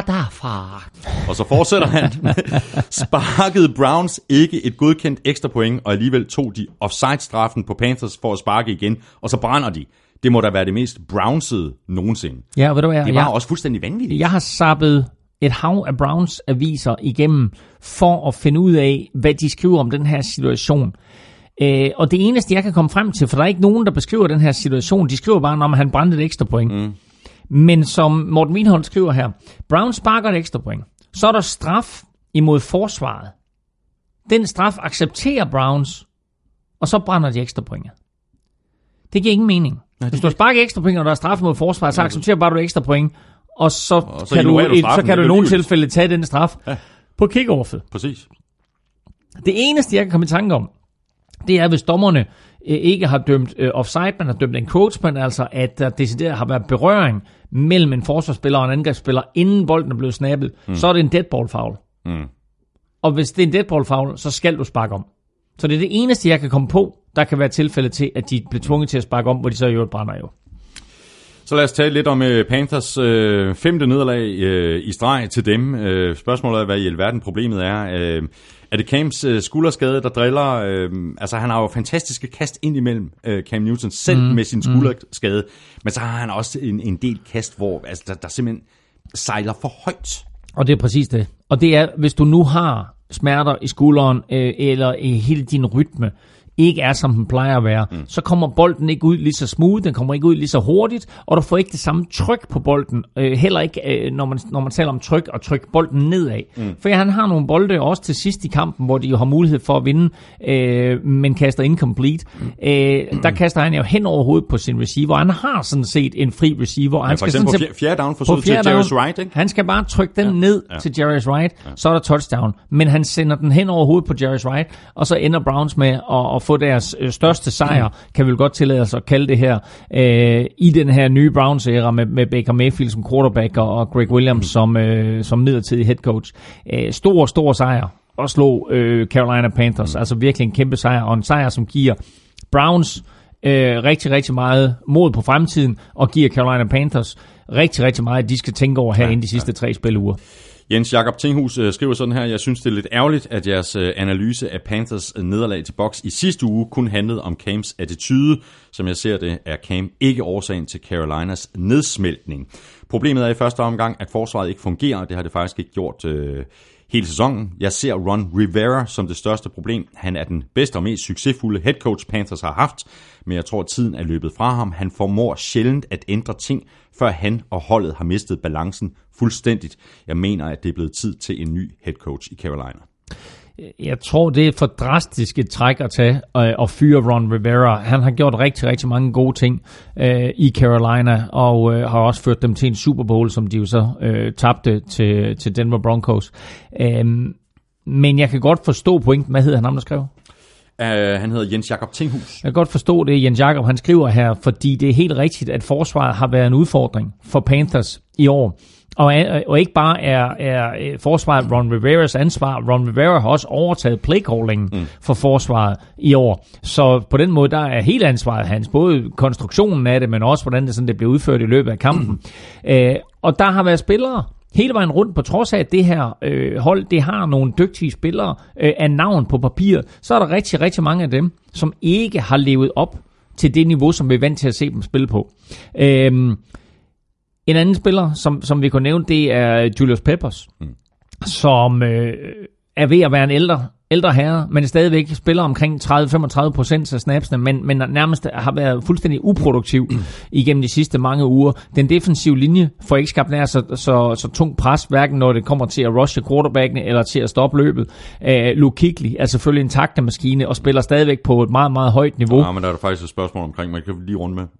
Og så fortsætter han. Sparkede Browns ikke et godkendt ekstra point, og alligevel tog de offside-straffen på Panthers for at sparke igen, og så brænder de. Det må da være det mest Brownsede nogensinde. Ja, ved du hvad? Det var også fuldstændig vanvittigt. Jeg har sappet et hav af Browns aviser igennem for at finde ud af, hvad de skriver om den her situation. Og det eneste, jeg kan komme frem til, for der er ikke nogen, der beskriver den her situation, de skriver bare, når han brændte et ekstra point. Men som Morten Wienholdt skriver her, Browns sparker et ekstra point. Så er der straf imod forsvaret. Den straf accepterer Browns, og så brænder de ekstra point. Det giver ingen mening. Hvis du sparker ekstra point, og der er straf imod forsvaret, så accepterer bare du ekstra point, og så kan du i nogle tilfælde tage den straf på kickoffet. Præcis. Det eneste, jeg kan komme i tanke om, det er, hvis dommerne ikke har dømt offside, man har dømt encroachment, altså at der decideret har været berøring mellem en forsvarsspiller og en angrebsspiller, inden bolden er blevet snappet, så er det en dead ball foul. Og hvis det er en dead ball foul, så skal du sparke om. Så det er det eneste, jeg kan komme på, der kan være tilfælde til, at de bliver tvunget til at sparke om, hvor de så i øvrigt brænder jo. Så lad os tale lidt om Panthers 5. nederlag i streg til dem. Spørgsmålet er, hvad i alverden problemet er. Er det Cams skulderskade, der driller? Altså, han har jo fantastiske kast ind imellem Cam Newton, selv med sin skulderskade. Men så har han også en del kast, hvor altså, der simpelthen sejler for højt. Og det er præcis det. Og det er, hvis du nu har smerter i skulderen, eller i hele din rytme, ikke er, som den plejer at være, så kommer bolden ikke ud lige så smooth, den kommer ikke ud lige så hurtigt, og du får ikke det samme tryk på bolden, heller ikke, når man taler om tryk, og trykke bolden nedad. For han har nogle bolde også til sidst i kampen, hvor de jo har mulighed for at vinde, men kaster incomplete. Der kaster han jo hen over hovedet på sin receiver, han har sådan set en fri receiver. Han for eksempel på fjerde down forsøget til Jarius Wright, ikke? Han skal bare trykke den ned til Jarius Wright, så er der touchdown. Men han sender den hen over hovedet på Jarius Wright, og så ender Browns med at få deres største sejr, kan vi vel godt tillade os at kalde det her, i den her nye Browns-æra med Baker Mayfield som quarterback og Greg Williams som midlertidig head coach. Stor sejr. at slå Carolina Panthers. Altså virkelig en kæmpe sejr, og en sejr, som giver Browns rigtig, rigtig meget mod på fremtiden, og giver Carolina Panthers rigtig, rigtig meget, at de skal tænke over her inden de sidste 3 spiluger. Jens Jakob Tinghus skriver sådan her: jeg synes, det er lidt ærgerligt, at jeres analyse af Panthers nederlag til Bucs i sidste uge kun handlede om Cams attitude. Som jeg ser det, er Cam ikke årsagen til Carolinas nedsmeltning. Problemet er i første omgang, at forsvaret ikke fungerer, og det har det faktisk ikke gjort hele sæsonen. Jeg ser Ron Rivera som det største problem. Han er den bedste og mest succesfulde head coach Panthers har haft, men jeg tror, at tiden er løbet fra ham. Han formår sjældent at ændre ting, før han og holdet har mistet balancen fuldstændigt. Jeg mener, at det er blevet tid til en ny head coach i Carolina. Jeg tror, det er for drastisk et træk at tage og fyre Ron Rivera. Han har gjort rigtig, rigtig mange gode ting i Carolina, og har også ført dem til en Super Bowl, som de jo så tabte til Denver Broncos. Men jeg kan godt forstå pointen. Hvad hedder han, der skrev? Han hedder Jens Jakob Tinghus. Jeg kan godt forstå det, Jens Jakob han skriver her, fordi det er helt rigtigt, at forsvaret har været en udfordring for Panthers i år. Og ikke bare er forsvaret Ron Riveras ansvar. Ron Rivera har også overtaget playcallingen for forsvaret i år. Så på den måde, der er hele ansvaret hans. Både konstruktionen af det, men også hvordan det bliver udført i løbet af kampen. Og der har været spillere hele vejen rundt, på trods af, at det her hold, det har nogle dygtige spillere af navn på papir, så er der rigtig, rigtig mange af dem, som ikke har levet op til det niveau, som vi er vant til at se dem spille på. En anden spiller, som vi kunne nævne, det er Julius Peppers, som er ved at være en ældre herre, men stadigvæk spiller omkring 30-35% af snapsene, men nærmest har været fuldstændig uproduktiv igennem de sidste mange uger. Den defensive linje får ikke skabt nær så tung pres, hverken når det kommer til at rushe quarterbackene eller til at stoppe løbet. Luke Kuechly er selvfølgelig en taktemaskine og spiller stadigvæk på et meget, meget højt niveau. Ja, men der er faktisk et spørgsmål omkring, man kan lige runde med.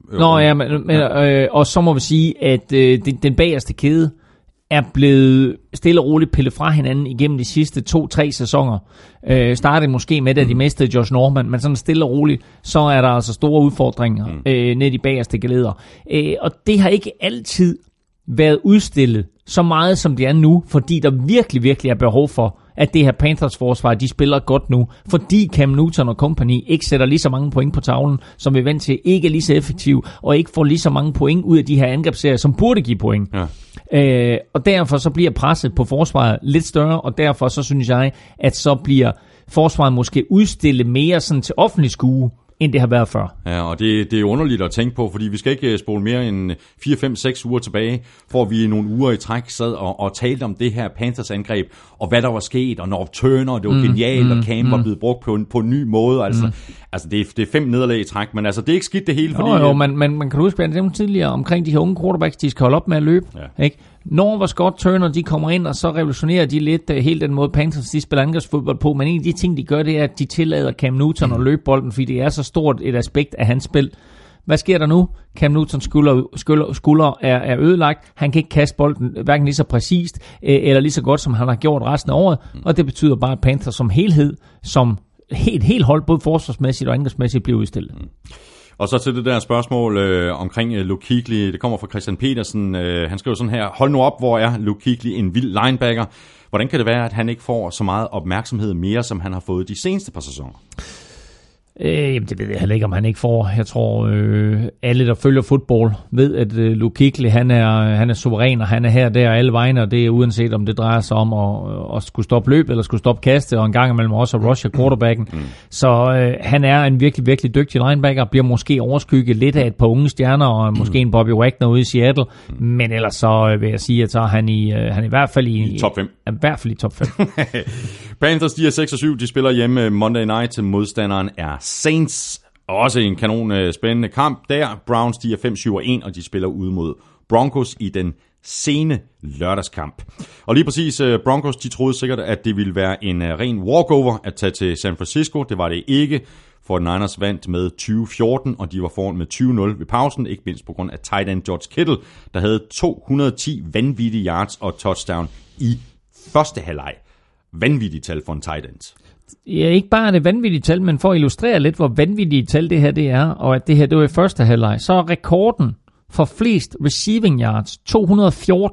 Og så må vi sige, at den bagerste kæde er blevet stille og roligt pillet fra hinanden igennem de sidste 2-3 sæsoner. Startede måske med, at de mistede Josh Norman, men sådan stille og roligt, så er der altså store udfordringer ned i de bagerste geleder. Og det har ikke altid været udstillet så meget, som det er nu, fordi der virkelig, virkelig er behov for, at det her Panthers forsvar, de spiller godt nu, fordi Cam Newton og company ikke sætter lige så mange point på tavlen, som vi er vant til, ikke er lige så effektiv, og ikke får lige så mange point ud af de her angrebsserier, som burde give point. Ja. Og derfor så bliver presset på forsvaret lidt større, og derfor så synes jeg, at så bliver forsvaret måske udstillet mere sådan til offentlig skue, end det har været før. Ja, og det er underligt at tænke på, fordi vi skal ikke spole mere end 4-5-6 uger tilbage, for vi nogle uger i træk sad og talte om det her Panthers angreb, og hvad der var sket, og Norv Turner, det var genialt, og Cam var blevet brugt på en ny måde. Altså det er 5 nederlag i træk, men altså det er ikke skidt det hele. Fordi men man kan huske, at det tidligere omkring de her unge quarterbacks, de skal holde op med at løbe. Ja. Ikke? Når var Scott Turner, de kommer ind, og så revolutionerer de lidt hele den måde Panthers, de spiller angrebsfodbold på, men en af de ting, de gør, det er, at de tillader Cam Newton at løbe bolden, fordi det er så stort et aspekt af hans spil. Hvad sker der nu? Cam Newtons skulder er ødelagt. Han kan ikke kaste bolden hverken lige så præcist eller lige så godt, som han har gjort resten af året, og det betyder bare, at Panthers som helhed, som helt hold, både forsvarsmæssigt og angrebsmæssigt, bliver udstillet. Og så til det der spørgsmål omkring Luke Kuechly. Det kommer fra Christian Petersen. Han skriver sådan her: hold nu op, hvor er Luke Kuechly en vild linebacker. Hvordan kan det være, at han ikke får så meget opmærksomhed mere, som han har fået de seneste par sæsoner? Jamen, det ved jeg heller ikke, om han ikke får. Jeg tror, alle, der følger fodbold, ved, at Luke Kuechly, han er suveræn, og han er her der alle vegne, og det er uanset, om det drejer sig om at skulle stoppe løb, eller skulle stoppe kaste, og en gang imellem også at rushe quarterbacken. Så han er en virkelig, virkelig dygtig linebacker, bliver måske overskygget lidt af et par unge stjerner, og måske en Bobby Wagner ude i Seattle, men ellers så vil jeg sige, at så han i hvert fald i top 5. I hvert fald i top 5. Panthers, de er 6-7, de spiller hjemme Monday Night, til modstanderen er Saints. Også en kanon spændende kamp der. Browns, de er 5-7-1, og de spiller ud mod Broncos i den sene lørdagskamp. Og lige præcis, Broncos, de troede sikkert, at det ville være en ren walkover at tage til San Francisco. Det var det ikke, for Niners vandt med 20-14, og de var foran med 20-0 ved pausen, ikke mindst på grund af tight end George Kittle, der havde 210 vanvittige yards og touchdown i første halvleg. Vanvittige tal for en tight end. Ja, ikke bare det vanvittige tal, men for at illustrere lidt, hvor vanvittige tal det her det er, og at det her det var i første halvleg, så er rekorden for flest receiving yards 214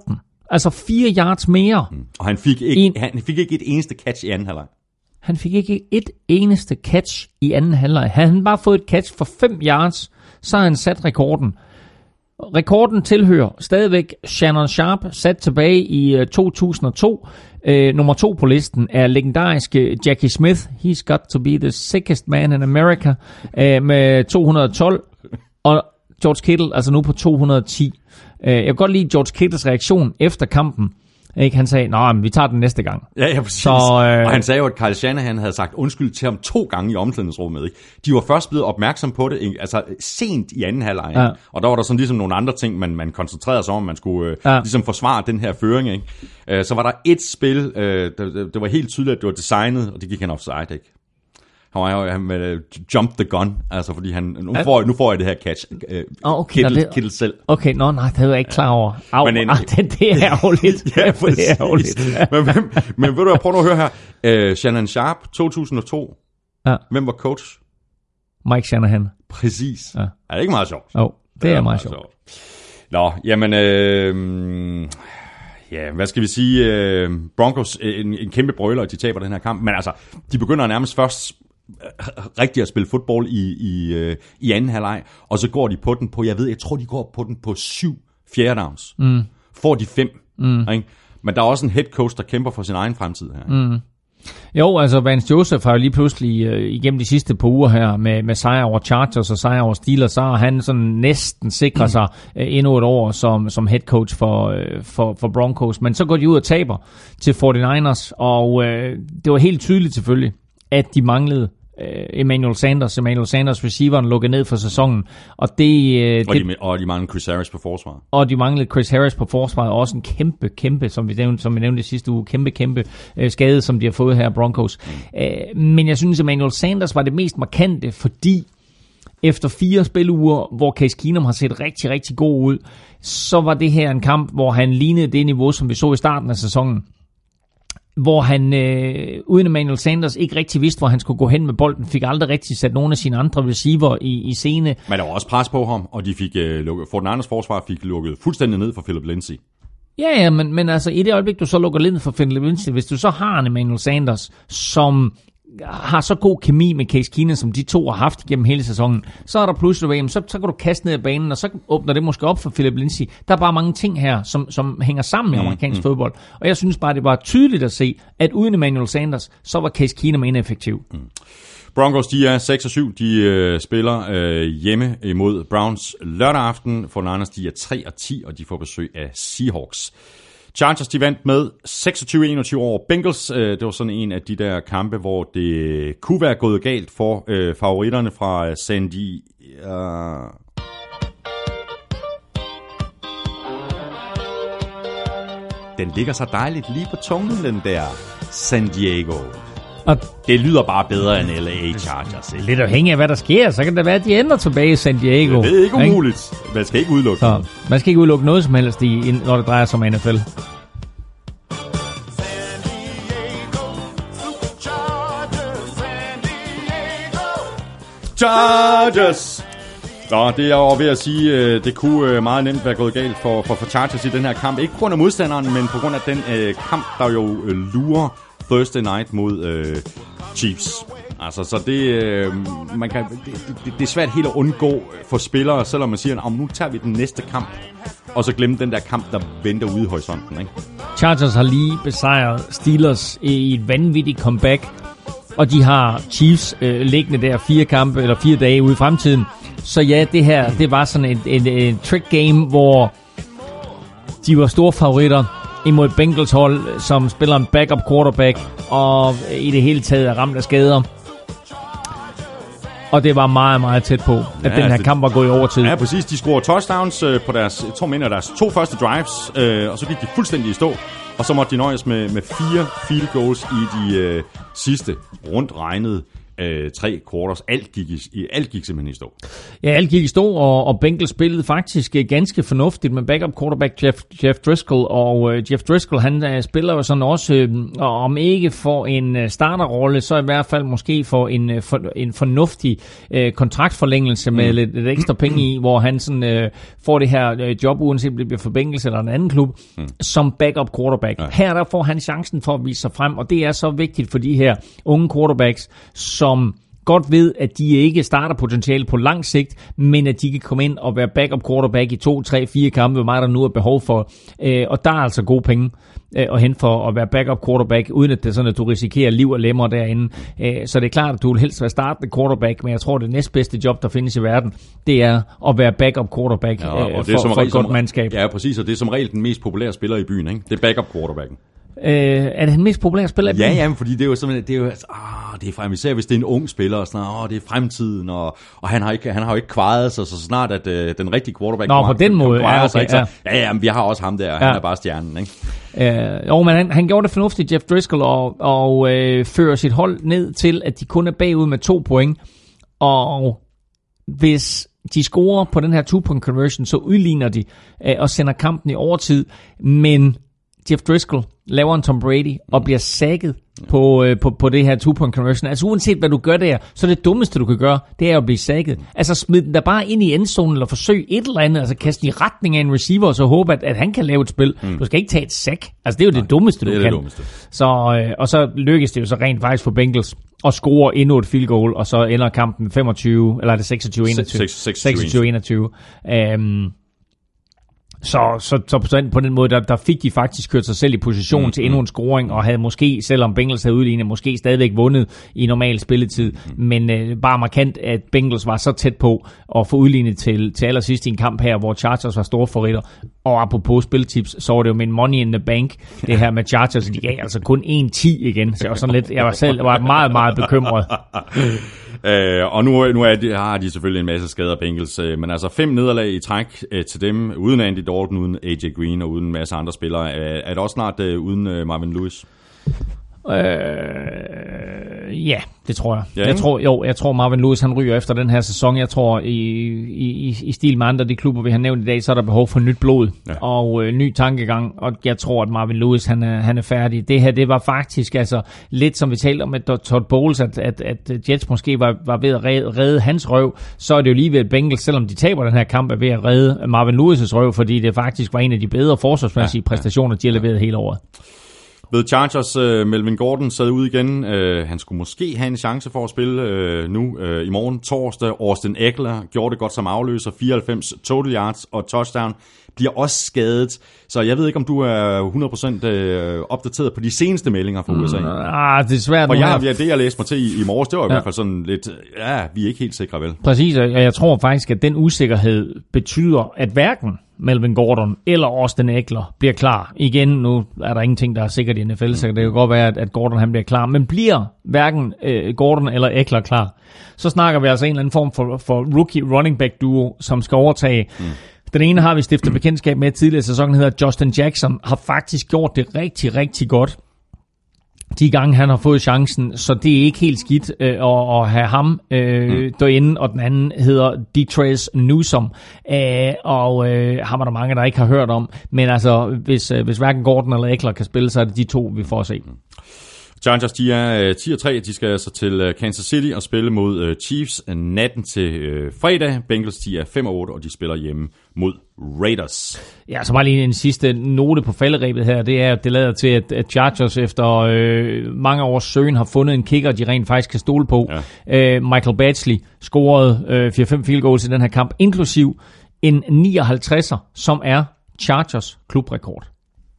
Altså 4 yards mere. Og han fik ikke et eneste catch i anden halvleg. Han fik ikke et eneste catch i anden halvleg. Havde han bare fået et catch for 5 yards, så har han sat rekorden. Rekorden tilhører stadigvæk Shannon Sharp, sat tilbage i 2002. Nummer 2 på listen er legendariske Jackie Smith. He's got to be the sickest man in America med 212. Og George Kittle altså nu på 210. Jeg kan godt lide George Kittles reaktion efter kampen. Ikke? Han sagde, men vi tager den næste gang. Ja, præcis. Så, og han sagde jo, at Kyle Shanahan havde sagt undskyld til ham 2 gange i omklædningsrummet. Ikke? De var først blevet opmærksom på det, ikke? Altså sent i anden halvleg. Ja. Og der var der sådan ligesom nogle andre ting, man koncentrerede sig om. Man skulle ligesom forsvare den her føring. Ikke? Så var der et spil, det var helt tydeligt, at det var designet, og det gik han offside, ikke? Han jump the gun, altså fordi nu får jeg det her catch. Kittle selv. Okay, nej, det er jeg ikke klar over. Det er ærgerligt. Ja, det er ærgerligt. men ved du, jeg prøver nu at høre her. Shannon Sharp, 2002. Ja. Hvem var coach? Mike Shanahan. Præcis. Ja. Er det ikke meget sjovt? Jo, det er meget sjovt. Nå, jamen... Ja, hvad skal vi sige? Broncos, en kæmpe brøler, og de taber den her kamp. Men altså, de begynder nærmest først rigtig at spille fodbold i anden halvleg, og så går de på den på, jeg tror, de går på den på 7 fjerde downs. Får de 5. Ikke? Men der er også en head coach, der kæmper for sin egen fremtid her. Jo, altså Vance Joseph har jo lige pludselig igennem de sidste par uger her med sejr over Chargers og sejr over Steelers, så har han sådan næsten sikret sig endnu et år som head coach for Broncos. Men så går de ud og taber til 49ers, og det var helt tydeligt selvfølgelig, at de manglede Emmanuel Sanders, receiveren, lukkede ned for sæsonen. Og de manglede Chris Harris på forsvaret. Og de manglede Chris Harris på forsvaret, og også en kæmpe, som vi nævnte sidste uge, kæmpe skade, som de har fået her Broncos. Men jeg synes, Emmanuel Sanders var det mest markante, fordi efter 4 spiluger, hvor Case Keenum har set rigtig, rigtig god ud, så var det her en kamp, hvor han lignede det niveau, som vi så i starten af sæsonen. Hvor han uden Emmanuel Sanders ikke rigtig vidste, hvor han skulle gå hen med bolden, fik aldrig rigtig sat nogle af sine andre receiver i scene. Men der var også pres på ham, og de fik Fortniners forsvar fik lukket fuldstændig ned for Philip Lindsay. Ja, men altså i det øjeblik, du så lukker ned for Philip Lindsay, hvis du så har en Emmanuel Sanders, som har så god kemi med Case Keenum, som de to har haft gennem hele sæsonen, så er der pludselig, så kan du kaste ned af banen, og så åbner det måske op for Philip Lindsay. Der er bare mange ting her, som hænger sammen med amerikansk fodbold. Og jeg synes bare, det var tydeligt at se, at uden Emmanuel Sanders, så var Case Keenum ineffektiv. Broncos, de er 6-7. De spiller hjemme imod Browns lørdag aften. Fortniners, de er 3-10, og de får besøg af Seahawks. Chargers, de vandt med 26-21 over Bengals. Det var sådan en af de der kampe, hvor det kunne være gået galt for favoritterne fra San Diego. Den ligger så dejligt lige på tungen, den der San Diego. Og det lyder bare bedre end LA Chargers. Ikke? Lidt afhængig af, hvad der sker, så kan det være, at de ender tilbage i San Diego. Det er ikke umuligt. Man skal ikke udelukke så, man skal ikke udelukke noget som helst, når det drejer sig om NFL. Chargers! Nå, det er jo ved at sige, det kunne meget nemt være gået galt for Chargers i den her kamp. Ikke på grund af modstanderen, men på grund af den kamp, der jo lurer Thursday night mod Chiefs. Altså, så det er svært helt at undgå for spillere, selvom man siger, nu tager vi den næste kamp, og så glemme den der kamp, der venter ude i horisonten. Ikke? Chargers har lige besejret Steelers i et vanvittigt comeback, og de har Chiefs liggende der 4 dage ude i fremtiden. Så ja, det her, det var sådan en trick game, hvor de var store favoritter imod Bengals hold, som spiller en backup quarterback, og i det hele taget er ramt af skader. Og det var meget, meget tæt på, at den her kamp var gået i overtid. Ja, præcis. De scorede touchdowns på deres 2 første drives, og så gik de fuldstændig i stå. Og så måtte de nøjes med 4 field goals i de sidste rundt regnet 3 quarters. Alt gik simpelthen i stå. Ja, alt gik i stå, og Bengals spillede faktisk ganske fornuftigt med backup quarterback Jeff Driscoll, og Jeff Driscoll, han spiller jo sådan også, om ikke for en starterrolle, så i hvert fald måske for en fornuftig kontraktforlængelse med lidt ekstra penge i, hvor han sådan får det her job, uanset om det bliver for Bengals eller en anden klub, som backup quarterback. Ja. Her der får han chancen for at vise sig frem, og det er så vigtigt for de her unge quarterbacks, som godt ved, at de ikke starter potentiale på lang sigt, men at de kan komme ind og være backup quarterback i 2, 3, 4 kampe, hvor meget der nu er behov for. Og der er altså gode penge at hente for at være backup quarterback, uden at det er sådan, at du risikerer liv og lemmer derinde. Så det er klart, at du vil helst være startende quarterback, men jeg tror, det næstbedste job, der findes i verden, det er at være backup quarterback for et godt mandskab. Ja, præcis, og det er som regel den mest populære spiller i byen, ikke? Det er backup quarterbacken. Er det den mest populære spiller i byen? Ja, fordi det er jo simpelthen, det er frem, især hvis det er en ung spiller, og sådan, det er fremtiden, og han har jo ikke kvaret sig, så snart at den rigtige quarterback på den måde, men vi har også ham der, han er bare stjernen, ikke? Men han gjorde det fornuftigt, Jeff Driscoll, og fører sit hold ned til, at de kun er bagud med 2 point, og hvis de scorer på den her 2-point conversion, så udligner de og sender kampen i overtid, men Jeff Driscoll laver en Tom Brady og bliver sacket på det her 2-point conversion. Altså uanset hvad du gør der, så det dummeste du kan gøre, det er at blive sacket. Altså smid den der bare ind i endzonen eller forsøg et eller andet, altså kaste den i retning af en receiver og så håbe, at han kan lave et spil. Du skal ikke tage et sack. Altså det er jo det dummeste, du kan. Dummeste. Og så lykkes det jo så rent faktisk for Bengals og score endnu et field goal, og så ender kampen 25, eller er det 26-21. Så på den måde, der fik de faktisk kørt sig selv i position til endnu en scoring, og havde måske, selvom Bengals havde udlignet, måske stadigvæk vundet i normal spilletid. Men bare markant, at Bengals var så tæt på at få udlignet til allersidst i en kamp her, hvor Chargers var store favoritter. Og apropos spiltips, så var det jo med Money in the Bank, det her med Chargers, de gav altså kun 1-10 igen. Så jeg var sådan lidt, jeg var meget, meget bekymret. Og nu har de selvfølgelig en masse skader, Bengals, men altså 5 nederlag i træk til dem, uden Andy Dalton, uden AJ Green og uden en masse andre spillere. Er det også snart uden Marvin Lewis? Ja, det tror jeg. Ja, jeg tror Marvin Lewis han ryger efter den her sæson. Jeg tror i stil med andre de klubber vi har nævnt i dag, så er der behov for nyt blod og ny tankegang, og jeg tror at Marvin Lewis han er færdig. Det her det var faktisk altså lidt som vi talte om med Todd Bowles, at Jets måske var ved at redde hans røv, så er det jo lige ved at Bengals, selvom de taber den her kamp, er ved at redde Marvin Lewis' røv, fordi det faktisk var en af de bedre forsvarsmæssige præstationer, de har leveret hele året. Ved Chargers, Melvin Gordon sad ud igen. Han skulle måske have en chance for at spille nu i morgen torsdag. Austin Ekeler gjorde det godt som afløser. 94 total yards og touchdown. Bliver også skadet. Så jeg ved ikke, om du er 100% opdateret på de seneste meldinger fra USA. Det er svært. Og det jeg læste mig til i morges, det var i hvert fald sådan lidt, vi er ikke helt sikre vel. Præcis, og jeg tror faktisk, at den usikkerhed betyder, at hverken Melvin Gordon eller Austin Ekeler bliver klar. Igen, nu er der ingenting, der er sikkert i NFL, så det kan godt være, at Gordon han bliver klar. Men bliver hverken Gordon eller Ekeler klar, så snakker vi altså en eller anden form for rookie running back duo, som skal overtage. Den ene har vi stiftet bekendtskab med tidligere sæson, hedder Justin Jackson, har faktisk gjort det rigtig, rigtig godt de gange han har fået chancen, så det er ikke helt skidt at have ham derinde, og den anden hedder Detrez Newsome, og ham er der mange, der ikke har hørt om, men altså, hvis hverken Gordon eller Ekeler kan spille, så er det de to, vi får at se. Chargers, de er 10-3, de skal altså til Kansas City og spille mod Chiefs natten til fredag. Bengals, de er 5-8, og de spiller hjemme mod Raiders. Ja, så bare lige en sidste note på falderebet her, det er, at det lader til, at Chargers efter mange års søgen har fundet en kicker, de rent faktisk kan stole på. Ja. Michael Badgley scorede 4-5 field goals i den her kamp, inklusiv en 59'er, som er Chargers klubrekord.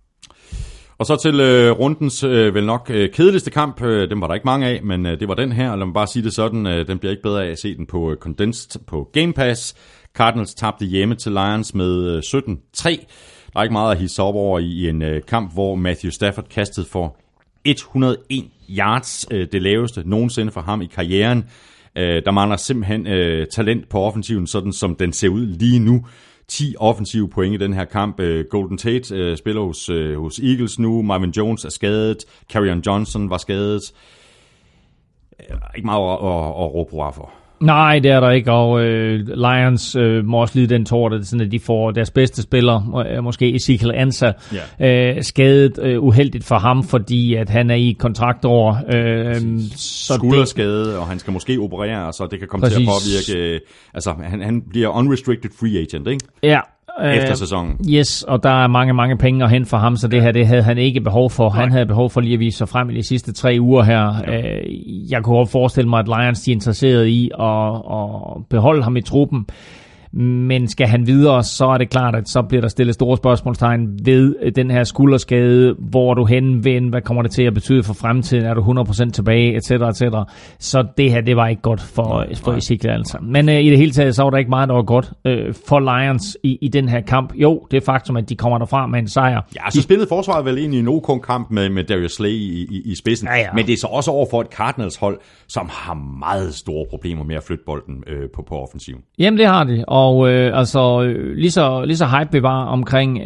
Og så til rundens vel nok kedeligste kamp. Dem var der ikke mange af, men det var den her. Lad mig bare sige det sådan, den bliver ikke bedre af at se den på condensed på Game Pass. Cardinals tabte hjemme til Lions med 17-3. Der er ikke meget at hisse op over i en kamp, hvor Matthew Stafford kastede for 101 yards, det laveste nogensinde for ham i karrieren. Der mangler simpelthen talent på offensiven, sådan som den ser ud lige nu. 10 offensive point i den her kamp. Golden Tate spiller hos Eagles nu. Marvin Jones er skadet. Kerryon Johnson var skadet. Ikke meget at råbe hurra for. Nej, det er der ikke, og Lions må også lide den tårte, sådan at de får deres bedste spiller, måske Ezekiel Ansah, skadet uheldigt for ham, fordi at han er i kontraktår. Skulderskade, og han skal måske operere, så det kan komme til at påvirke. Altså, han bliver unrestricted free agent, ikke? Ja. Efter sæsonen. Yes, og der er mange penge at hente for ham, så det her, det havde han ikke behov for. Han havde behov for lige at vise sig frem i de sidste 3 uger her. Jeg kunne også forestille mig, at Lions de er interesseret i at beholde ham i truppen. Men skal han videre, så er det klart, at så bliver der stillet store spørgsmålstegn ved den her skulderskade. Hvor er du henne? Hvad kommer det til at betyde for fremtiden? Er du 100% tilbage? Etc. Så det her, det var ikke godt for Ezekiel altså. Men i det hele taget, så var der ikke meget, der var godt for Lions i den her kamp. Jo, det er faktum, at de kommer derfra med en sejr. Ja, så spillede forsvaret vel egentlig en OK-kamp med Darius Slay i spidsen. Ja. Men det er så også over for et Cardinals-hold, som har meget store problemer med at flytte bolden på offensiven. Jamen, det har de. Og lige så hype vi var omkring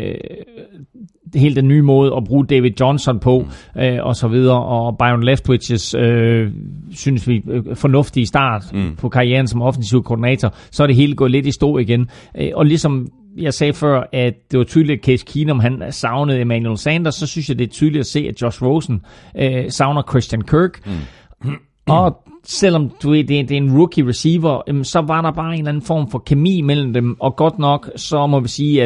hele den nye måde at bruge David Johnson på, og så videre, og Byron Leftwich's synes vi fornuftige start på karrieren som offensiv koordinator, så er det hele gået lidt i stå igen. Og ligesom jeg sagde før, at det var tydeligt, at Case Keenum han savnede Emmanuel Sanders, så synes jeg, det er tydeligt at se, at Josh Rosen savner Christian Kirk. Og selvom det er en rookie receiver, så var der bare en eller anden form for kemi mellem dem, og godt nok, så må vi sige,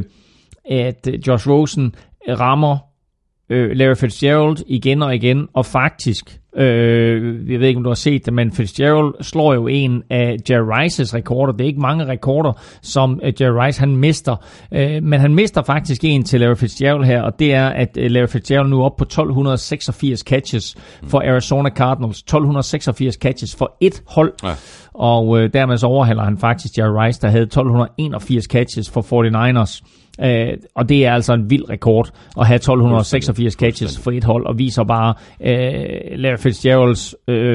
at Josh Rosen rammer Larry Fitzgerald igen og igen, og faktisk, jeg ved ikke, om du har set det, men Fitzgerald slår jo en af Jerry Rice's rekorder. Det er ikke mange rekorder, som Jerry Rice han mister, men han mister faktisk en til Larry Fitzgerald her, og det er, at Larry Fitzgerald nu er oppe på 1286 catches for Arizona Cardinals. 1286 catches for et hold, og dermed så overhaler han faktisk Jerry Rice, der havde 1281 catches for 49ers. Og det er altså en vild rekord at have 1286 catches for et hold, og viser bare Larry Fitzgeralds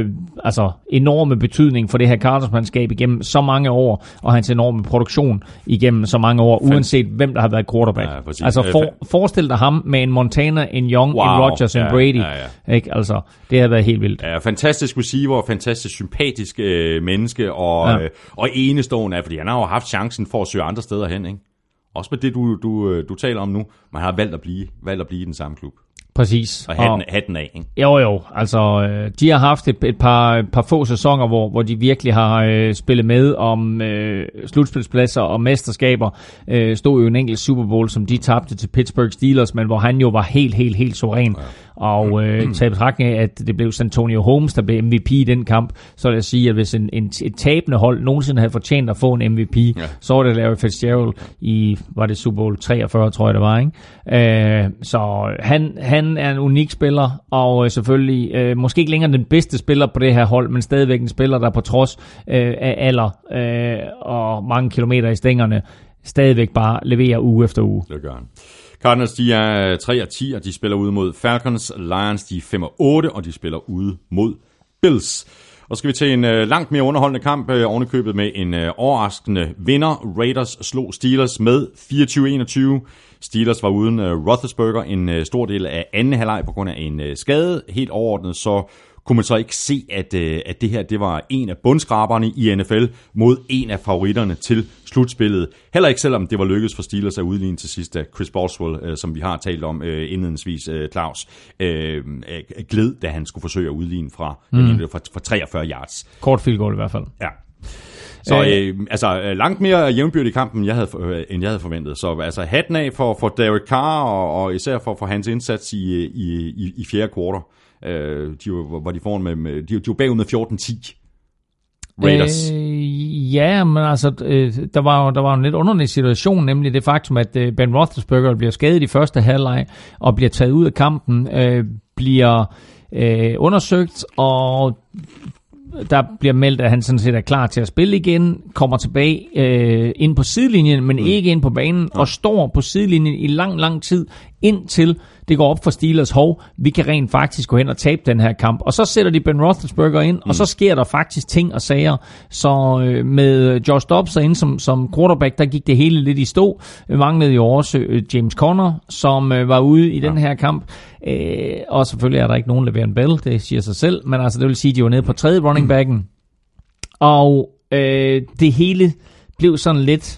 enorme betydning for det her Cardinals-mandskab igennem så mange år, og hans enorme produktion igennem så mange år, uanset hvem der har været quarterback. Ja, forestil dig ham med en Montana, en Young, en Rodgers, en Brady. Ikke? Altså, det har været helt vildt. Ja, fantastisk receiver, fantastisk sympatisk menneske, og enestående, fordi han har jo haft chancen for at søge andre steder hen, ikke? Også med det, du taler om nu. Man har valgt at blive i den samme klub. Præcis. Og hatten af, ikke? Jo. Altså, de har haft et par få sæsoner, hvor de virkelig har spillet med om slutspilspladser og mesterskaber. Stod jo en enkelt Super Bowl, som de tabte til Pittsburgh Steelers, men hvor han jo var helt suveræn. Ja. Og taget betragtning af, at det blev Santonio Holmes, der blev MVP i den kamp, så vil jeg sige, at hvis et tabende hold nogensinde havde fortjent at få en MVP, så var det Larry Fitzgerald i, var det Super Bowl 43, tror jeg det var, ikke? Så han er en unik spiller, og selvfølgelig måske ikke længere den bedste spiller på det her hold, men stadigvæk en spiller, der på trods af alder og mange kilometer i stængerne, stadigvæk bare leverer uge efter uge. Det gør han. Cardinals, de er 3-10, og de spiller ude mod Falcons. Lions, de er 5-8, og de spiller ude mod Bills. Og skal vi til en langt mere underholdende kamp, ovenikøbet med en overraskende vinder. Raiders slog Steelers med 24-21. Steelers var uden Roethlisberger en stor del af anden halvleg på grund af en skade. Helt overordnet så kunne man så ikke se, at det her det var en af bundskraberne i NFL mod en af favoritterne til slutspillet. Heller ikke selvom det var lykkedes for Steelers at udligne til sidst, da Chris Boswell, som vi har talt om indledningsvis, Claus, gled, da han skulle forsøge at udligne fra 43 yards. Kort field goal i hvert fald. Ja. Så langt mere jævnbyrdig kamp, end jeg havde forventet. Så altså hatten af for Derek Carr, og især for hans indsats i fjerde kvartal. De var bagud med 14-10. Raiders. Ja, men altså, der var en lidt underlig situation, nemlig det faktum, at Ben Roethlisberger bliver skadet i første halvleg, og bliver taget ud af kampen, bliver undersøgt, og der bliver meldt, at han sådan set er klar til at spille igen, kommer tilbage ind på sidelinjen, men ikke ind på banen, og står på sidelinjen i lang tid, indtil Det går op for Steelers, vi kan rent faktisk gå hen og tabe den her kamp. Og så sætter de Ben Roethlisberger ind, og så sker der faktisk ting og sager. Så med Josh Dobbs ind som quarterback, der gik det hele lidt i stå. Manglede jo også James Conner, som var ude i den her kamp. Og selvfølgelig er der ikke nogen Le'Veon Bell, det siger sig selv. Men altså, det vil sige, at de var nede på tredje running backen. Og det hele blev sådan lidt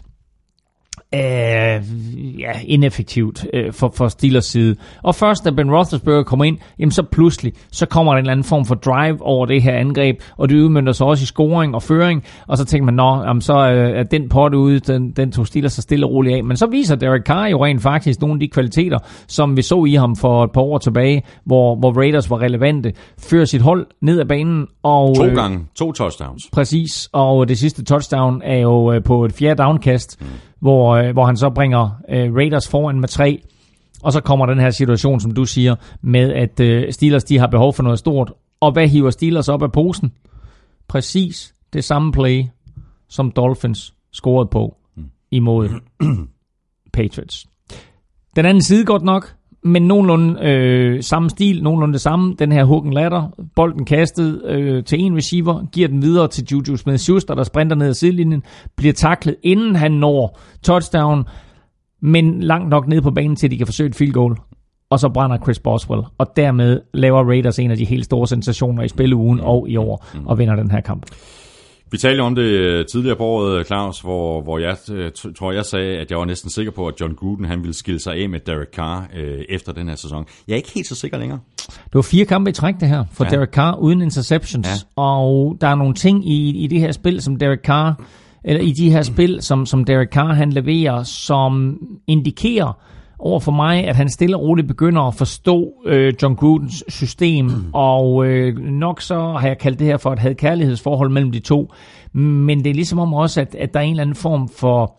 ineffektivt for Steelers side. Og først da Ben Roethlisberger kommer ind, jamen så pludselig, så kommer der en eller anden form for drive over det her angreb, og det udmønter sig også i scoring og føring, og så tænker man, så er den pot ude, den tog Steelers så stille og roligt af. Men så viser Derek Carr jo rent faktisk nogle af de kvaliteter, som vi så i ham for et par år tilbage, hvor Raiders var relevante, fører sit hold ned ad banen. Og 2 touchdowns. Præcis, og det sidste touchdown er jo på et fjerde downkast, hvor han så bringer Raiders foran med 3, og så kommer den her situation, som du siger, med at Steelers de har behov for noget stort. Og hvad hiver Steelers op af posen? Præcis det samme play, som Dolphins scorede på imod Patriots. Den anden side godt nok, men nogenlunde samme stil, nogenlunde det samme. Den her hook and ladder, bolden kastet til en receiver, giver den videre til Juju Smith-Schuster, der sprinter ned ad sidelinjen, bliver taklet, inden han når touchdown, men langt nok ned på banen til, at de kan forsøge et field goal. Og så brænder Chris Boswell, og dermed laver Raiders en af de helt store sensationer i spilleugen og i år, og vinder den her kamp. Vi talte om det tidligere på året, Claus, hvor jeg tror, jeg sagde, at jeg var næsten sikker på, at John Gruden han ville skille sig af med Derek Carr efter den her sæson. Jeg er ikke helt så sikker længere. Det var 4 kampe i træk, det her, for Derek Carr uden interceptions. Ja. Og der er nogle ting i det her spil, som Derek Carr, eller i de her spil, som Derek Carr han leverer, som indikerer over for mig, at han stille og roligt begynder at forstå John Grudens system, og nok så har jeg kaldt det her for et had-kærlighedsforhold mellem de to, men det er ligesom om også, at der er en eller anden form for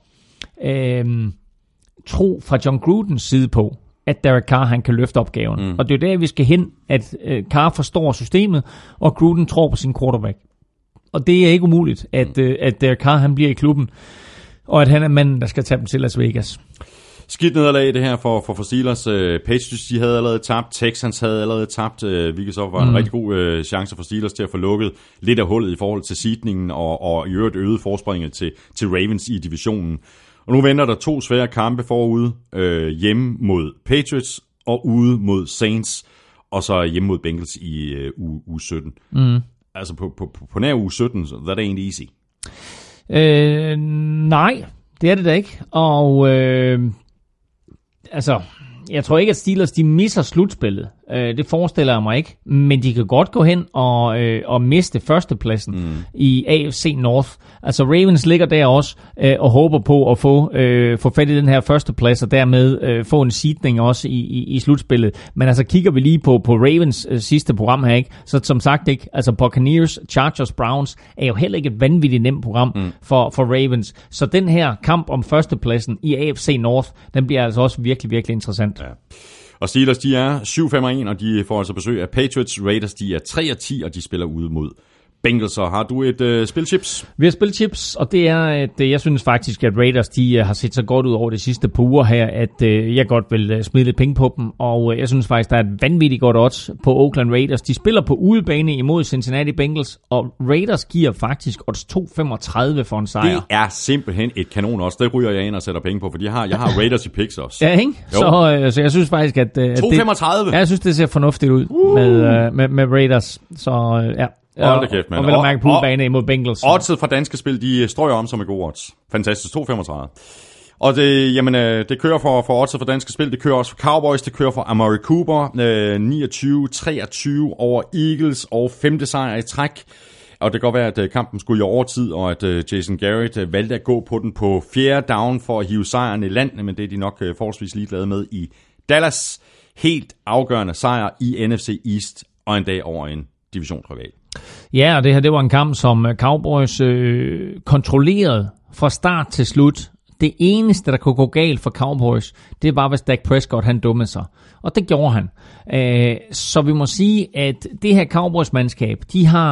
tro fra John Grudens side på, at Derek Carr han kan løfte opgaven. Og det er der, vi skal hen, at Carr forstår systemet, og Gruden tror på sin quarterback. Og det er ikke umuligt, at Derek Carr han bliver i klubben, og at han er manden, der skal tage dem til Las Vegas. Skidt nederlag det her for Steelers. Patriots de havde allerede tabt, Texans havde allerede tabt, hvilket så var en rigtig god chance for Steelers til at få lukket lidt af hullet i forhold til seedningen og i øvrigt øget forspringet til Ravens i divisionen. Og nu venter der 2 svære kampe forude, hjemme mod Patriots og ude mod Saints, og så hjemme mod Bengals i uge 17. Altså på nær uge 17, så that ain't easy. Nej, det er det da ikke. Og altså, jeg tror ikke, at Steelers de misser slutspillet. Det forestiller jeg mig ikke. Men de kan godt gå hen og miste førstepladsen i AFC North. Altså Ravens ligger der også og håber på at få fat i den her førsteplads og dermed få en seedning også i slutspillet. Men altså kigger vi lige på Ravens sidste program her, ikke? Så som sagt ikke, altså Buccaneers, Chargers, Browns er jo heller ikke et vanvittigt nemt program for Ravens. Så den her kamp om førstepladsen i AFC North, den bliver altså også virkelig, virkelig interessant. Ja. Og Steelers, de er 7-5-1, og de får altså besøg af Patriots. Raiders, de er 3-10, og de spiller ude mod Bengals. Så har du et spilchips? Vi har spilchips, og det er, at jeg synes faktisk, at Raiders de har set så godt ud over de sidste par uger her, at jeg godt vil smide lidt penge på dem. Og jeg synes faktisk, der er et vanvittigt godt odds på Oakland Raiders. De spiller på udebane imod Cincinnati Bengals, og Raiders giver faktisk odds 2,35 for en sejr. Det er simpelthen et kanon odds. Det ryger jeg ind og sætter penge på, for jeg har Raiders i picks også. Ja, ikke? Så jeg synes faktisk, at 2,35? Jeg synes, det ser fornuftigt ud med Raiders. Så ja. Hold da kæft, man. Og vel at mærke på udebane imod Bengals. Oddset fra danske spil, de strøger om som er gode odds. Fantastisk, 2,35. Og det kører for oddset for danske spil, det kører også for Cowboys, det kører for Amari Cooper, 29-23 over Eagles og 5. sejr i træk. Og det kan godt være, at kampen skulle i overtid, og at Jason Garrett valgte at gå på den på 4. down for at hive sejren i land, men det er de nok forholdsvis ligeglade med i Dallas. Helt afgørende sejr i NFC East, og en dag over en divisionsrival. Ja, og det her det var en kamp, som Cowboys kontrollerede fra start til slut. Det eneste, der kunne gå galt for Cowboys, det var, hvis Dak Prescott han dummede sig. Og det gjorde han. Så vi må sige, at det her Cowboys-mandskab, de har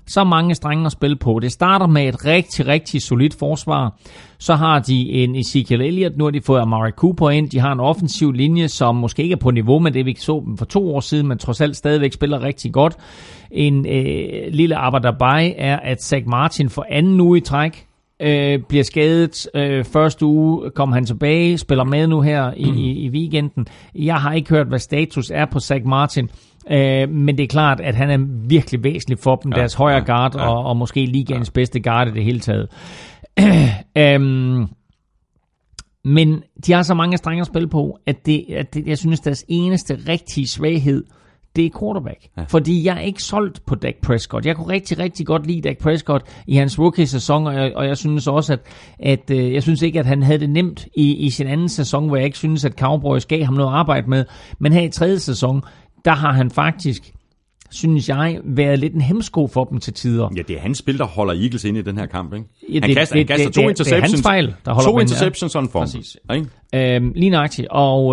så mange strenge at spille på. Det starter med et rigtig, rigtig solidt forsvar. Så har de en Ezekiel Elliott, nu har de fået Amari Cooper ind. De har en offensiv linje, som måske ikke er på niveau med det, vi så dem for 2 år siden, men trods alt stadigvæk spiller rigtig godt. En lille arbejderbej er, at Zach Martin for anden uge i træk bliver skadet. Første uge kom han tilbage, spiller med nu her i weekenden. Jeg har ikke hørt, hvad status er på Zach Martin, men det er klart, at han er virkelig væsentlig for dem, deres højre guard, og måske ligaens bedste guard i det hele taget. Men de har så mange strenge at spille på, at jeg synes, deres eneste rigtige svaghed, det er quarterback. Ja. Fordi jeg er ikke solgt på Dak Prescott. Jeg kunne rigtig, rigtig godt lide Dak Prescott i hans rookie-sæson, og jeg synes også, at jeg synes ikke, at han havde det nemt i sin anden sæson, hvor jeg ikke synes, at Cowboys gav ham noget at arbejde med. Men her i tredje sæson, der har han faktisk, synes jeg, været lidt en hemsko for dem til tider. Ja, det er hans spil, der holder Eagles inde i den her kamp, ikke? Ja, han kaster 2 interceptions. Det er hans fejl, der holder 2 interceptions sådan form. Præcis. Lige nøjagtigt.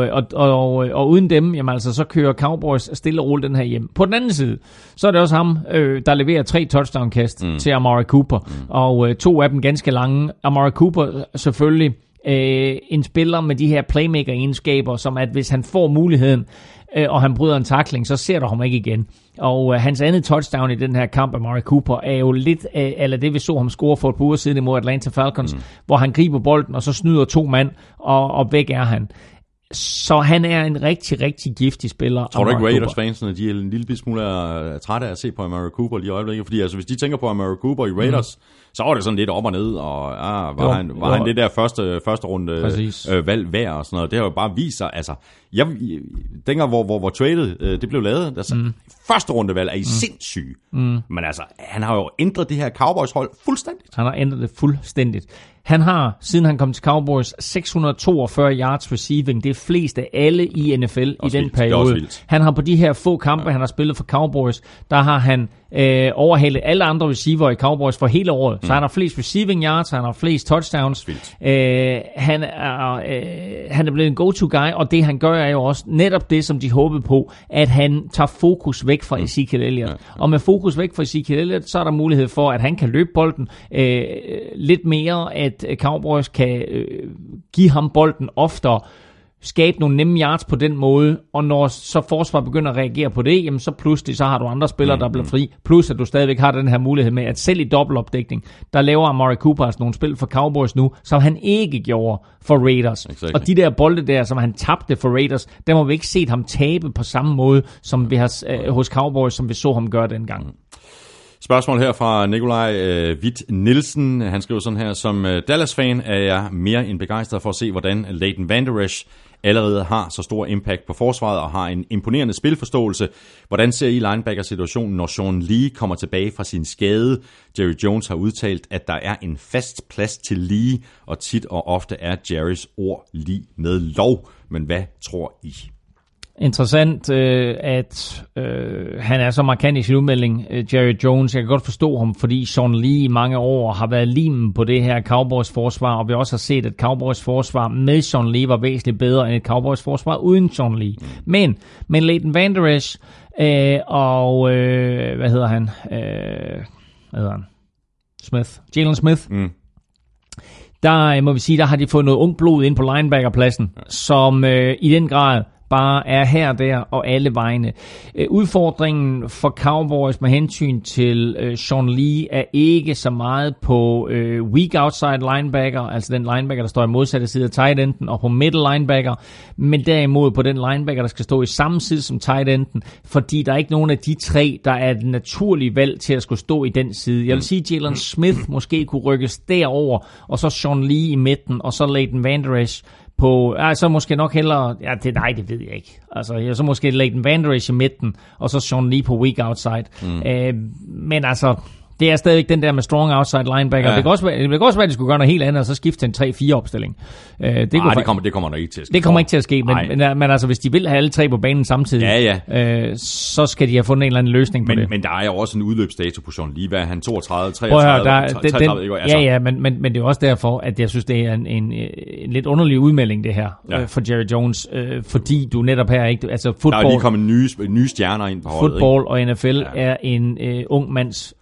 Og uden dem, jamen altså, så kører Cowboys stille og roligt den her hjem. På den anden side, så er det også ham, der leverer 3 touchdown-kast til Amari Cooper. Og 2 af dem ganske lange. Amari Cooper selvfølgelig en spiller med de her playmaker-egenskaber, som at hvis han får muligheden, og han bryder en tackling, så ser du ham ikke igen. Og hans andet touchdown i den her kamp af Amari Cooper er jo lidt eller det vi så ham score for et par uger siden imod Atlanta Falcons, hvor han griber bolden, og så snyder 2 mand, og væk er han. Så han er en rigtig, rigtig giftig spiller. Tror du ikke Raiders-fansene, de er en lille smule trætte af at se på Amari Cooper lige i øjeblikket? Fordi altså, hvis de tænker på Amari Cooper i Raiders, så var det sådan lidt op og ned, og var han det der første runde valg værd og sådan noget. Det har jo bare vist sig, altså, dengang hvor tradet det blev lavet, altså, første runde valg er I sindssyge. Men altså, han har jo ændret det her Cowboys-hold fuldstændigt. Han har ændret det fuldstændigt. Han har, siden han kom til Cowboys, 642 yards receiving. Det er flest af alle i NFL i den periode. Han har på de her få kampe, han har spillet for Cowboys, der har han overhalet alle andre receiver i Cowboys for hele året. Så han har flest receiving yards, han har flest touchdowns. Han er blevet en go-to-guy, og det han gør er jo også netop det, som de håbede på, at han tager fokus væk fra Ezekiel Elliott. Og med fokus væk fra Ezekiel Elliott, så er der mulighed for, at han kan løbe bolden lidt mere, at Cowboys kan give ham bolden oftere, skabe nogle nemme yards på den måde, og når så forsvar begynder at reagere på det, jamen så pludselig så har du andre spillere, der bliver fri, plus at du stadigvæk har den her mulighed med, at selv i dobbeltopdækning, der laver Amari Cooper altså nogle spil for Cowboys nu, som han ikke gjorde for Raiders. Exactly. Og de der bolde der, som han tabte for Raiders, der må vi ikke set ham tabe på samme måde, som vi har hos Cowboys, som vi så ham gøre dengang. Spørgsmål her fra Nikolaj Witt Nielsen. Han skriver sådan her: som Dallas-fan er jeg mere end begejstret for at se, hvordan Leighton Vander Esch allerede har så stor impact på forsvaret og har en imponerende spilforståelse. Hvordan ser I linebacker-situationen, når Sean Lee kommer tilbage fra sin skade? Jerry Jones har udtalt, at der er en fast plads til Lee, og tit og ofte er Jerrys ord lige med lov. Men hvad tror I? Interessant, at han er så markant i sin udmelding, Jerry Jones. Jeg kan godt forstå ham, fordi Sean Lee i mange år har været limen på det her Cowboys forsvar, og vi også har set, at Cowboys forsvar med Sean Lee var væsentligt bedre end et Cowboys forsvar uden Sean Lee. Men Leighton Vander Esch og hvad hedder han? Jalen Smith. Der må vi sige, der har de fået noget ung blod ind på linebackerpladsen, som i den grad bare er her, der og alle vegne. Udfordringen for Cowboys med hensyn til Sean Lee er ikke så meget på weak outside linebacker, altså den linebacker, der står i modsatte side af tight enden, og på middle linebacker, men derimod på den linebacker, der skal stå i samme side som tight enden, fordi der er ikke nogen af de 3, der er et naturligt valg til at skulle stå i den side. Jeg vil sige, at Jalen Smith måske kunne rykkes derover, og så Sean Lee i midten, og så Leighton Vander Esch på, så måske nok hellere, det ved jeg ikke. Altså, så måske Leighton Vander Esch i midten, og så Sean Lee på weak outside. Men altså, det er stadigvæk den der med strong outside linebacker. Ja. Det kan også være, at de skulle gøre noget helt andet, og så skifte til en 3-4 opstilling. Det kommer nok ikke til at ske. Det kommer ikke til at ske, men altså, hvis de vil have alle 3 på banen samtidig, så skal de have fundet en eller anden løsning på det. Men der er jo også en udløbsdato på Sean Lee. Hvad er han? 32, 33? 33 ja, men det er også derfor, at jeg synes, det er en lidt underlig udmelding, det her, for Jerry Jones, fordi du netop her ikke... Altså, football, der er lige kommet nye stjerner ind på holdet. Football og NFL er en ung mands spil.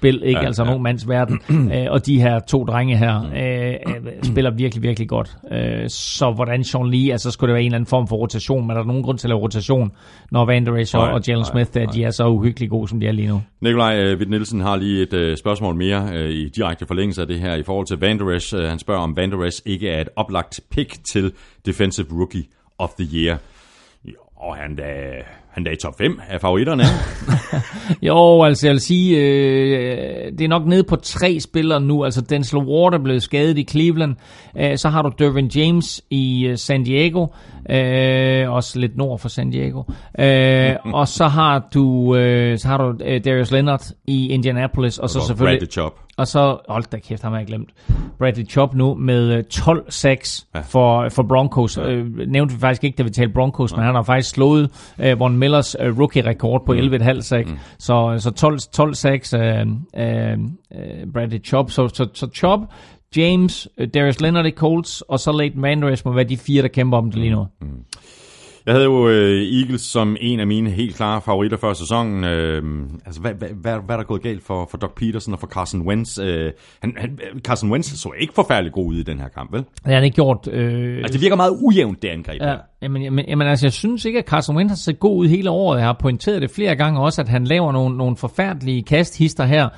spil, ikke? Altså en ung mands verden. Og de her 2 drenge her spiller virkelig, virkelig godt. Så hvordan Sean Lee, altså skulle det være en eller anden form for rotation, men er der nogen grund til at lave rotation, når Van Der Esch og Jalen Smith, de er så uhyggeligt gode, som de er lige nu? Nikolaj Witt Nielsen har lige et spørgsmål mere i direkte forlængelse af det her i forhold til Van Der Esch. Han spørger, om Van Der Esch ikke er et oplagt pick til Defensive Rookie of the Year. Og han er i top 5 af favoritterne. Jo, altså jeg vil sige, det er nok nede på 3 spillere nu. Altså Denzel Ward er blevet skadet i Cleveland. Så har du Derwin James i San Diego. Også lidt nord for San Diego. Og så har du Darius Leonard i Indianapolis. Og så selvfølgelig... Bradley Chubb. Og så, hold da kæft, ham har jeg glemt. Bradley Chubb nu med 12 sacks for Broncos. Nævnte vi faktisk ikke, da vi talte Broncos, men han har faktisk slået Von Millers rookie-rekord på 11,5 sack. Så 12 sacks af Bradley Chubb. Så Chubb, James, Darius Leonard i Colts, og så Leighton Vander Esch må være de 4, der kæmper om det lige nu. Jeg havde jo Eagles som en af mine helt klare favoritter før sæsonen. Altså, hvad er der gået galt for Doug Peterson og for Carson Wentz? Carson Wentz så ikke forfærdelig god ud i den her kamp, vel? Det har han ikke gjort. Altså, det virker meget ujævnt, det angreb. Ja, jamen, altså, jeg synes ikke, at Carson Wentz har set god ud hele året. Jeg har pointeret det flere gange også, at han laver nogle forfærdelige kasthister her.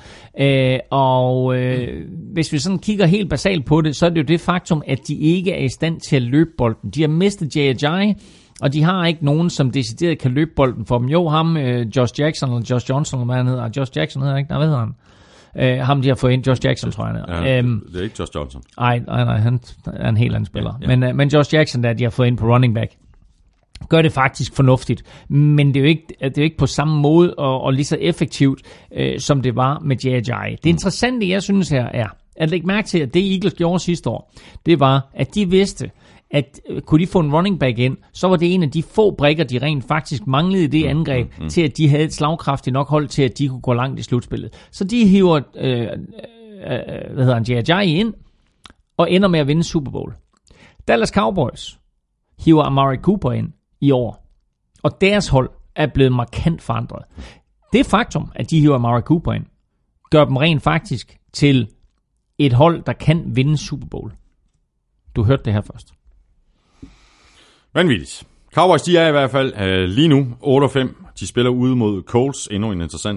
Hvis vi sådan kigger helt basalt på det, så er det jo det faktum, at de ikke er i stand til at løbe bolden. De har mistet J.J., og de har ikke nogen, som decideret kan løbe bolden for dem. Jo, ham, Josh Jackson, eller Josh Johnson, eller hvad han hedder. Josh Jackson hedder han ikke, hvad hedder han? Ham, de har fået ind, Josh Jackson, tror jeg. Ja, det er ikke Josh Johnson. Nej, han er en helt anden spiller. Ja. Men Josh Jackson, der de har fået ind på running back, gør det faktisk fornuftigt. Men det er jo ikke på samme måde og lige så effektivt, som det var med J.J. Det interessante, jeg synes her, er at lægge mærke til, at det Eagles gjorde sidste år, det var, at de vidste, at kunne de få en running back ind, så var det en af de få brikker, de rent faktisk manglede i det angreb, til at de havde et slagkraftigt nok hold til, at de kunne gå langt i slutspillet. Så de hiver J.J. ind, og ender med at vinde Super Bowl. Dallas Cowboys hiver Amari Cooper ind i år, og deres hold er blevet markant forandret. Det faktum, at de hiver Amari Cooper ind, gør dem rent faktisk til et hold, der kan vinde Super Bowl. Du hørte det her først. Vanvittigt. Cowboys, de er i hvert fald lige nu 8-5. De spiller ude mod Colts. Endnu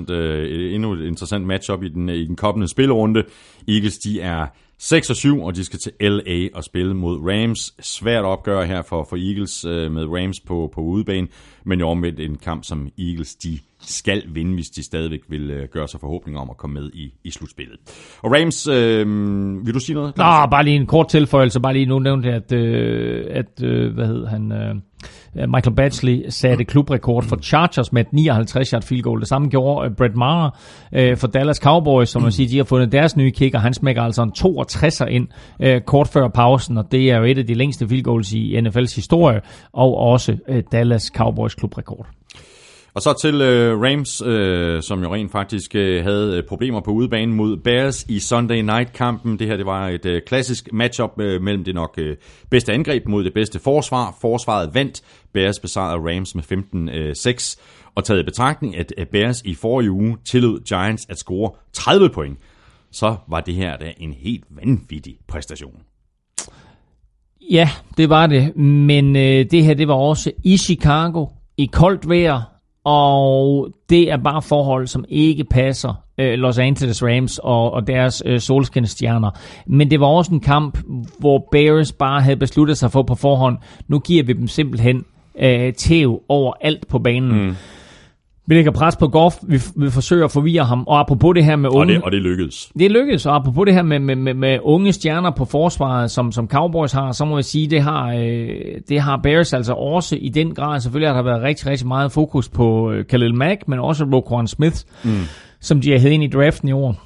et interessant matchup i den kommende spillerunde. Eagles, de er 6-7, og de skal til LA og spille mod Rams. Svært opgør her for Eagles med Rams på udebane, men jo omvendt en kamp, som Eagles de skal vinde, hvis de stadigvæk vil gøre sig forhåbninger om at komme med i slutspillet. Og Rams, vil du sige noget? Nå, bare lige en kort tilføjelse. Bare lige nu nævnte jeg, at Michael Batchley satte klubrekord for Chargers med et 59-yard field goal. Det samme gjorde Brett Maher for Dallas Cowboys, som man siger, de har fundet deres nye kicker. Han smækker altså en 62'er ind kort før pausen, og det er jo et af de længste field goals i NFL's historie, og også Dallas Cowboys klubrekord. Og så til Rams, som jo rent faktisk havde problemer på udebane mod Bears i Sunday Night-kampen. Det her, det var et klassisk matchup mellem det nok bedste angreb mod det bedste forsvar. Forsvaret vandt. Bears besejrede Rams med 15-6. Og taget i betragtning, at Bears i forrige uge tillod Giants at score 30 point, så var det her da en helt vanvittig præstation. Ja, det var det. Men det her, det var også i Chicago, i koldt vejr, og det er bare forhold, som ikke passer Los Angeles Rams og deres solskinstjerner. Men det var også en kamp, hvor Bears bare havde besluttet sig for på forhånd, nu giver vi dem simpelthen tæv over alt på banen. Vi lægger pres på Goff, vi forsøger at forvirre ham, og apropos det her med unge... Og det lykkedes. Det lykkedes, og apropos det her med unge stjerner på forsvaret, som Cowboys har, så må jeg sige, det har Bears altså også i den grad. Selvfølgelig har der været rigtig, rigtig meget fokus på Khalil Mack, men også Roquan Smith, som de har hævet ind i draften i år.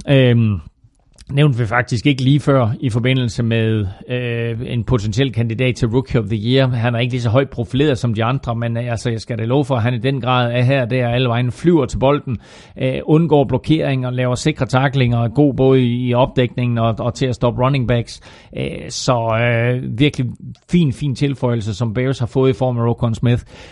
Nævnte vi faktisk ikke lige før i forbindelse med en potentiel kandidat til Rookie of the Year. Han er ikke lige så højt profileret som de andre, men altså, jeg skal da love for, at han i den grad er her der alle vejen, flyver til bolden, undgår blokeringer, laver sikre tacklinger, god både i opdækningen og til at stoppe running backs. Så virkelig fin tilføjelse, som Bears har fået i form af Roquan Smith.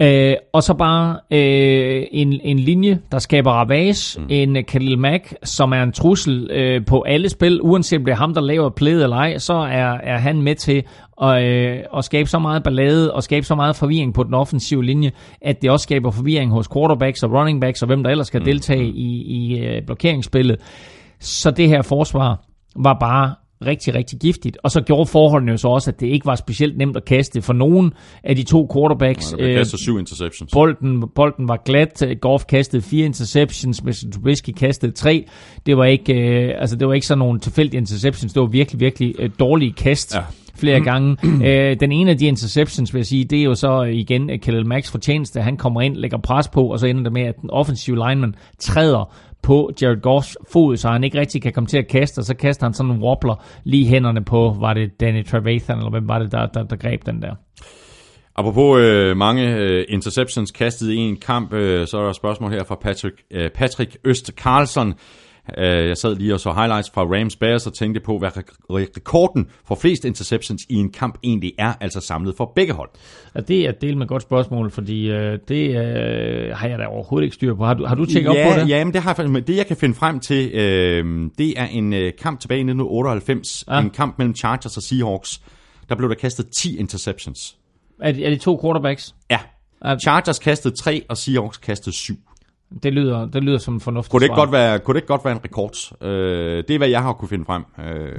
Og så bare en linje, der skaber ravage, en Khalil Mack, som er en trussel på alle spil, uanset om det er ham, der laver playet eller ej, så er han med til at skabe så meget ballade og skabe så meget forvirring på den offensive linje, at det også skaber forvirring hos quarterbacks og running backs og hvem der ellers skal deltage i blokeringsspillet. Så det her forsvar var bare rigtig, rigtig giftigt. Og så gjorde forholdene jo så også, at det ikke var specielt nemt at kaste for nogen af de to quarterbacks. Ja, der kaster 7 interceptions. Bolden var glat. Goff kastede 4 interceptions, mens Trubisky kastede 3. Det var ikke sådan nogle tilfældige interceptions. Det var virkelig, virkelig dårlige kast. Ja. Flere gange. Den ene af de interceptions, vil jeg sige, det er jo så igen Khalil Macks fortjeneste. Han kommer ind, lægger pres på, og så ender det med, at den offensive lineman træder på Jared Goffs fod, så han ikke rigtig kan komme til at kaste, og så kaster han sådan en wobbler lige hænderne på, var det Danny Trevathan, eller hvem var det, der greb den der? Apropos mange interceptions kastet i en kamp, så er der et spørgsmål her fra Patrick Øst Carlson. Jeg sad lige og så highlights fra Rams Bears og tænkte på, hvad rekorden for flest interceptions i en kamp egentlig er, altså samlet for begge hold. Ja, det er et del med et godt spørgsmål, fordi det har jeg da overhovedet ikke styr på. Har du tjekket op på det? Ja, men det har jeg. Det jeg kan finde frem til, det er en kamp tilbage i 1998, en kamp mellem Chargers og Seahawks. Der blev der kastet 10 interceptions. Er de to quarterbacks? Ja. Chargers kastede 3, og Seahawks kastede 7. Det lyder som en fornuftig Kunne det ikke godt være en rekord? Det er, hvad jeg har kunne finde frem.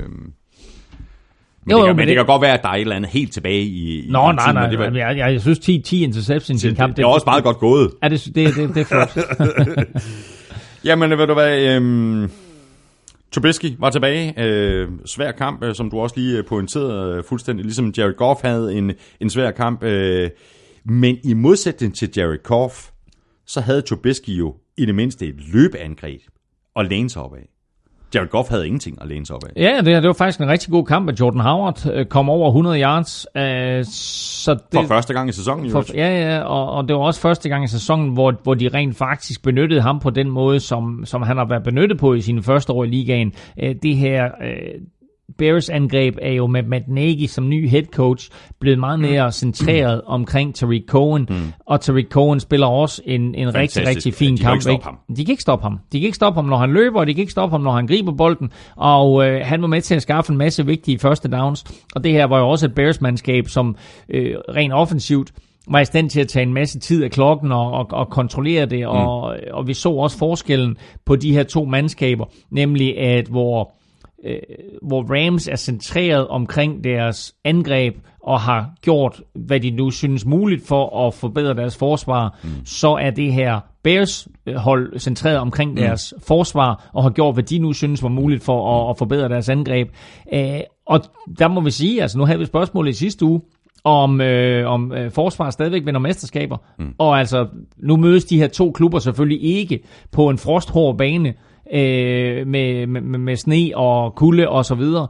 Men det kan godt være, at der er et eller andet helt tilbage i nej. Jeg synes 10 interceptions i en kamp. Det er også meget godt gået. Ja, det er flot. Jamen, ved du hvad... Trubisky var tilbage. Svær kamp, som du også lige pointerede fuldstændig. Ligesom Jared Goff havde en svær kamp. Men i modsætning til Jared Goff, så havde Trubisky jo i det mindste et løbeangreb at læne sig op af. Jared Goff havde ingenting at læne sig op af. Ja, det var faktisk en rigtig god kamp, at Jordan Howard kom over 100 yards. For første gang i sæsonen. Og det var også første gang i sæsonen, hvor de rent faktisk benyttede ham på den måde, som han har været benyttet på i sine første år i ligaen. Det her... Bears angreb er jo med Matt Nagy som ny head coach blevet meget mere centreret omkring Tariq Cohen, og Tariq Cohen spiller også en rigtig, rigtig fin kamp. De kan ikke stoppe ham. De kan ikke stoppe ham, når han løber, og de kan ikke stoppe ham, når han griber bolden, og han var med til at skaffe en masse vigtige første downs, og det her var jo også et Bears-mandskab, som rent offensivt var i stand til at tage en masse tid af klokken og kontrollere det, og vi så også forskellen på de her to mandskaber, nemlig at hvor Rams er centreret omkring deres angreb og har gjort, hvad de nu synes muligt for at forbedre deres forsvar, så er det her Bears hold centreret omkring deres forsvar og har gjort, hvad de nu synes var muligt for at forbedre deres angreb. Og der må vi sige, altså nu havde vi spørgsmålet i sidste uge, om forsvaret stadigvæk vinder mesterskaber. Og altså, nu mødes de her to klubber selvfølgelig ikke på en frosthård bane, med sne og kulde og så videre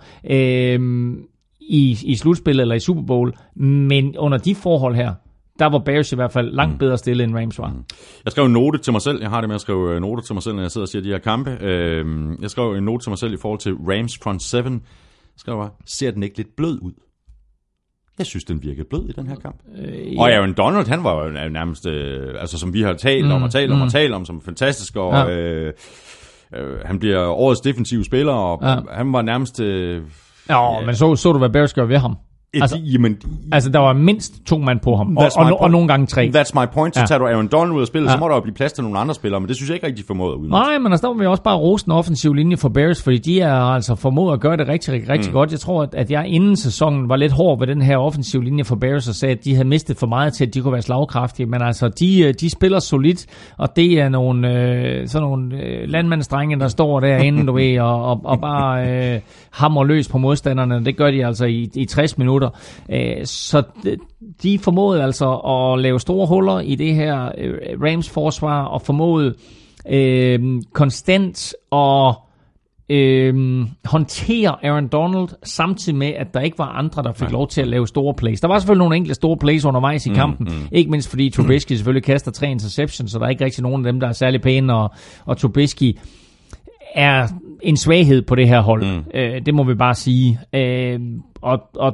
i slutspillet eller i Super Bowl, men under de forhold her, der var Bears i hvert fald langt bedre stillet end Rams var. Jeg skrev en note til mig selv. Jeg har det med at skrive noter til mig selv, når jeg sidder og siger de her kampe. Jeg skrev en note til mig selv i forhold til Rams front 7. Jeg skrev bare, ser den ikke lidt blød ud? Jeg synes, den virkede blød i den her kamp. Og Aaron Donald, han var jo nærmest, altså som vi har talt om, som fantastisk, og han bliver årets defensive spiller, og han var nærmest... men så du, hvad Bears gør ved ham? Altså, der var mindst 2 mand på ham, og nogle gange 3. That's my point. Så tager du Aaron Donald ud af spillet, så må der jo blive plads til nogle andre spillere, men det synes jeg ikke rigtig formået at udnytte. Nej, men der må vi også bare rose den offensive linje for Bears, fordi de er altså formået at gøre det rigtig, rigtig godt. Jeg tror, at jeg inden sæsonen var lidt hård ved den her offensive linje for Bears, og sagde, at de havde mistet for meget til, at de kunne være slagkraftige, men altså, de spiller solidt, og det er sådan nogle landmandsdrenge, der står derinde, du ved, og bare hammer løs på modstanderne. Det gør de altså i 60 minutter. Så de formåede altså at lave store huller i det her Rams forsvar, og formåede konstant at håndtere Aaron Donald, samtidig med, at der ikke var andre, der fik lov til at lave store plays. Der var selvfølgelig nogle enkelte store plays undervejs i kampen, ikke mindst fordi Trubisky selvfølgelig kaster 3 interceptions, så der er ikke rigtig nogen af dem, der er særlig pæne, og Trubisky er en svaghed på det her hold. Det må vi bare sige. Og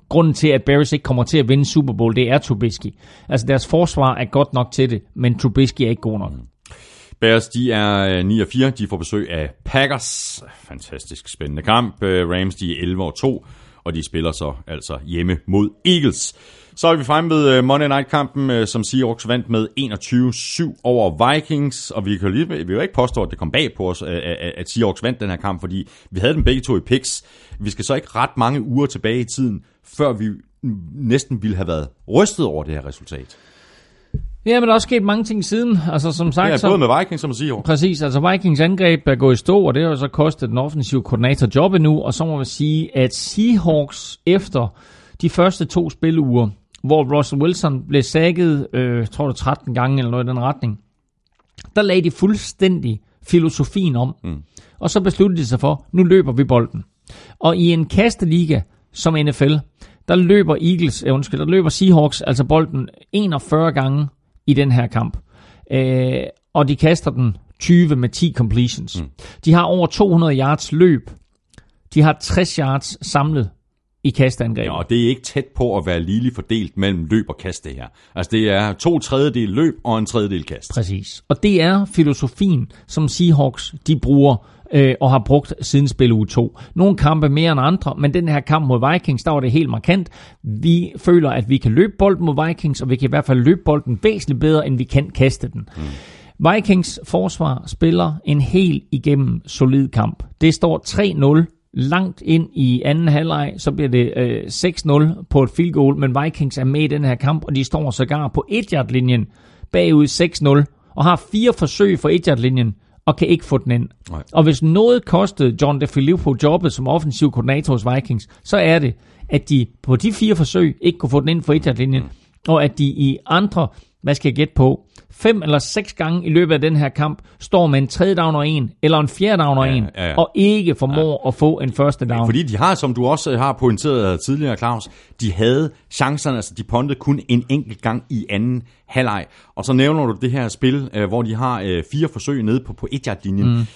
grunden til, at Bears ikke kommer til at vinde Super Bowl, det er Trubisky. Altså deres forsvar er godt nok til det, men Trubisky er ikke god nok. Bears, de er 9-4, de får besøg af Packers. Fantastisk spændende kamp. Rams, de er 11-2, og de spiller så altså hjemme mod Eagles. Så er vi fremme ved Monday Night-kampen, som Seahawks vandt med 21-7 over Vikings, og vi kan jo ikke påstå, at det kom bag på os, at Seahawks vandt den her kamp, fordi vi havde dem begge to i picks. Vi skal så ikke ret mange uger tilbage i tiden, før vi næsten ville have været rystet over det her resultat. Ja, men der er også sket mange ting siden. Altså som sagt, ja, både med Vikings som Seahawks. Præcis, altså Vikings angreb er gået i stå, og det har så kostet den offensive koordinator jobbet nu, og så må vi sige, at Seahawks efter de første 2 spiluger, hvor Russell Wilson blev sacket, tror du 13 gange eller noget i den retning, der lagde de fuldstændig filosofien om. Og så besluttede de sig for, nu løber vi bolden. Og i en kasteliga som NFL, der løber Seahawks altså bolden 41 gange i den her kamp. Og de kaster den 20 med 10 completions. De har over 200 yards løb. De har 60 yards samlet i kastangreb. Ja, og det er ikke tæt på at være ligeligt fordelt mellem løb og kast, det her. Altså det er 2/3 løb og 1/3 kast. Præcis. Og det er filosofien, som Seahawks de bruger og har brugt siden spil uge 2. Nogle kampe mere end andre, men den her kamp mod Vikings, der var det helt markant. Vi føler, at vi kan løbe bolden mod Vikings, og vi kan i hvert fald løbe bolden væsentligt bedre, end vi kan kaste den. Vikings forsvar spiller en helt igennem solid kamp. Det står 3-0 langt ind i anden halvleg, så bliver det 6-0 på et field goal, men Vikings er med i den her kamp, og de står sågar på 1-yard-linjen bagud 6-0, og har 4 forsøg for 1-yard-linjen, og kan ikke få den ind. Nej. Og hvis noget kostede John DeFilippo jobbet som offensiv koordinator hos Vikings, så er det, at de på de 4 forsøg ikke kunne få den ind for 1-yard-linjen, og at de i andre, hvad skal jeg gætte på, 5 eller 6 gange i løbet af den her kamp, står med en 3. down og 1, eller en 4. down og 1, og ikke formår at få en første down. Fordi de har, som du også har pointeret tidligere, Claus, de havde chancerne, altså de puntede kun en enkelt gang i anden halvleg. Og så nævner du det her spil, hvor de har 4 forsøg nede på 1-yard-linjen.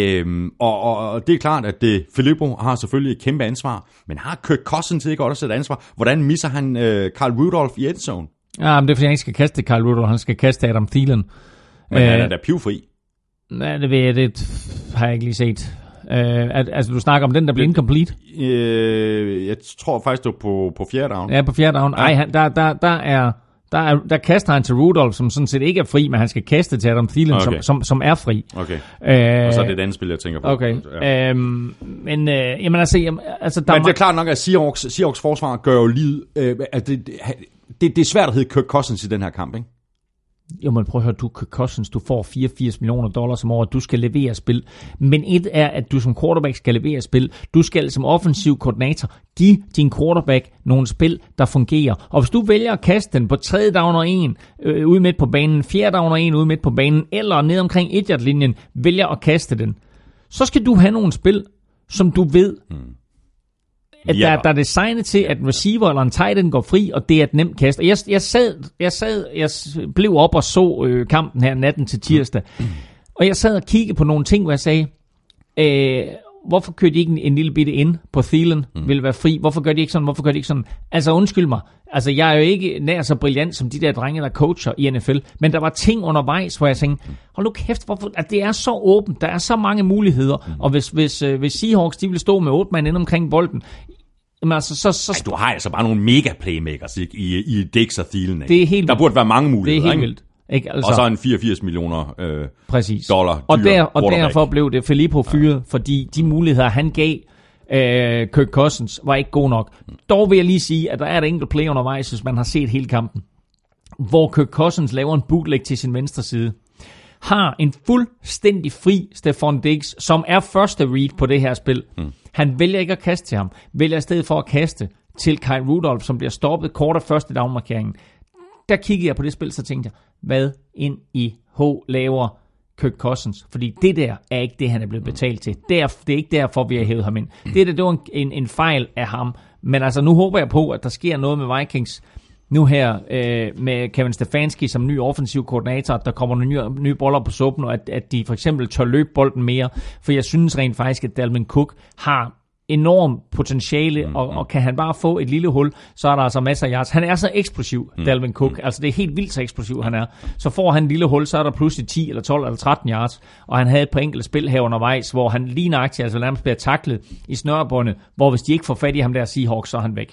Og det er klart, at Filippo har selvfølgelig et kæmpe ansvar, men har Kirk Cousins ikke også et ansvar? Hvordan misser han Kyle Rudolph i endzone? Ja, men det er fordi, han ikke skal kaste Kyle Rudolph, han skal kaste Adam Thielen. Men han er da pivfri. Nej, det har jeg ikke lige set. Altså, du snakker om den, der blev incomplete? Jeg tror faktisk, det var på 4. down. Ja, på 4. down. Ej, der kaster han til Rudolph, som sådan set ikke er fri, men han skal kaste til Adam Thielen, okay, som er fri. Okay. Og så er det et andet spil, jeg tænker på. Okay. Ja. Men det er klart nok, at Seahawks forsvar gør jo livet... Det er svært at hedde Kirk Cousins i den her kamp, ikke? Jo, men prøv at høre, Kirk Cousins, du får $84 million om året, du skal levere spil. Men et er, at du som quarterback skal levere spil. Du skal som offensiv koordinator give din quarterback nogle spil, der fungerer. Og hvis du vælger at kaste den på 3. down og 1 ude midt på banen, 4. down og 1 ude midt på banen, eller ned omkring 1-yard-linjen, vælger at kaste den, så skal du have nogle spil, som du ved... At der er designet til, at en receiver eller en tight end går fri, og det er et nemt kast. Og jeg blev op og så kampen her natten til tirsdag, og jeg sad og kiggede på nogle ting, hvor jeg sagde, hvorfor kører de ikke en lille bitte ind på Thielen, vil være fri? Hvorfor gør de ikke sådan? Hvorfor gør de ikke sådan? Altså undskyld mig, altså jeg er jo ikke nær så brillant som de der drenge, der coacher i NFL, men der var ting undervejs, hvor jeg tænkte, hold nu kæft, hvorfor? At det er så åbent, der er så mange muligheder, og hvis Seahawks, de vil stå med 8 mand inde omkring bolden, jamen altså, så du har altså bare nogle mega playmakers i Diggs og Thielen. Det er helt der burde være mange muligheder. Det er helt vildt. Ikke? Altså, og så en $84 millioner dollar og derfor blev det Filippo fyret, fordi de muligheder, han gav Kirk Cousins, var ikke gode nok. Dog vil jeg lige sige, at der er et enkelt play undervejs, hvis man har set hele kampen, hvor Kirk Cousins laver en bootleg til sin venstre side, har en fuldstændig fri Stefon Diggs, som er første read på det her spil. Han vælger ikke at kaste til ham, vælger i stedet for at kaste til Kyle Rudolph, som bliver stoppet kort af første downmarkeringen. Der kiggede jeg på det spil, så tænkte jeg, hvad ind i laver Kirk Cousins? Fordi det der er ikke det, han er blevet betalt til. Det er ikke derfor, vi har hævet ham ind. Det var en fejl af ham. Men altså, nu håber jeg på, at der sker noget med Vikings nu her med Kevin Stefanski som ny offensiv koordinator, at der kommer nogle nye boller på suppen, og at de for eksempel tør løbe bolden mere. For jeg synes rent faktisk, at Dalvin Cook har enorm potentiale, og kan han bare få et lille hul, så er der altså masser af yards. Han er så eksplosiv, Dalvin Cook. Altså det er helt vildt så eksplosiv, han er. Så får han et lille hul, så er der pludselig 10 eller 12 eller 13 yards, og han havde et par enkelte spil her undervejs, hvor han lige nøjagtigt altså nærmest bliver taklet i snørebåndet, hvor hvis de ikke får fat i ham der Seahawks, så er han væk.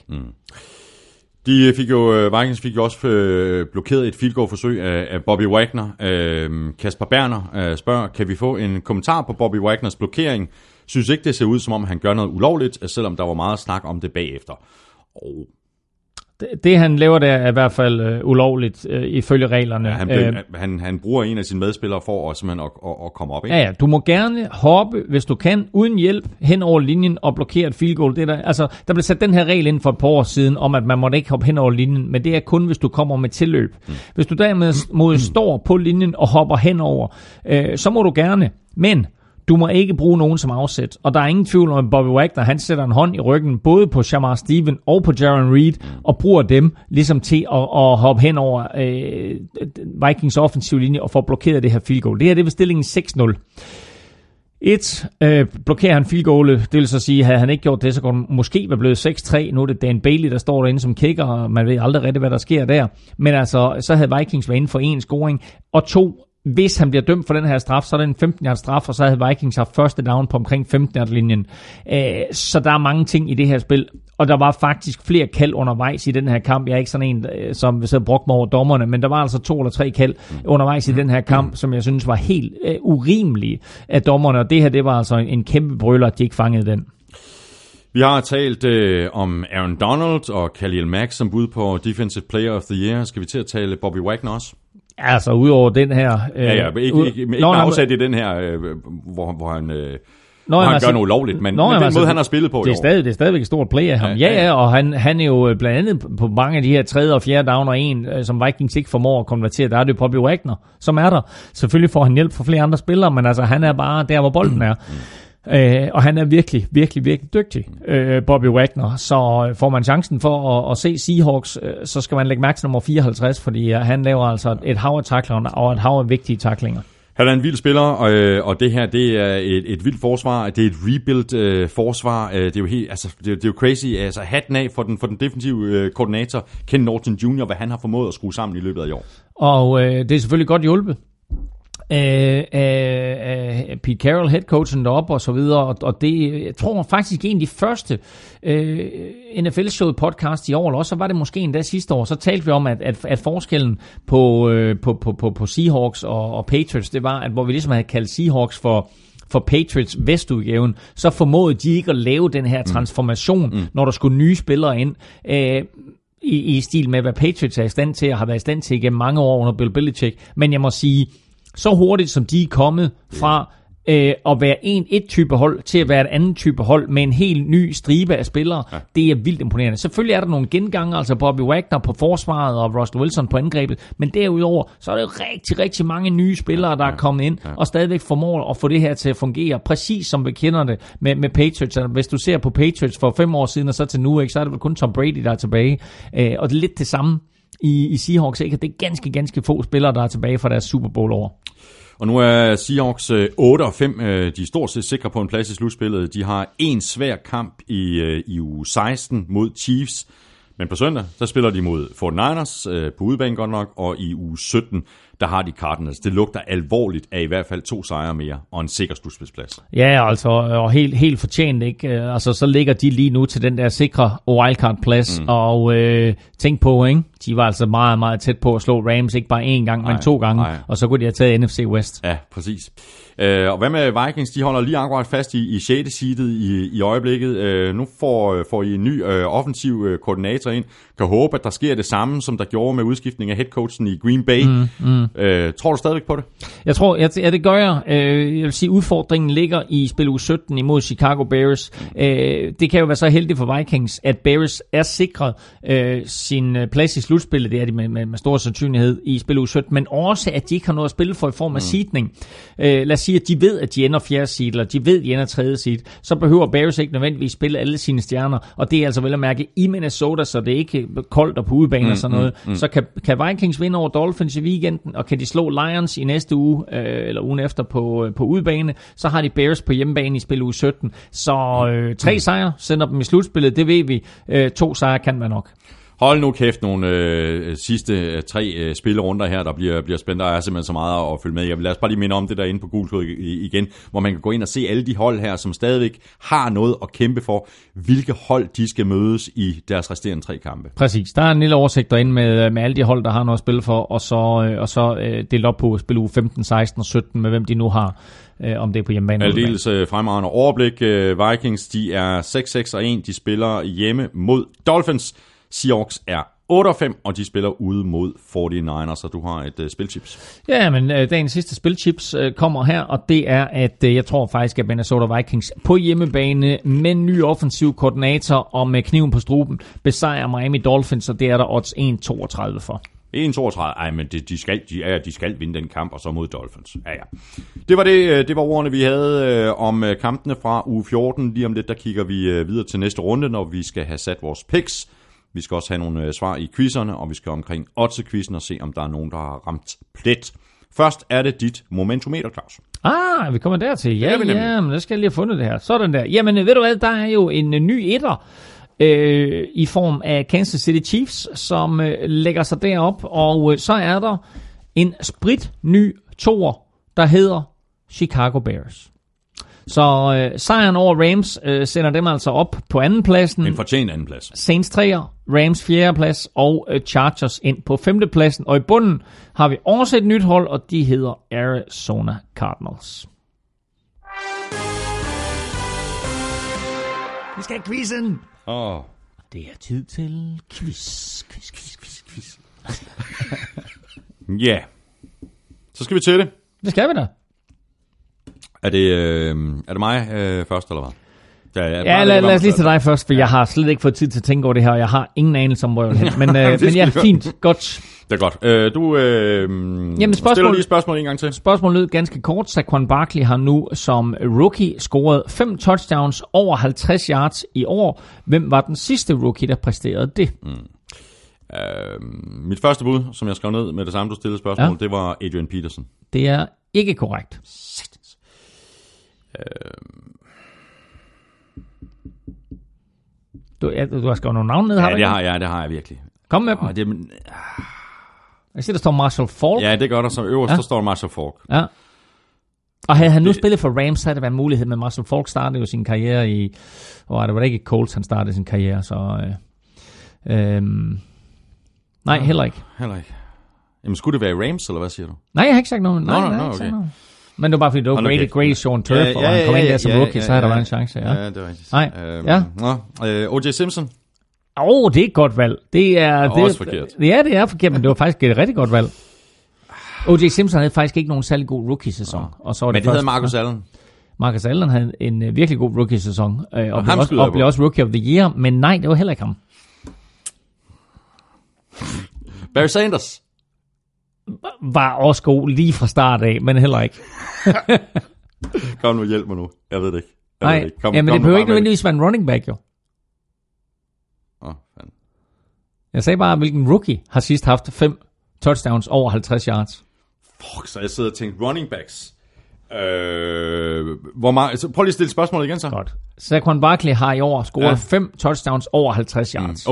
Vikings fik jo også blokeret et field goal forsøg af Bobby Wagner. Kasper Berner spørger, kan vi få en kommentar på Bobby Wagners blokering? Synes ikke, det ser ud, som om han gør noget ulovligt, selvom der var meget snak om det bagefter. Det han laver der er i hvert fald ulovligt ifølge reglerne. Ja, han bruger en af sine medspillere for simpelthen at komme op. Ikke? Ja, du må gerne hoppe, hvis du kan, uden hjælp, hen over linjen og blokere et field goal. Der blev sat den her regel ind for et par år siden, om at man måtte ikke hoppe hen over linjen, men det er kun, hvis du kommer med tilløb. Hvis du derimod står på linjen og hopper henover, så må du gerne, men du må ikke bruge nogen som afsæt. Og der er ingen tvivl om, at Bobby Wagner, han sætter en hånd i ryggen, både på Shamar Stephen og på Jaron Reed, og bruger dem ligesom til at hoppe hen over Vikings offensiv linje og få blokeret det her field goal. Det her, det er ved stillingen 6-0. Blokerer han field goal, det vil så sige, havde han ikke gjort det, så kunne han måske være blevet 6-3. Nu er det Dan Bailey, der står derinde som kicker, og man ved aldrig rigtig, hvad der sker der. Men altså, så havde Vikings været inde for 1 scoring, og 2. Hvis han bliver dømt for den her straf, så er det en 15-yard straf, og så havde Vikings haft første down på omkring 15-yard-linjen. Så der er mange ting i det her spil, og der var faktisk flere kald undervejs i den her kamp. Jeg er ikke sådan en, som vil sidde og brokke mig over dommerne, men der var altså 2 eller 3 kald undervejs i den her kamp, som jeg synes var helt urimelige af dommerne, og det her, det var altså en kæmpe brøler, at de ikke fangede den. Vi har talt om Aaron Donald og Khalil Mack som bud på Defensive Player of the Year. Skal vi til at tale Bobby Wagner også? Altså, udover den her... ikke afsat i den her, hvor han gør noget ulovligt, men den måde, han har spillet på det er stadigvæk et stort play af ham. Ja, og han er jo blandt andet på mange af de her 3. og 4. down og en, som Vikings ikke formår at konvertere. Der er det Bobby Wagner, som er der. Selvfølgelig får han hjælp fra flere andre spillere, men altså, han er bare der, hvor bolden er. Og han er virkelig, virkelig, virkelig dygtig, Bobby Wagner. Så får man chancen for at se Seahawks, så skal man lægge mærke til nummer 54, fordi han laver altså et hav af tackler og et hav af vigtige tacklinger. Han er en vild spiller, og det her, det er et vildt forsvar. Det er et rebuild forsvar. Det er jo helt, altså det er jo crazy. Altså hatten af for den defensive koordinator Ken Norton Jr., hvad han har formået at skrue sammen i løbet af i år. Og det er selvfølgelig godt hjulpet Pete Carroll, headcoachen deroppe og så videre, og det, jeg tror faktisk en af de første NFL-showet podcast i år, eller også så var det måske endda sidste år, så talte vi om, at forskellen på Seahawks og Patriots, det var, at hvor vi ligesom havde kaldt Seahawks for Patriots vestudgaven, så formåede de ikke at lave den her transformation, når der skulle nye spillere ind, i stil med, hvad Patriots er i stand til, og har været i stand til igennem mange år under Bill Belichick. Men jeg må sige, så hurtigt som de er kommet fra at være et type hold til at være et andet type hold med en helt ny stribe af spillere, det er vildt imponerende. Selvfølgelig er der nogle gengange, altså Bobby Wagner på forsvaret og Russell Wilson på angrebet, men derudover, så er der rigtig, rigtig mange nye spillere, der er kommet ind, og stadigvæk formår at få det her til at fungere, præcis som vi kender det med Patriots. Hvis du ser på Patriots for 5 år siden, og så til nu, ikke, så er det vel kun Tom Brady, der er tilbage, og det er lidt det samme i Seahawks, ikke? Det er ganske, ganske få spillere, der er tilbage fra deres Super Bowl år. Og nu er Seahawks 8-5, de er stort set sikre på en plads i slutspillet. De har en svær kamp i uge 16 mod Chiefs, men på søndag, der spiller de mod 49ers på udebane godt nok, og i uge 17, der har de Cardinals. Det lugter alvorligt af i hvert fald 2 sejre mere og en sikker slutspilsplads. Ja, altså, og helt fortjent, ikke? Altså, så ligger de lige nu til den der sikre wildcard-plads, og tænk på, ikke? De var altså meget, meget tæt på at slå Rams, ikke bare 1 gang, men 2 gange, og så kunne de have taget NFC West. Ja, præcis. Og hvad med Vikings? De holder lige akkurat fast i 6. seedet i øjeblikket. Nu får I en ny offensiv koordinator ind. Kan håbe, at der sker det samme, som der gjorde med udskiftning af headcoachen i Green Bay. Tror du stadigvæk på det? Jeg tror, ja, det gør jeg. Jeg vil sige, udfordringen ligger i spil uge 17 imod Chicago Bears. Det kan jo være så heldigt for Vikings, at Bears er sikret sin plads i slutspillet. Det er de med stor sandsynlighed i spil uge 17, men også, at de ikke har noget at spille for i form af seedning. Lad os sige, at de ved, at de ender 4. seed, eller de ved, at de ender 3. seed. Så behøver Bears ikke nødvendigvis spille alle sine stjerner, og det er altså vel at mærke i Minnesota, så det er ikke koldt og på udebane og sådan noget. Så kan Vikings vinde over Dolphins i weekenden, og kan de slå Lions i næste uge, eller ugen efter på udebane, så har de Bears på hjemmebane i spil uge 17. Så 3 sejre sender dem i slutspillet, det ved vi. 2 sejre kan man nok. Hold nu kæft nogle sidste 3 spillerunder her, der bliver spændende. Der er simpelthen så meget at følge med. Jeg vil lade os bare lige minde om det der inde på Gulklud igen, hvor man kan gå ind og se alle de hold her, som stadigvæk har noget at kæmpe for, hvilke hold de skal mødes i deres resterende 3 kampe. Præcis. Der er en lille oversigt derinde med alle de hold, der har noget at spille for, og så delt op på spil uge 15, 16 og 17 med hvem de nu har. Om det er på hjemmebane. Aldeles fremragende overblik. Vikings, de er 6-6-1. De spiller hjemme mod Dolphins. Seahawks er 8-5, og de spiller ude mod 49ers, så du har et spilchips. Ja, men dagens sidste spilchips kommer her, og det er, at jeg tror faktisk, at Minnesota Vikings på hjemmebane med en ny offensiv koordinator og med kniven på struben besejrer Miami Dolphins, og det er der odds 1,32 for. 1,32. Ej, men de skal vinde den kamp, og så mod Dolphins. Ja. Det var ordene, vi havde om kampene fra uge 14. Lige om lidt, der kigger vi videre til næste runde, når vi skal have sat vores picks. Vi skal også have nogle svar i quizzerne, og vi skal omkring odds-quizzen og se, om der er nogen, der har ramt plet. Først er det dit momentometer, Claus. Vi kommer dertil. Ja, men der skal jeg lige have fundet det her. Sådan der. Jamen, ved du hvad, der er jo en ny etter i form af Kansas City Chiefs, som lægger sig derop, og så er der en spritny toer, der hedder Chicago Bears. Så sejren over Rams sender dem altså op på andenpladsen. En fortjent andenplads. Saints 3'er, Rams 4. plads og Chargers ind på 5. pladsen. Og i bunden har vi også et nyt hold, og de hedder Arizona Cardinals. Vi skal have quizzen. Det er tid til quiz. Ja. Så skal vi til det. Det skal vi da. Er det mig først, eller hvad? Lad os lige til dig først, for jeg har slet ikke fået tid til at tænke over det her, og jeg har ingen anelse om, hvor jeg vil hen. Men ja, fint. Godt. Det er godt. Stiller lige spørgsmål en gang til. Spørgsmålet lød ganske kort. Saquon Barkley har nu som rookie scoret 5 touchdowns over 50 yards i år. Hvem var den sidste rookie, der præsterede det? Mit første bud, som jeg skrev ned med det samme, du stillede spørgsmål, det var Adrian Peterson. Det er ikke korrekt. Du har skrevet nogle navne ned, har du? Ja, det har jeg virkelig. Kom med dem. Jeg siger, der står Marshall Faulk. Ja, det gør der. Så øverst, der står Marshall Faulk. Ja. Og havde han nu spillet for Rams, så havde det været en mulighed, men Marshall Faulk startede jo sin karriere i... det var ikke Colts, han startede sin karriere, så... nej, heller ikke. Jamen, skulle det være i Rams, eller hvad siger du? Nej, jeg har ikke sagt noget. Nej, okay. Men det var bare fordi, det var Grady Sean Turf, og han kom ind der som rookie, så havde der været en chance. Ja, det er rigtigt. Nej, O.J. Simpson? Det er et godt valg. Det er også forkert. Ja, det er forkert, men det var faktisk et rigtig godt valg. O.J. Simpson havde faktisk ikke nogen særlig god rookie-sæson. Og så var men det havde Marcus Allen. Marcus Allen havde en virkelig god rookie-sæson, og blev også rookie of the year, men nej, det var heller ikke ham. Barry Sanders? Var også god lige fra start af, men heller ikke. Kom nu, hjælp mig nu. Jeg ved det ikke. Men det behøver ikke nødvendigvis være en running back, jo. Fanden. Jeg sagde bare, hvilken rookie har sidst haft 5 touchdowns over 50 yards. Fuck, så jeg sidder og tænker running backs. Hvor meget? Så prøv lige at stille spørgsmålet igen så. Godt. Saquon Barkley har i år scoret 5 touchdowns over 50 yards.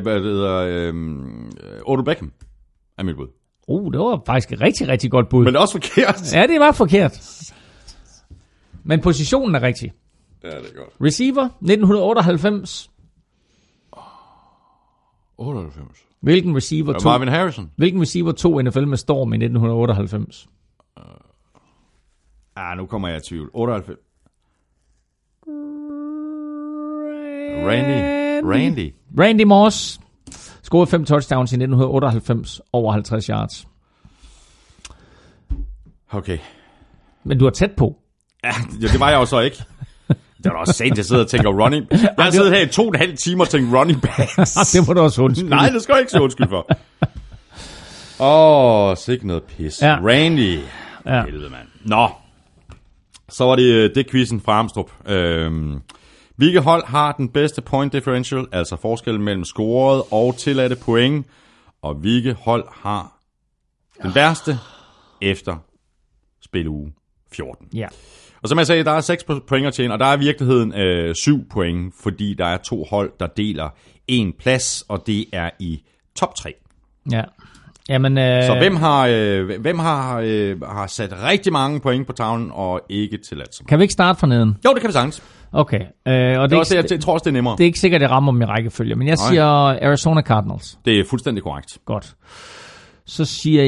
Odell Beckham er mit bud. Det var faktisk et rigtig, rigtig godt bud. Men det er også forkert. Ja, det var forkert. Men positionen er rigtig. Ja, det er godt. Receiver, 1998. 98. Hvilken receiver tog... Marvin Harrison. Hvilken receiver tog NFL med storm i 1998? Nu kommer jeg i tvivl. 98. Randy Moss scorede 5 touchdowns i 1998 over 50 yards. Okay. Men du er tæt på. Ja, det var jeg jo så ikke. Det var også sent, jeg sidder og tænker running. Jeg har siddet her i 2,5 timer og tænkt running backs. Det må du også undskylde. Nej, det skal jeg ikke sige undskyld for. Sikke noget pis. Ja. Randy. Ja. Helvede, mand. Nå. Så var det quizzen fra Armstrong. Hvilke hold har den bedste point differential, altså forskellen mellem scoret og tilladte point, og hvilke hold har Den værste efter spiluge 14. Ja. Og som jeg sagde, der er 6 point at tjene, og der er i virkeligheden 7 point, fordi der er 2 hold, der deler en plads, og det er i top 3. Ja. Jamen, så hvem har sat rigtig mange point på tavlen og ikke tilladt sig? Kan vi ikke starte fra neden? Jo, det kan vi sagtens. Okay. Og det er også, jeg tror også, det er nemmere. Det er ikke sikkert, at det rammer min rækkefølge, men jeg siger Arizona Cardinals. Det er fuldstændig korrekt. Godt. Så siger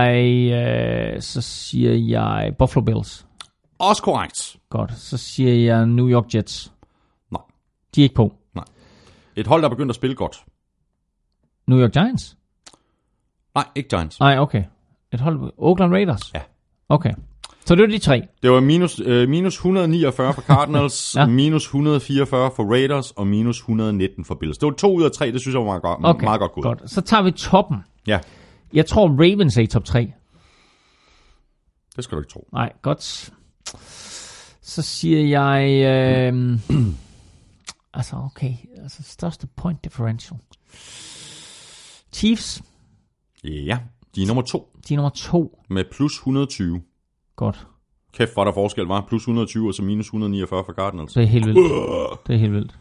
jeg Buffalo Bills. Også korrekt. Godt. Så siger jeg New York Jets. Nej. De er ikke på. Nej. Et hold, der er begyndt at spille godt. New York Giants? Nej, ikke Giants. Nej, okay. Et hold, Oakland Raiders? Ja. Okay. Så det er de 3. Det var minus 149 for Cardinals, ja. Minus 144 for Raiders og minus 119 for Bills. Det var 2 ud af 3, det synes jeg var meget godt gået. Godt. Så tager vi toppen. Ja. Jeg tror Ravens er i top 3. Det skal du ikke tro. Nej, godt. Så siger jeg... største point differential. Chiefs. Ja, de er nummer 2. De er nummer 2. Med plus 120. Godt. Kæft, hvor der forskel var. Plus 120 og så minus 149 for Cardinals. Det er helt vildt. Det er helt vildt.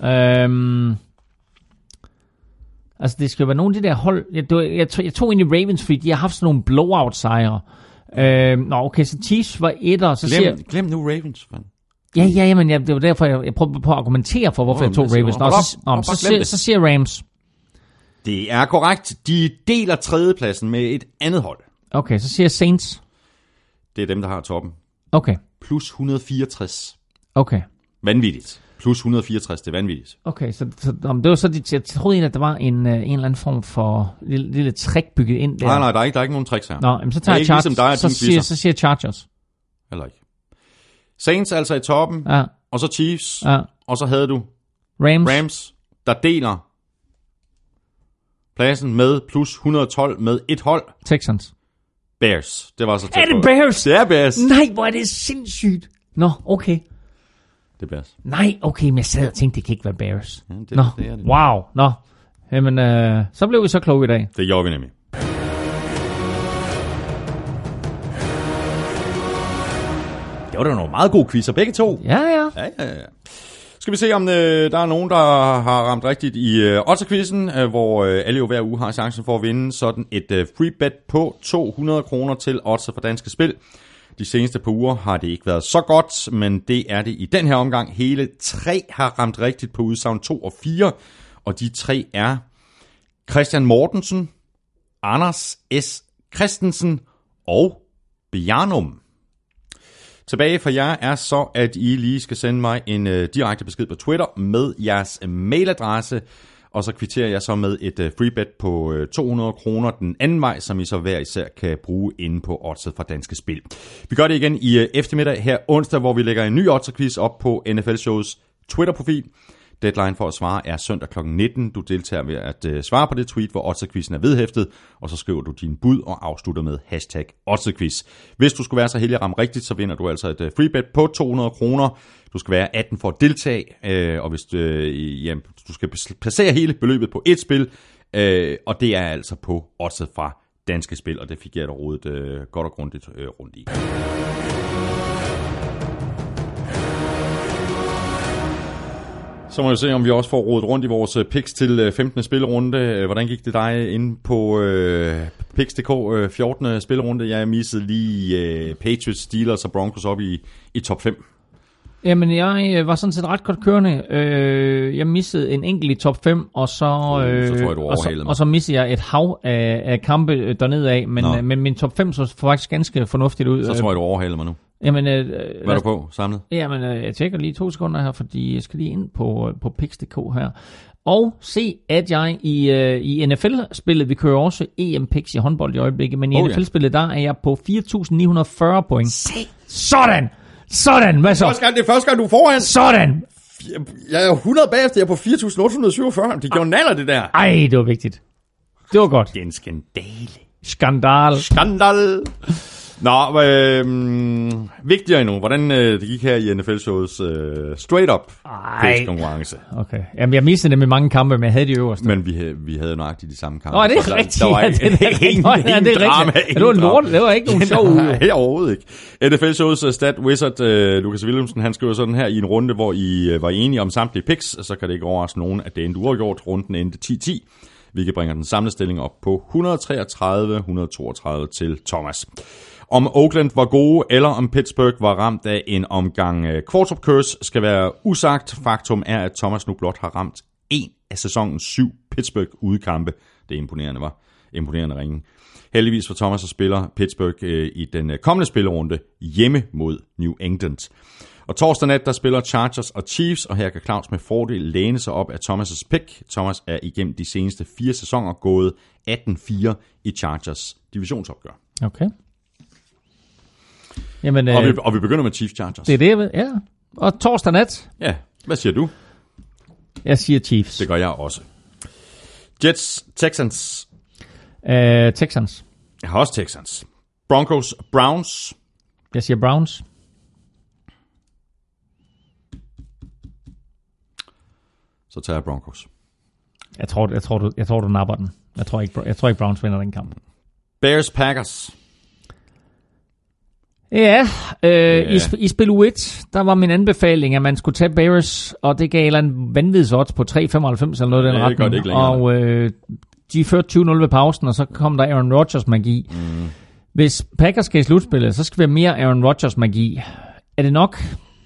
Det skal være nogle af de der hold... Jeg tog ind i Ravens, fordi de har haft sådan nogle blowout-sejre. Okay, så Chiefs var etter. Glem nu Ravens, fand. Ja, men det var derfor, jeg prøvede på at argumentere for, hvorfor jeg tog Ravens. Så siger Rams. Det er korrekt. De deler tredjepladsen med et andet hold. Okay, så siger Saints. Det er dem, der har toppen. Okay. Plus 164. Okay. Vanvittigt. Plus 164, det er vanvittigt. Okay, så det var så, jeg troede egentlig, at der var en eller anden form for lille trick bygget ind der. Nej, der er ikke nogen tricks her. Nå, men så tager jeg Chargers. Ligesom så siger Chargers. Eller ikke. Saints altså i toppen, ja. Og så Chiefs, ja. Og så havde du Rams, der deler pladsen med plus 112 med et hold. Texans. Bears. Det var så tæt. Er det Bears? Det er Bears. Nej, hvor er det sindssygt. Nå, okay. Det er Bears. Nej, okay, men jeg sad og tænkte, det kan ikke være Bears. Ja, det er det. Wow. Nå. Jamen, så blev vi så kloge i dag. Det gjorde vi nemlig. Det var da nogle meget gode quizzer, begge to. Ja. Skal vi se, om der er nogen, der har ramt rigtigt i Odds-quizzen, hvor alle jo hver uge har chancen for at vinde sådan et free bet på 200 kroner til Odds for Danske Spil. De seneste par uger har det ikke været så godt, men det er det i den her omgang. Hele 3 har ramt rigtigt på udsagn 2 og 4, og de 3 er Christian Mortensen, Anders S. Christensen og Bjarnum. Tilbage for jer er så, at I lige skal sende mig en direkte besked på Twitter med jeres mailadresse, og så kvitterer jeg så med et free bet på 200 kroner den anden vej, som I så hver især kan bruge inde på Oddset fra Danske Spil. Vi gør det igen i eftermiddag her onsdag, hvor vi lægger en ny Oddset-quiz op på NFL Shows Twitter-profil. Deadline for at svare er søndag kl. 19. Du deltager ved at svare på det tweet, hvor Oddset-quizzen er vedhæftet, og så skriver du din bud og afslutter med #Oddset-quiz. Hvis du skulle være så heldig at ramme rigtigt, så vinder du altså et free bet på 200 kroner. Du skal være 18 for at deltage, og hvis du skal placere hele beløbet på et spil, og det er altså på Oddset fra Danske Spil, og det fik jeg da rodet godt og grundigt rundt i. Så må vi se, om vi også får rodet rundt i vores picks til 15. spillerunde. Hvordan gik det dig inde på picks.dk 14. spillerunde? Jeg missede lige Patriots, Steelers og Broncos op i top 5. Jamen, jeg var sådan set ret godt kørende. Jeg missede en enkelt i top 5, og så tror jeg, du overhalede mig. Og så missede jeg et hav af kampe dernede af, men min top 5 så faktisk ganske fornuftigt ud. Så tror jeg, du overhalede mig nu. Jamen, hvad er du på samlet? Jamen, jeg tjekker lige 2 sekunder her, fordi jeg skal lige ind på picks.dk her. Og se, at jeg i NFL-spillet, vi kører også EM-picks i håndbold i øjeblikket, men i NFL-spillet, der er jeg på 4.940 point. Sådan! Hvad så? Det er første gang, du er foran. Sådan! Jeg er 100 bagefter, jeg er på 4.847. Det gjorde naller, det der. Ej, det var vigtigt. Det var godt. Det er en skandale. Skandal. Vigtigere endnu, hvordan det gik her i NFL-showets straight up konkurrence. Okay. Jamen, jeg mistede nemlig mange kampe, men jeg havde de øverste. Men vi havde nøjagtigt de samme kampe. Nå, det er rigtigt. Der var ingen drama. Det var lort, det var ikke nogen sjov uge. Nej, overhovedet ikke. NFL-showets stat wizard, Lukas Williamsen, han skriver sådan her, i en runde, hvor I var enige om samtlige picks, så kan det ikke overraske nogen, at det endte uafgjort. Runden endte 10-10, hvilket bringer den samlede stilling op på 133-132 til Thomas. Om Oakland var gode, eller om Pittsburgh var ramt af en omgang quarterback curse, skal være usagt. Faktum er, at Thomas nu blot har ramt 1 af sæsonens 7 Pittsburgh udekampe. Det er imponerende, var. Imponerende ringe. Heldigvis for Thomas, så spiller Pittsburgh i den kommende spillerunde hjemme mod New England. Og torsdag nat, der spiller Chargers og Chiefs, og her kan Claus med fordel læne sig op af Thomas' pick. Thomas er igennem de seneste 4 sæsoner gået 18-4 i Chargers divisionsopgør. Okay. Jamen, og vi begynder med Chiefs Chargers. Det er det, jeg ved. Ja. Og torsdag nat? Ja, hvad siger du? Jeg siger Chiefs. Det gør jeg også. Jets, Texans. Texans. Jeg har også Texans. Broncos, Browns. Jeg siger Browns. Så tager jeg Broncos. Jeg tror du napper den. Jeg tror ikke Browns vinder den kamp. Bears, Packers. Ja, i spil U1, der var min anbefaling, at man skulle tage Bears, og det gav en vanvittig odds på 3,95 eller noget i den retning. Det ikke og de førte 20-0 ved pausen, og så kom der Aaron Rodgers magi. Hvis Packers skal i slutspillet, så skal vi have mere Aaron Rodgers magi. Er det nok?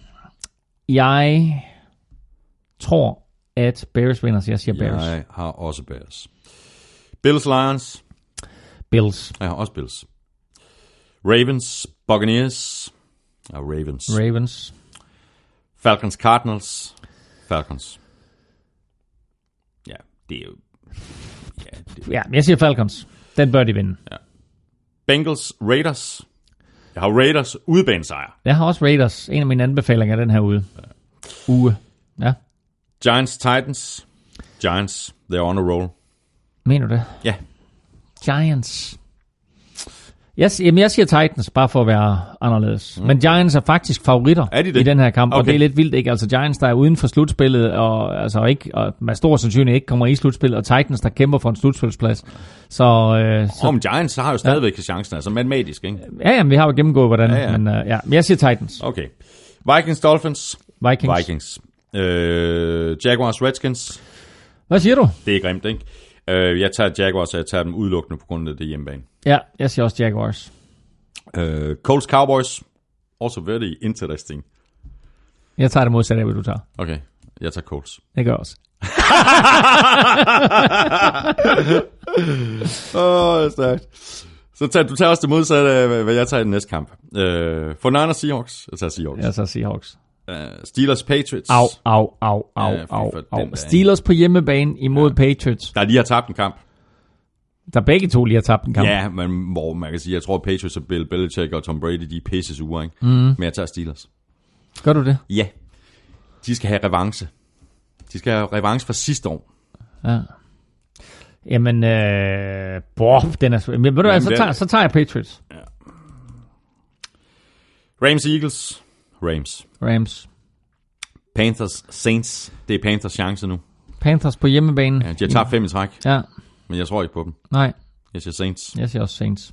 Jeg tror, at Bears vinder, så jeg siger Bears. Jeg har også Bears. Bills, Lions. Bills. Jeg har også Bills. Ravens, Buccaneers. Ja, Ravens. Falcons, Cardinals. Falcons. Ja, det er jo... Ja, jeg siger Falcons. Den bør de vinde. Ja. Bengals, Raiders. Jeg har Raiders udebanesejr. Jeg har også Raiders. En af mine anbefalinger den her uge. Ja. Giants, Titans. Giants, they're on a roll. Mener du det? Ja. Giants. Jeg siger Titans, bare for at være anderledes. Men Giants er faktisk favoritter i den her kamp, okay. Og det er lidt vildt, ikke? Altså Giants, der er uden for slutspillet, og altså ikke, og med stor sandsynlighed ikke kommer i slutspillet, og Titans, der kæmper for en slutspilsplads. Men Giants har jo stadigvæk chancen, altså matematisk, ikke? Ja, vi har jo gennemgået, hvordan. Ja. Men jeg siger Titans. Okay. Vikings, Dolphins. Vikings. Jaguars, Redskins. Hvad siger du? Det er grimt, ikke? Jeg tager Jaguars, og jeg tager dem udelukkende på grund af det hjemmebane. Ja, jeg siger også Jaguars. Colts, Cowboys. Also very interesting. Jeg tager det modsatte af, hvad du tager. Okay, jeg tager Colts. Jeg gør også. Stærkt. Så du tager også det modsatte af, hvad jeg tager i den næste kamp. For Niners, Seahawks. Jeg tager Seahawks. Steelers, Patriots. Au. Steelers på hjemmebane imod Patriots. Der lige har tabt en kamp. Der begge to lige har tabt en kamp. Ja, men hvor man kan sige, jeg tror, at Patriots og Bill Belichick og Tom Brady, de er pisse sure, ikke? Men jeg tager Steelers. Gør du det? Ja. De skal have revanche. De skal have revanche fra sidste år. Ja. Jamen, den er... Men ved du hvad, så tager jeg Patriots. Ja. Rams, Eagles. Rams. Panthers, Saints. Det er Panthers chance nu. Panthers på hjemmebane. Ja, de har tabt 5 i træk. Ja. Men jeg tror ikke på dem. Nej. Jeg siger Saints. Jeg siger også Saints.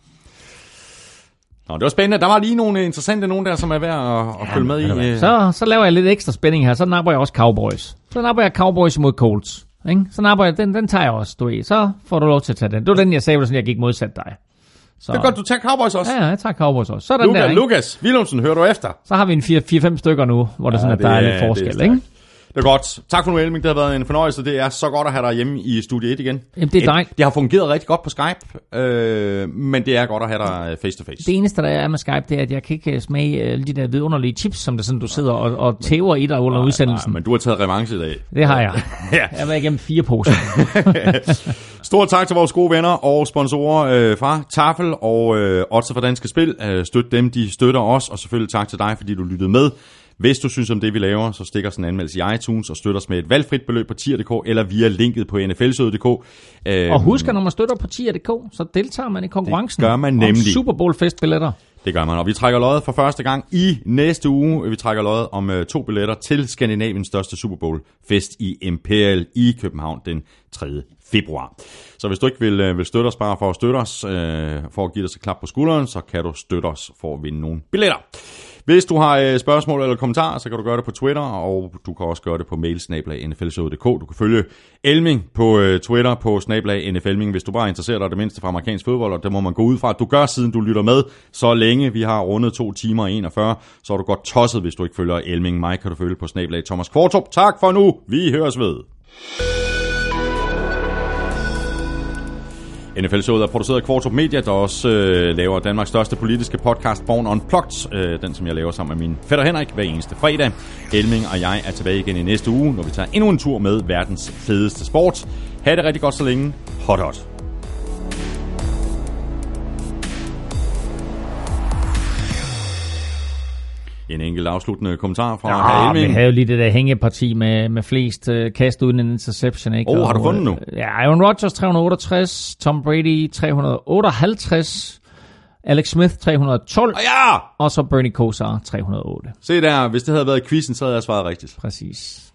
Nå, det var spændende. Der var lige nogle interessante nogen der, som er værd at følge med i. Så laver jeg lidt ekstra spænding her. Så napper jeg også Cowboys. Så napper jeg Cowboys mod Colts. Ikke? Så napper jeg den tager jeg også, du ved. Så får du lov til at tage den. Det var den, jeg sagde, sådan jeg gik modsat dig. Så. Det er godt, du tager Cowboys også. Ja, jeg tager Cowboys også. Så er Lukas Willumsen, hører du efter? Så har vi en 4-5 stykker nu, hvor det sådan, at der er lidt forskel, ikke? Det er godt. Tak for nu, Elming. Det har været en fornøjelse. Det er så godt at have dig hjemme i Studie 1 igen. Jamen, det er dig. Det har fungeret rigtig godt på Skype, men det er godt at have dig face to face. Det eneste, der er med Skype, det er, at jeg kan ikke smage alle de der vidunderlige chips, som det sådan, du sidder og tæver i dig under udsendelsen. Nej, men du har taget revanche i dag. Det har jeg. Ja. Jeg var igennem 4 poser. Stort tak til vores gode venner og sponsorer fra Tafel og Odds for Danske Spil. Støt dem, de støtter os, og selvfølgelig tak til dig, fordi du lyttede med. Hvis du synes om det, vi laver, så stik os en anmeldelse i iTunes og støt os med et valgfrit beløb på tier.dk eller via linket på nflsøde.dk. Og husk, at når man støtter på tier.dk, så deltager man i konkurrencen. Det gør man nemlig. Om Super Bowl festbilletter. Det gør man, og vi trækker loddet for første gang i næste uge. Vi trækker loddet om 2 billetter til Skandinaviens største Super Bowl fest i Imperial i København den 3. februar. Så hvis du ikke vil støtte os bare for at støtte os, for at give os et klap på skulderen, så kan du støtte os for at vinde nogle billetter. Hvis du har spørgsmål eller kommentarer, så kan du gøre det på Twitter, og du kan også gøre det på mail@nflshow.dk. Du kan følge Elming på Twitter på @nflming, hvis du bare interesserer dig det mindste for amerikansk fodbold, og det må man gå ud fra, at du gør, siden du lytter med så længe. Vi har rundet 2 timer og 41, så er du godt tosset, hvis du ikke følger Elming. Mig kan du følge på @Thomas Kvartrup. Tak for nu. Vi høres ved. NFL-showet er produceret af Kvartrup Media, der også laver Danmarks største politiske podcast, Born Unplugged, den som jeg laver sammen med min fætter Henrik hver eneste fredag. Elming og jeg er tilbage igen i næste uge, når vi tager endnu en tur med verdens fedeste sport. Ha' det rigtig godt så længe. Hot. En enkelt afsluttende kommentar fra hr. Elming. Vi havde jo lige det der hængeparti med flest kast uden en interception, ikke? Har du fundet nu? Ja, Aaron Rodgers 368, Tom Brady 358, Alex Smith 312, og så Bernie Kosar 308. Se der, hvis det havde været quizzen, så havde jeg svaret rigtigt. Præcis.